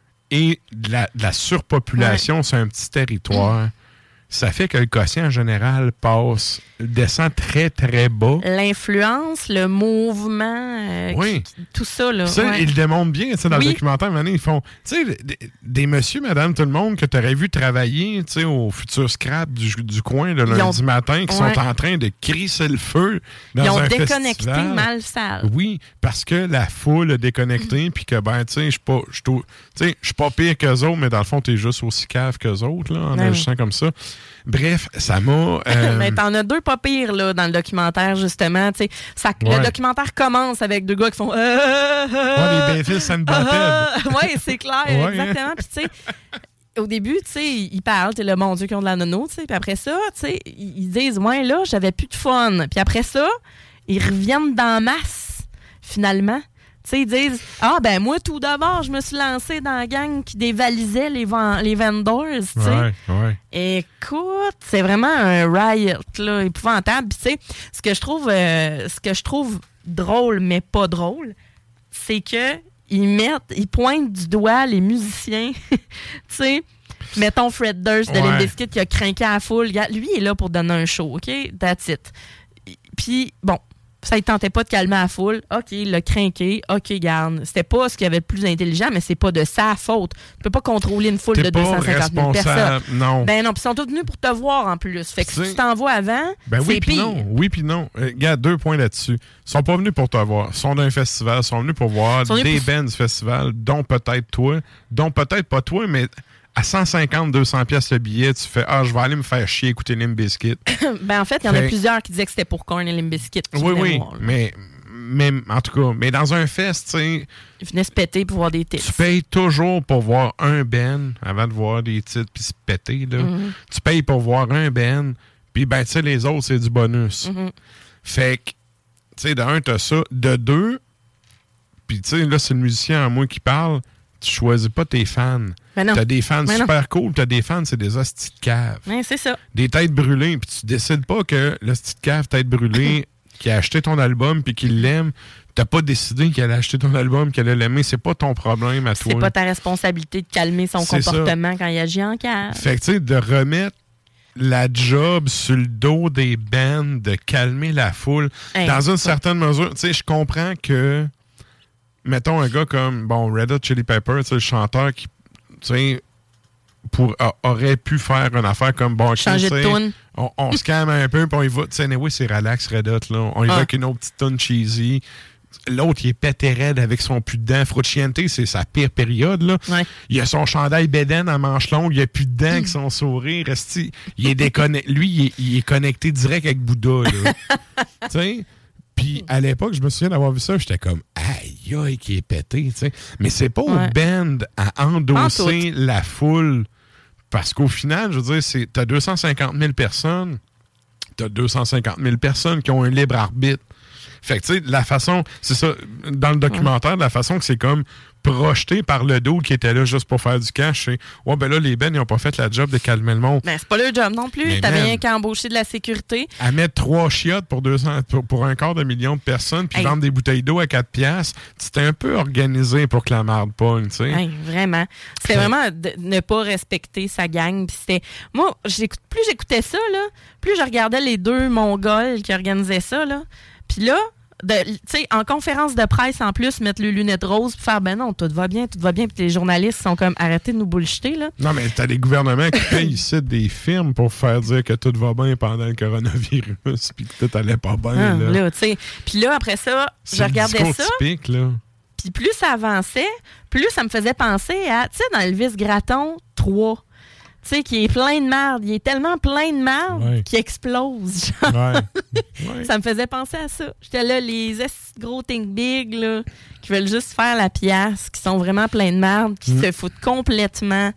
et de la, de la surpopulation ouais. sur un petit territoire, mmh. ça fait que le quotient en général passe, descend très, très bas. L'influence, le mouvement, euh, oui. qui, tout ça. Là, ça, ouais. ils le démontrent bien dans oui. le documentaire. Maintenant, ils font, tu sais, des, des messieurs, madame, tout le monde que tu aurais vu travailler au futur scrap du, du coin le lundi ont, matin, qui ouais. sont en train de crisser le feu dans ils ont un déconnecté festival. mal sale. Oui, parce que la foule a déconnecté, puis que, ben, tu sais, je suis pas, je suis pas pire qu'eux autres, mais dans le fond, tu es juste aussi cave qu'eux autres, là, en ouais. agissant comme ça. Bref, ça m'a... Euh... Mais t'en as deux pas pires là, dans le documentaire, justement. Ça, ouais. Le documentaire commence avec deux gars qui font... Euh, euh, ouais, les béfils, ça ne battait. Oui, c'est clair, ouais, exactement. Puis tu sais, au début, tu sais, ils parlent, t'es le mon Dieu qui ont de la nono, tu sais. Puis après ça, tu sais, ils disent, ouais, là, j'avais plus de fun. Puis après ça, ils reviennent dans masse, finalement. Tu sais, ils disent, ah, ben moi, tout d'abord, je me suis lancé dans la gang qui dévalisait les, van- les vendors, tu sais. Ouais, ouais. Écoute, c'est vraiment un riot, là, épouvantable. Puis, tu sais, ce que je trouve, euh, ce que je trouve drôle, mais pas drôle, c'est que ils mettent, ils pointent du doigt les musiciens. Tu sais, mettons Fred Durst de Ouais. Limp Bizkit qui a craqué à la foule. Regarde, lui, il est là pour donner un show, OK? That's it. Puis, bon, ça ne tentait pas de calmer la foule. OK, il l'a craqué. OK, garde. C'était pas ce qu'il y avait de plus intelligent, mais c'est pas de sa faute. Tu peux pas contrôler une foule T'es de pas deux cent cinquante mille responsable, personnes. non. Ben non, puis ils sont tous venus pour te voir en plus. Fait que si C'est- tu t'en vas avant, Ben c'est oui, puis pire. non. Oui, puis non. Euh, Regarde, deux points là-dessus. Ils sont pas venus pour te voir. Ils sont d'un festival. Ils sont venus pour voir sont venus des pour- bands du festival, dont peut-être toi, dont peut-être pas toi, mais à cent cinquante, deux cents pièces le billet, tu fais « Ah, je vais aller me faire chier écouter Limp Bizkit. » Ben en fait, il y en a Fait- plusieurs qui disaient que c'était pour Korn et Limp Bizkit. qui Oui, venaient oui, voir, là. mais, mais en tout cas, mais dans un fest, tu sais, Ils venaient se péter pour voir des titres. tu payes toujours pour voir un band avant de voir des titres puis se péter, là. Mhm. Tu payes pour voir un band, puis ben, tu sais, les autres, c'est du bonus. Mhm. Fait que, tu sais, de un, t'as ça. De deux, puis tu sais, là, c'est le musicien en moi qui parle, tu choisis pas tes fans. Ben non. T'as des fans Ben non. super cool, t'as des fans, c'est des hosties de cave. Ouais, c'est ça. Des têtes brûlées, puis tu décides pas que le hostie de cave, tête brûlée, qui a acheté ton album puis qui l'aime, t'as pas décidé qu'elle a acheté ton album, qu'elle allait l'aimer, c'est pas ton problème à toi. C'est pas ta responsabilité de calmer son C'est ça. comportement quand il agit en cave. Fait que, tu sais, de remettre la job sur le dos des bands, de calmer la foule, Hey, dans une ça. certaine mesure, tu sais, je comprends que, mettons, un gars comme, bon, Red Hot Chili Peppers, tu sais, le chanteur qui, tu sais, pour, a- aurait pu faire une affaire comme, bon, Changer tu de sais, toune. On, on se calme un peu, puis on y va, tu sais, anyway, c'est relax, Red Hot, là. On y va Ah. avec une autre petite tune cheesy. L'autre, il est pété raide avec son plus de dents. Frutiente, c'est sa pire période, là. Ouais. Il a son chandail bédaine à manches longues, il a plus de dents avec son sourire. Resti, il est déconnecté. Lui, il est, il est connecté direct avec Bouddha, là. Tu sais? Puis à l'époque, je me souviens d'avoir vu ça, j'étais comme aïe aïe qui est pété, tu sais. Mais c'est pas Ouais. au band à endosser En la foule. Parce qu'au final, je veux dire, c'est, t'as deux cent cinquante mille personnes. T'as deux cent cinquante mille personnes qui ont un libre arbitre. Fait que, tu sais, la façon, c'est ça, dans le documentaire, la façon que c'est comme projeté par le dos qui était là juste pour faire du cash, c'est, ouais, ben là, les bennes, ils ont pas fait la job de calmer le monde. Ben, c'est pas leur job non plus. Mais T'avais man. rien qu'à embaucher de la sécurité. À mettre trois chiottes pour, deux cents, pour, pour un quart de million de personnes, puis Hey. vendre des bouteilles d'eau à quatre piastres, c'était un peu organisé pour que la marde pogne, tu sais. Hey, vraiment. C'était Fait- vraiment de ne pas respecter sa gang. Puis c'était. Moi, j'écoute, plus j'écoutais ça, là, plus je regardais les deux Mongols qui organisaient ça, là. Puis là, de- tu sais, en conférence de presse, en plus, mettre les lunettes roses puis faire ben non, tout va bien, tout va bien. Puis les journalistes sont comme arrêtez de nous bullshiter, là. Non, mais t'as des gouvernements qui payent ici des firmes pour faire dire que tout va bien pendant le coronavirus, puis que tout allait pas bien, Ah, là. là, tu sais. Puis là, après ça, je C'est le regardais discours ça. typique, là. Puis plus ça avançait, plus ça me faisait penser à, tu sais, dans Elvis Gratton trois, tu sais, qui est plein de merde. Il est tellement plein de merde Ouais. qu'il explose. genre. Ouais. Ouais. Ça me faisait penser à ça. J'étais là, les esti de gros think big, là, qui veulent juste faire la pièce, qui sont vraiment plein de merde, qui Mm. se foutent complètement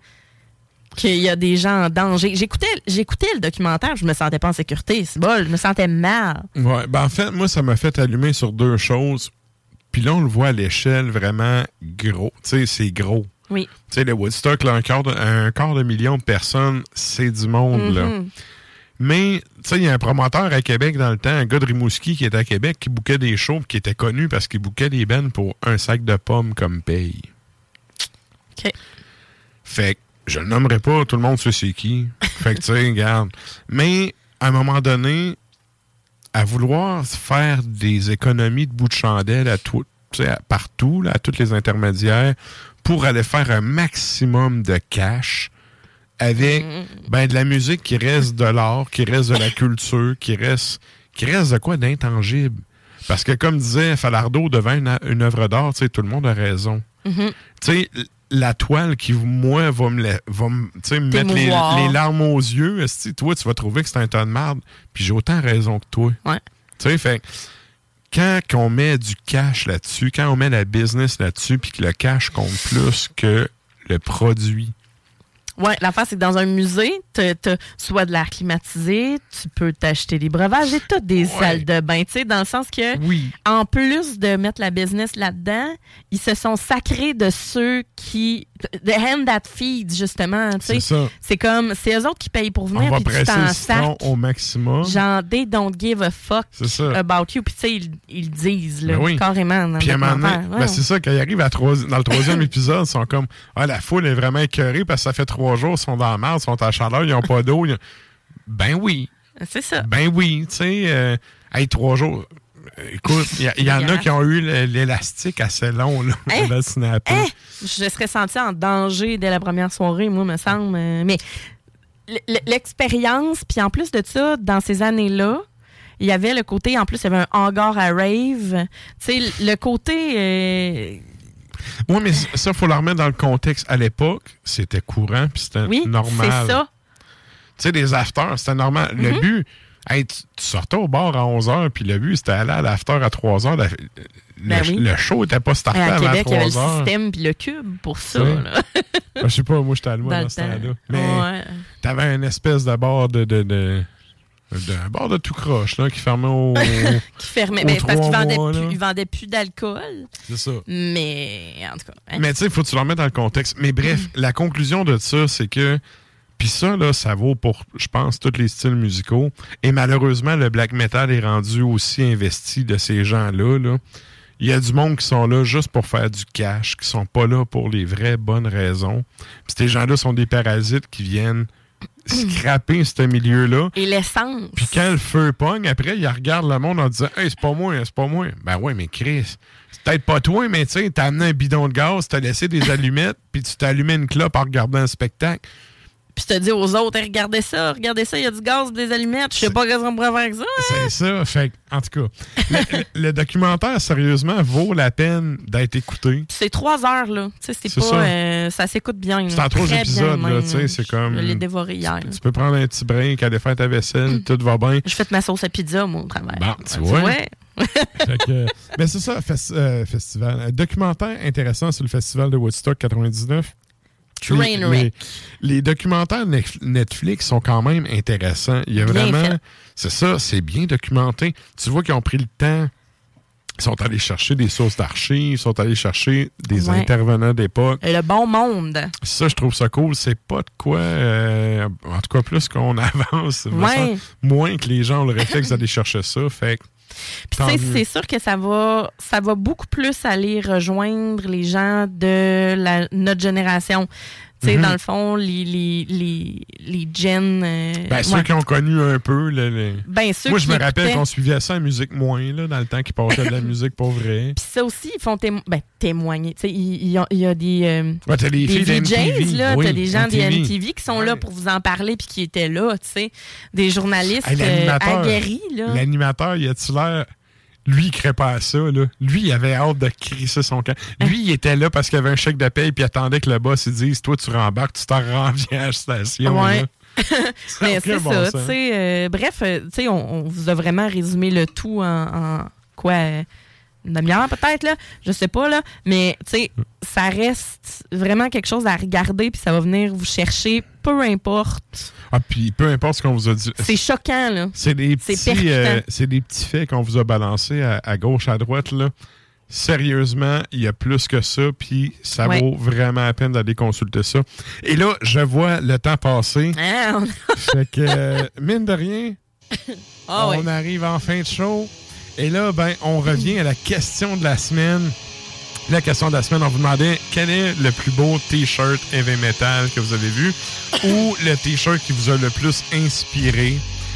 qu'il y a des gens en danger. J'écoutais, j'écoutais le documentaire, je me sentais pas en sécurité. C'est bon, je me sentais mal. Ouais, ben en fait, moi, ça m'a fait allumer sur deux choses. Puis là, on le voit à l'échelle vraiment gros. Tu sais, c'est gros. Oui. Tu sais, le Woodstock, là, un, quart de, un quart de million de personnes, c'est du monde, là. Mhm. Mais, tu sais, il y a un promoteur à Québec dans le temps, un gars de Rimouski qui était à Québec, qui bouquait des shows, qui était connu parce qu'il bouquait des bands pour un sac de pommes comme paye. OK. Fait que, je le nommerai pas, tout le monde sait c'est qui. Fait que, tu sais, regarde. Mais, à un moment donné, à vouloir faire des économies de bout de chandelle à tout, tu sais, à- partout, là, à tous les intermédiaires, pour aller faire un maximum de cash avec ben, de la musique qui reste de l'art, qui reste de la culture, qui reste, qui reste de quoi d'intangible. Parce que, comme disait Falardeau devant une, une œuvre d'art, tu sais, tout le monde a raison. Mhm. Tu sais, la toile qui, moi, va me, la- va me, tu sais, me mettre les, T'émouvoir. les larmes aux yeux, esti, toi, tu vas trouver que c'est un tas de merde. Puis j'ai autant raison que toi. Ouais. Tu sais, fait que quand on met du cash là-dessus, quand on met la business là-dessus, puis que le cash compte plus que le produit, Oui, l'affaire, c'est que dans un musée, tu as soit de l'air climatisé, tu peux t'acheter des breuvages et toutes des ouais. salles de bain. Tu sais, dans le sens que, oui. en plus de mettre la business là-dedans, ils se sont sacrés de ceux qui. The hand that feeds, justement. C'est ça. C'est comme, c'est eux autres qui payent pour venir. On va puis presser tu t'en le citron sacs. au maximum. Genre, they don't give a fuck ça. about you. Puis, tu sais, ils, ils le disent, là, ben oui. carrément. Dans puis, à un moment donné, ouais. ben, c'est ça, quand ils arrivent à trois, dans le troisième épisode, ils sont comme, ah, la foule est vraiment écœurée parce que ça fait trois jours, ils sont dans la merde, ils sont à la chaleur, ils n'ont pas d'eau. Ont... Ben oui. C'est ça. Ben oui. Tu sais, euh, hey, trois jours. Écoute, il y, y en a qui ont eu l'élastique assez long, là. Hein? Le snapper. Hein? Je serais sentie en danger dès la première soirée, moi, me semble. Mais l'expérience, puis en plus de ça, dans ces années-là, il y avait le côté, en plus, il y avait un hangar à rave. Tu sais, le côté... Euh... Oui, mais ça, il faut le remettre dans le contexte. À l'époque, c'était courant, puis c'était oui, normal. c'est ça. Tu sais, des afters, c'était normal. Mm-hmm. Le but... Hey, tu, tu sortais au bar à onze heures, puis le but, c'était aller à l'after à trois heures. Le, ben oui. le show n'était pas starté avant Québec, trois heures. il y avait le système puis le cube pour ça. Là. Je sais pas, moi, j'étais à loin dans, dans ce temps-là. Mais ouais. T'avais une espèce de bar de... de, de un bar de tout croche, là, qui fermait au... qui fermait, ben, parce qu'il vendait, plus, il vendait plus d'alcool. C'est ça. Mais, en tout cas... Hein. Mais, tu sais, il faut que tu le remettes dans le contexte. Mais bref, mm. la conclusion de ça, c'est que... Puis ça, là, ça vaut pour, je pense, tous les styles musicaux. Et malheureusement, le black metal est rendu aussi investi de ces gens-là. Là. Il y a du monde qui sont là juste pour faire du cash, qui sont pas là pour les vraies bonnes raisons. Puis ces gens-là sont des parasites qui viennent scraper ce milieu-là. Et l'essence. Puis quand le feu pogne, après, ils regardent le monde en disant « Hey, c'est pas moi, c'est pas moi. » Ben ouais, mais Chris, c'est peut-être pas toi, mais tu sais, t'as amené un bidon de gaz, t'as laissé des allumettes, puis tu t'as allumé une clope en regardant un spectacle. Puis tu te dis aux autres, hey, regardez ça, regardez ça, il y a du gaz, des allumettes, je sais pas qu'est-ce qu'on pourrait faire avec ça. Hein? C'est ça. Fait en tout cas, le, le documentaire, sérieusement, vaut la peine d'être écouté. C'est trois heures, là. Tu sais, c'est, c'est pas... Ça, euh, ça s'écoute bien. C'est en trois épisodes, là. Tu sais, c'est comme... Je l'ai dévoré hier. Tu, tu peux prendre un petit break, aller faire ta vaisselle, mm. tout va bien. Je fais ma sauce à pizza, moi, au travail. Bon, tu vois. Ouais. Fait que, mais c'est ça, fes- euh, festival. Un documentaire intéressant sur le festival de Woodstock quatre-vingt-dix-neuf. Les, les, les documentaires Netflix sont quand même intéressants. Il y a bien vraiment... Fait. C'est ça, c'est bien documenté. Tu vois qu'ils ont pris le temps. Ils sont allés chercher des sources d'archives, ils sont allés chercher des ouais. intervenants d'époque. Le bon monde. Ça, je trouve ça cool. C'est pas de quoi... Euh, en tout cas, plus qu'on avance, ouais. moins que les gens ont le réflexe d'aller chercher ça. Fait que... Puis c'est sûr que ça va, ça va beaucoup plus aller rejoindre les gens de la, notre génération. Tu sais, mm-hmm. dans le fond, les, les, les, les gens... Euh, ben, ouais. ceux qui ont connu un peu... Le, le... Ben, ceux Moi, je qui me rappelle écoutaient... qu'on suivait ça en musique moins, là, dans le temps qu'ils passaient de la musique pour vrai. Puis ça aussi, ils font témo... ben, témoigner. Tu sais, il y, y, y a des... Euh, ouais, t'as des filles V Js, là. Oui, t'as des gens M T V. des M T V qui sont ouais. là pour vous en parler puis qui étaient là, tu sais. Des journalistes hey, euh, aguerris, là. L'animateur, il a-tu l'air... Lui, il ne crée pas à ça. Là. Lui, il avait hâte de crisser son camp. Lui, il était là parce qu'il avait un chèque de paye puis il attendait que le boss il dise « Toi, tu rembarques, tu t'en renviens à la station. » Ouais. Mais c'est bon ça. ça. Euh, bref, euh, on, on vous a vraiment résumé le tout en, en quoi... Euh, une demi-heure peut-être, là. Je sais pas, là. Mais, tu sais, ça reste vraiment quelque chose à regarder puis ça va venir vous chercher, peu importe. Ah, puis peu importe ce qu'on vous a dit. C'est choquant, là. C'est des petits, c'est euh, c'est des petits faits qu'on vous a balancés à, à gauche, à droite, là. Sérieusement, il y a plus que ça, puis ça ouais. vaut vraiment la peine d'aller consulter ça. Et là, je vois le temps passer. Ah, on... fait que, euh, mine de rien, oh, on ouais. arrive en fin de show. Et là, ben, on revient à la question de la semaine. La question de la semaine, on vous demandait quel est le plus beau T-shirt heavy metal que vous avez vu ou le T-shirt qui vous a le plus inspiré.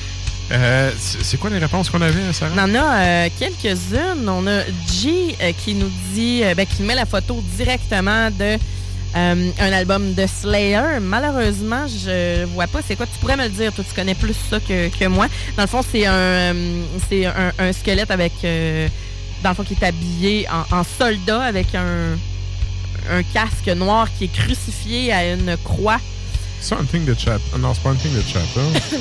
Euh, c'est quoi les réponses qu'on avait, Sarah? On en a euh, quelques-unes. On a G euh, qui nous dit, euh, ben, qui met la photo directement de euh, un album de Slayer. Malheureusement, je vois pas c'est quoi. Tu pourrais me le dire, toi, tu connais plus ça que, que moi. Dans le fond, c'est un, euh, c'est un, un squelette avec, euh, dans le fond, qui est habillé en, en soldat avec un, un casque noir qui est crucifié à une croix. Something de chat. Non, c'est pas un thing de chat. Hein?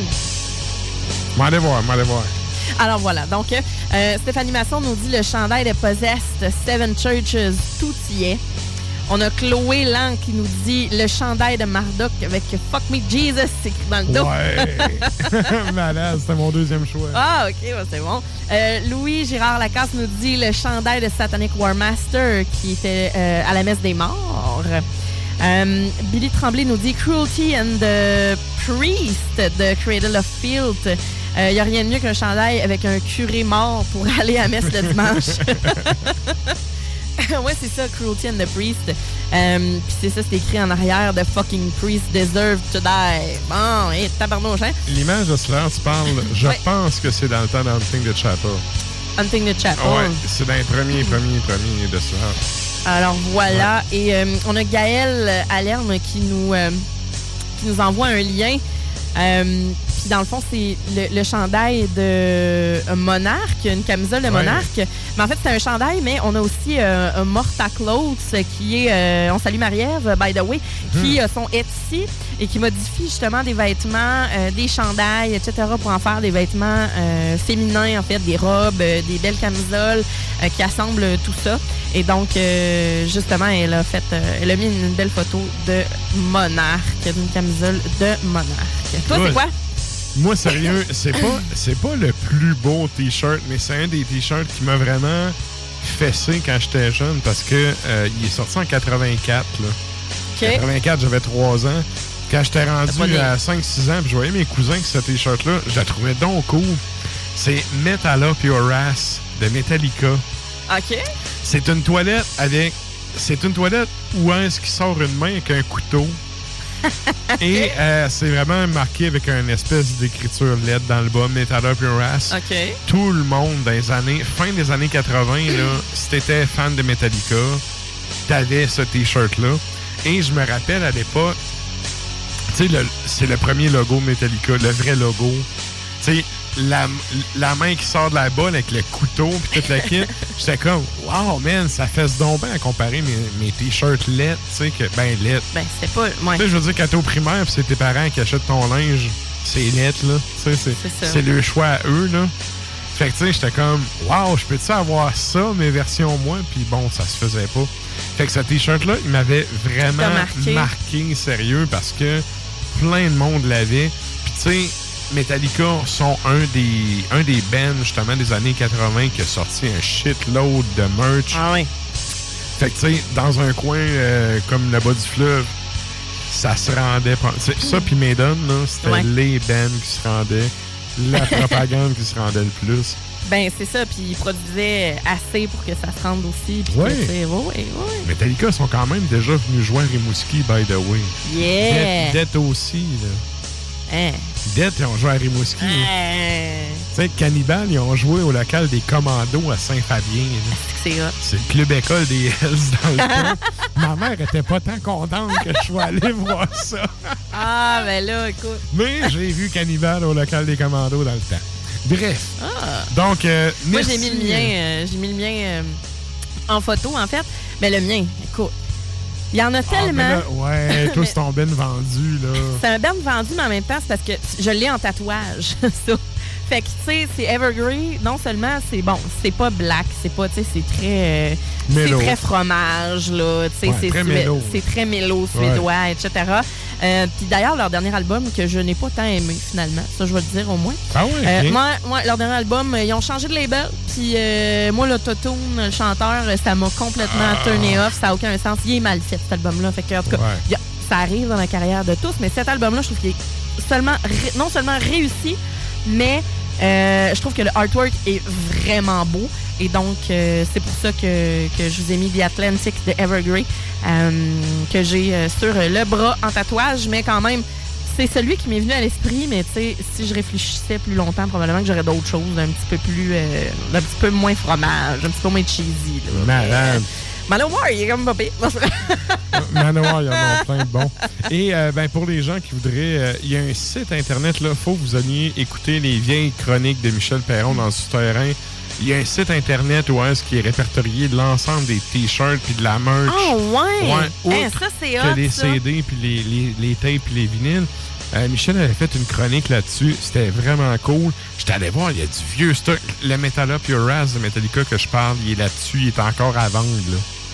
M'allez voir, m'allez voir. Alors voilà, donc euh, Stéphanie Masson nous dit le chandail de Possessed, Seven Churches, tout y est. On a Chloé Lang qui nous dit le chandail de Marduk avec Fuck Me Jesus, c'est écrit dans le dos. Ouais. Malade, c'était mon deuxième choix. Ah, OK, bah, c'est bon. Euh, Louis Girard Lacasse nous dit le chandail de Satanic Warmaster qui était euh, à la messe des morts. Euh, Billy Tremblay nous dit Cruelty and the Priest de Cradle of Filth. Il euh, n'y a rien de mieux qu'un chandail avec un curé mort pour aller à la messe le dimanche. Ouais, c'est ça, Cruelty and the Priest. Euh, Puis c'est ça, c'est écrit en arrière, The fucking priest deserve to die. Bon, et tabarnouche, hein? L'image de cela, tu parles, je ouais. pense que c'est dans le temps d'Hunting the Chapel. Hunting the Chapel. Ouais, c'est dans les premiers, premiers, premiers de cela. Alors voilà, ouais. et euh, on a Gaël Alerme qui nous, euh, qui nous envoie un lien. Euh, Puis dans le fond, c'est le, le chandail de Monarque, une camisole de Monarque. Ouais. Mais en fait, c'est un chandail, mais on a aussi euh, un Morta Clothes qui est, euh, on salue Marie-Ève, by the way, mmh. qui a son Etsy et qui modifie justement des vêtements, euh, des chandails, et cetera pour en faire des vêtements euh, féminins, en fait, des robes, euh, des belles camisoles euh, qui assemblent tout ça. Et donc, euh, justement, elle a fait, euh, elle a mis une belle photo de Monarque, d'une camisole de Monarque. Toi, ouais. c'est quoi? Moi, sérieux, c'est pas, c'est pas le plus beau T-shirt, mais c'est un des T-shirts qui m'a vraiment fessé quand j'étais jeune parce que euh, il est sorti en quatre-vingt-quatre. Là. Okay. quatre-vingt-quatre, j'avais trois ans. Quand j'étais rendu à cinq six ans, puis je voyais mes cousins avec ce T-shirt-là, je la trouvais donc cool. C'est Metal Up Your Ass de Metallica. OK. C'est une toilette avec... C'est une toilette où est-ce qu'il sort une main avec un couteau. Et euh, c'est vraiment marqué avec une espèce d'écriture L E D dans le bas, Metal Up Your Ass. Okay. Tout le monde dans les années, fin des années quatre-vingt, là, si t'étais fan de Metallica, t'avais ce T-shirt-là. Et je me rappelle à l'époque, tu sais, c'est le premier logo Metallica, le vrai logo. Tu sais, la, la main qui sort de la balle avec le couteau puis toute la kit. J'étais comme, wow, man, ça fait ce don bien à comparer mes, mes T-shirts L E D, tu sais, que, ben, L E D. Ben, c'est pas. Ouais. Tu sais, je veux dire, quand t'es au primaire pis c'est tes parents qui achètent ton linge, c'est L E D, là. Tu sais, c'est, c'est le choix à eux, là. Fait que, tu sais, j'étais comme, wow, je peux-tu avoir ça, mes versions moi? Puis bon, ça se faisait pas. Fait que ce T-shirt-là, il m'avait vraiment marqué. marqué sérieux parce que plein de monde l'avait. Puis, tu sais, Metallica sont un des, un des bands, justement, des années quatre-vingt qui a sorti un shitload de merch. Ah oui. Fait que, tu sais, dans un coin euh, comme le bas du fleuve, ça se rendait... Ça, puis Maiden, là, c'était ouais. les bands qui se rendaient, la propagande qui se rendait le plus. Ben, c'est ça, puis ils produisaient assez pour que ça se rende aussi. Oui. Ouais, ouais. Metallica sont quand même déjà venus jouer à Rimouski, by the way. Yeah! Death aussi, là. Hein? Death, ils ont joué à Rimouski. Hein? Tu sais, Cannibal, ils ont joué au local des Commandos à Saint-Fabien. C'est hot. C'est le club école des Hells dans le temps. Ma mère était pas tant contente que je sois allé voir ça. Ah, ben là, écoute. Mais j'ai vu Cannibal au local des Commandos dans le temps. Bref. Ah. Donc, euh, moi, merci. j'ai mis le mien, euh, j'ai mis le mien euh, en photo, en fait. Mais le mien, écoute, il y en a tellement. Ah, là, ouais, toi, c'est ton ben vendu, là. C'est un ben vendu, mais en même temps, c'est parce que je l'ai en tatouage, ça. Fait que, tu sais, c'est Evergreen. Non seulement, c'est bon, c'est pas black, c'est pas, tu sais, c'est très... Euh, c'est très fromage, là. Tu sais, ouais, c'est, très mélo. c'est très mélo, suédois, ouais. et cetera. Euh, Puis d'ailleurs, leur dernier album, que je n'ai pas tant aimé, finalement. Ça, je vais le dire au moins. Ah ouais, euh, okay. moi, moi, leur dernier album, ils ont changé de label. Puis euh, moi, l'autotune, le chanteur, ça m'a complètement ah. turné off. Ça n'a aucun sens. Il est mal fait, cet album-là. Fait que, en tout cas, ouais. y a, ça arrive dans la carrière de tous. Mais cet album-là, je trouve qu'il est seulement, ré, non seulement réussi, mais euh, je trouve que le artwork est vraiment beau. Et donc, euh, c'est pour ça que, que je vous ai mis The Atlantic de Evergrey, euh, que j'ai euh, sur le bras en tatouage. Mais quand même, c'est celui qui m'est venu à l'esprit. Mais tu sais, si je réfléchissais plus longtemps, probablement que j'aurais d'autres choses un petit peu plus, euh, un petit peu moins fromage, un petit peu moins cheesy. Là. Malade. Manowar, il est comme pas pire. Manowar, il y en a plein de bons. Et euh, ben, pour les gens qui voudraient, euh, il y a un site internet, là, faut que vous alliez écouter les vieilles chroniques de Michel Perron dans le souterrain. Il y a un site internet où est-ce qui est répertorié de l'ensemble des t-shirts puis de la merch. Oh ouais! ouais hey, ça, c'est hot, que les ça. C D puis les, les, les tapes puis les vinyles. Euh, Michel avait fait une chronique là-dessus. C'était vraiment cool. J'étais allé voir, il y a du vieux stock. Le Metal Up Your Ass de Metallica que je parle, il est là-dessus. Il est encore à vendre, là.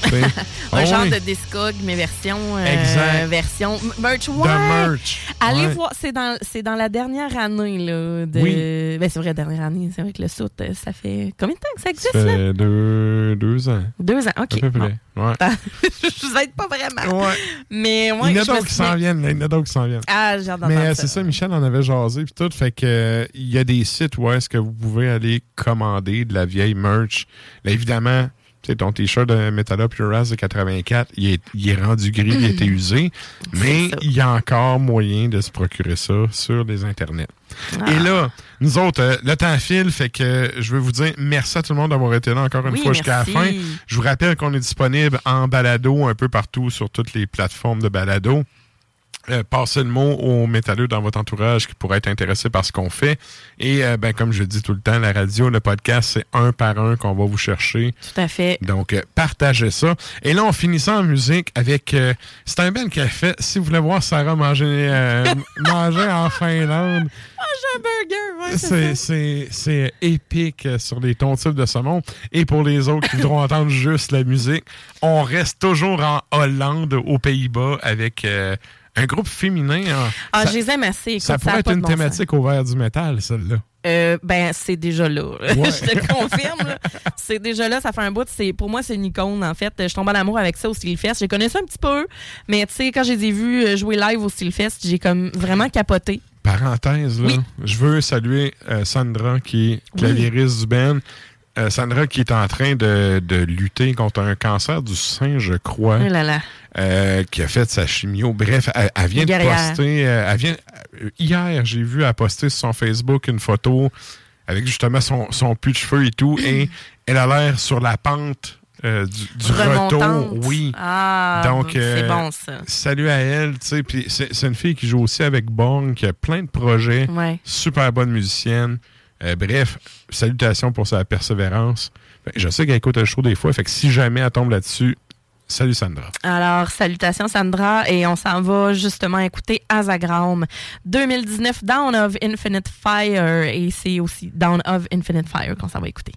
un oh, genre oui. de Discog, mais version... Euh, exact. Version merch. Ouais. De merch. Allez ouais. voir, c'est dans, c'est dans la dernière année. Là, de... Oui. Ben, c'est vrai, dernière année. C'est vrai que le soute, ça fait... Combien de temps que ça existe? Ça fait là? deux, deux ans. Deux ans, OK. À peu près, bon. ouais. Je vous aide pas vraiment. Ouais. Mais ouais, il y en a je me d'autres qui souviens- s'en viennent. Il y en a d'autres qui s'en viennent. Ah, j'ai hâte Mais d'entendre euh, ça. c'est ça, Michel en avait jasé puis tout. Fait que euh, il y a des sites où est-ce que vous pouvez aller commander de la vieille merch. Là, évidemment, tu sais, ton t-shirt de Metallica Pure Ass de quatre-vingt-quatre, il est, il est rendu gris, il a été usé. Mais il y a encore moyen de se procurer ça sur les internets. Ah. Et là, nous autres, euh, le temps file, fait que je veux vous dire merci à tout le monde d'avoir été là encore une Oui, fois jusqu'à la merci. fin. Je vous rappelle qu'on est disponible en balado un peu partout sur toutes les plateformes de balado. Euh, passez le mot aux métalleux dans votre entourage qui pourraient être intéressés par ce qu'on fait. Et euh, ben comme je dis tout le temps, la radio, le podcast, c'est un par un qu'on va vous chercher. Tout à fait. Donc, euh, partagez ça. Et là, on finit ça en musique avec... Euh, c'est un bel qui a fait... Si vous voulez voir Sarah manger, euh, manger en Finlande... Manger un burger, ouais, c'est C'est, ça. c'est, c'est épique sur les tons types de saumon. Et pour les autres qui voudront entendre juste la musique, on reste toujours en Hollande, aux Pays-Bas, avec euh, un groupe féminin. Hein. Ah, Ça- je les aime assez. Ça écoute, pourrait a être pas de une bon sens. thématique au vert du métal, celle-là. Euh, ben, c'est déjà là. Ouais. Je te le confirme. là. C'est déjà là, ça fait un bout. C'est, pour moi, c'est une icône, en fait. Je tombe en amour avec ça au Steelfest. Je connais ça un petit peu, mais tu sais, quand je les ai vus jouer live au Steelfest, j'ai comme vraiment capoté. Parenthèse, là, Oui. je veux saluer euh, Sandra, qui est clavieriste du band. Euh, Sandra, qui est en train de, de lutter contre un cancer du sein, je crois. Oh là là. Euh, qui a fait sa chimio. Bref, elle, elle vient de Guerrière. poster. euh, elle vient, euh, hier, j'ai vu elle poster sur son Facebook une photo avec justement son, son puits de cheveux et tout. Et elle a l'air sur la pente euh, du, du Remontante. retour. Oui. Ah, Donc, euh, c'est bon, ça. Salut à elle. tu sais, Puis c'est, c'est une fille qui joue aussi avec Born, qui a plein de projets. Ouais. Super bonne musicienne. Euh, bref, salutations pour sa persévérance. Fait que je sais qu'elle écoute le show des fois. Fait que si jamais elle tombe là-dessus, salut Sandra. Alors, salutations Sandra, et on s'en va justement écouter Azagram deux mille dix-neuf, Down of Infinite Fire, et c'est aussi Down of Infinite Fire qu'on s'en va écouter.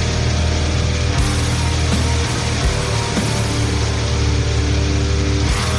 Down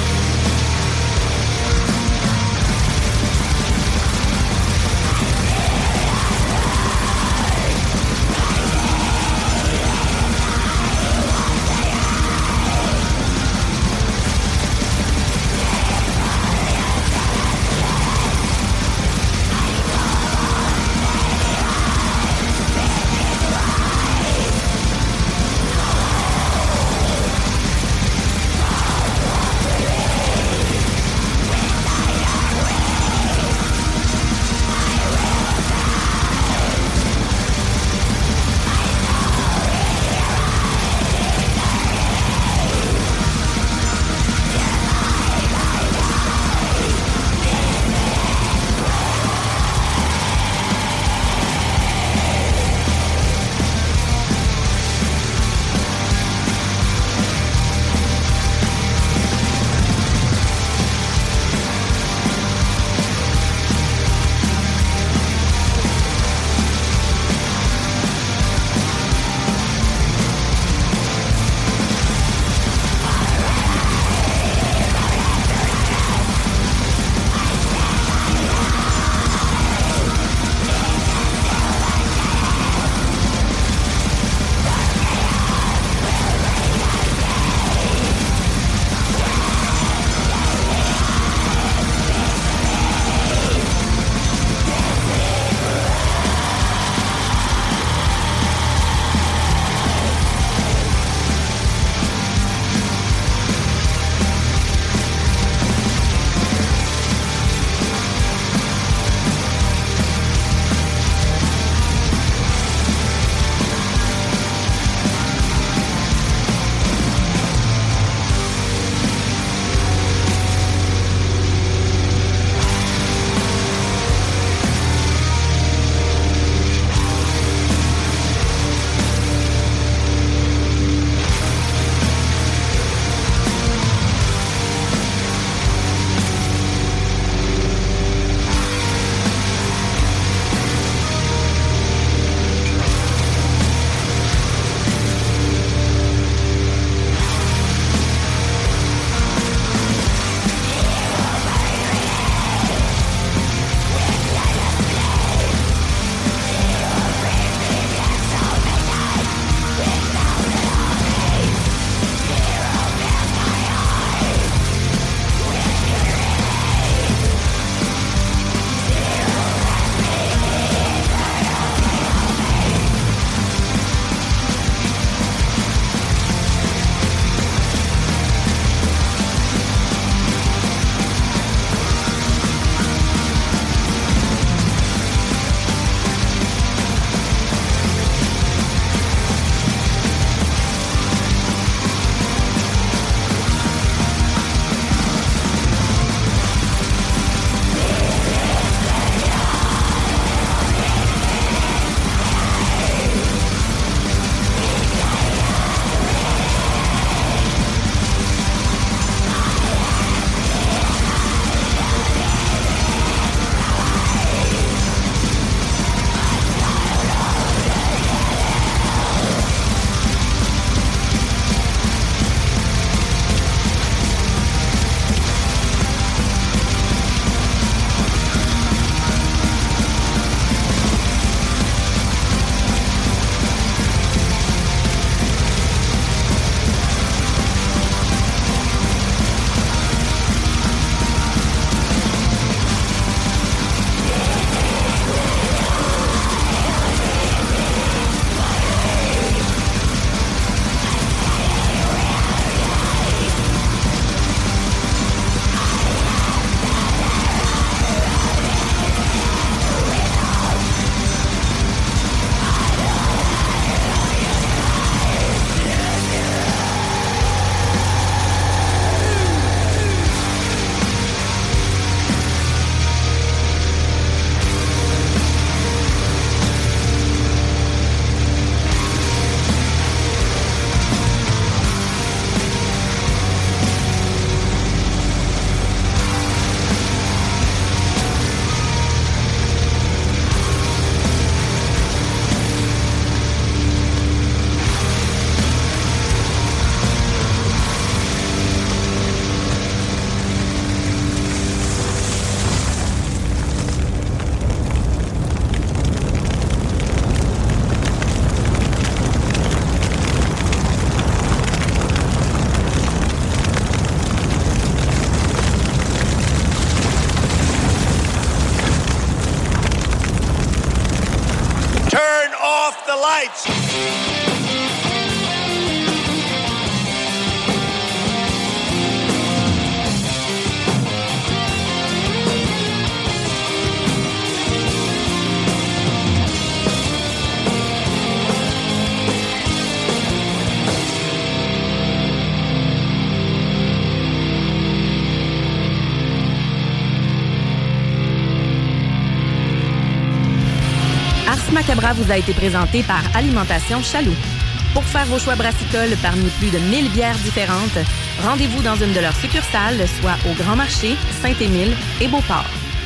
Macabra vous a été présenté par Alimentation Chaloux. Pour faire vos choix brassicoles parmi plus de mille bières différentes, rendez-vous dans une de leurs succursales, soit au Grand Marché, Saint-Émile et Beauport.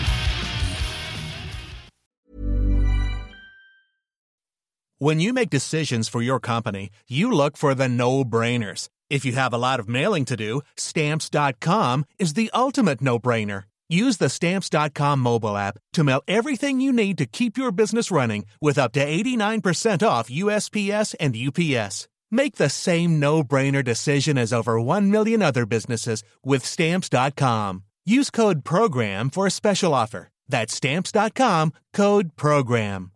When you make decisions for your company, you look for the no-brainers. If you have a lot of mailing to do, Stamps dot com is the ultimate no-brainer. Use the Stamps dot com mobile app to mail everything you need to keep your business running with up to eighty-nine percent off U S P S and U P S. Make the same no-brainer decision as over one million other businesses with Stamps dot com. Use code PROGRAM for a special offer. That's Stamps dot com, code PROGRAM.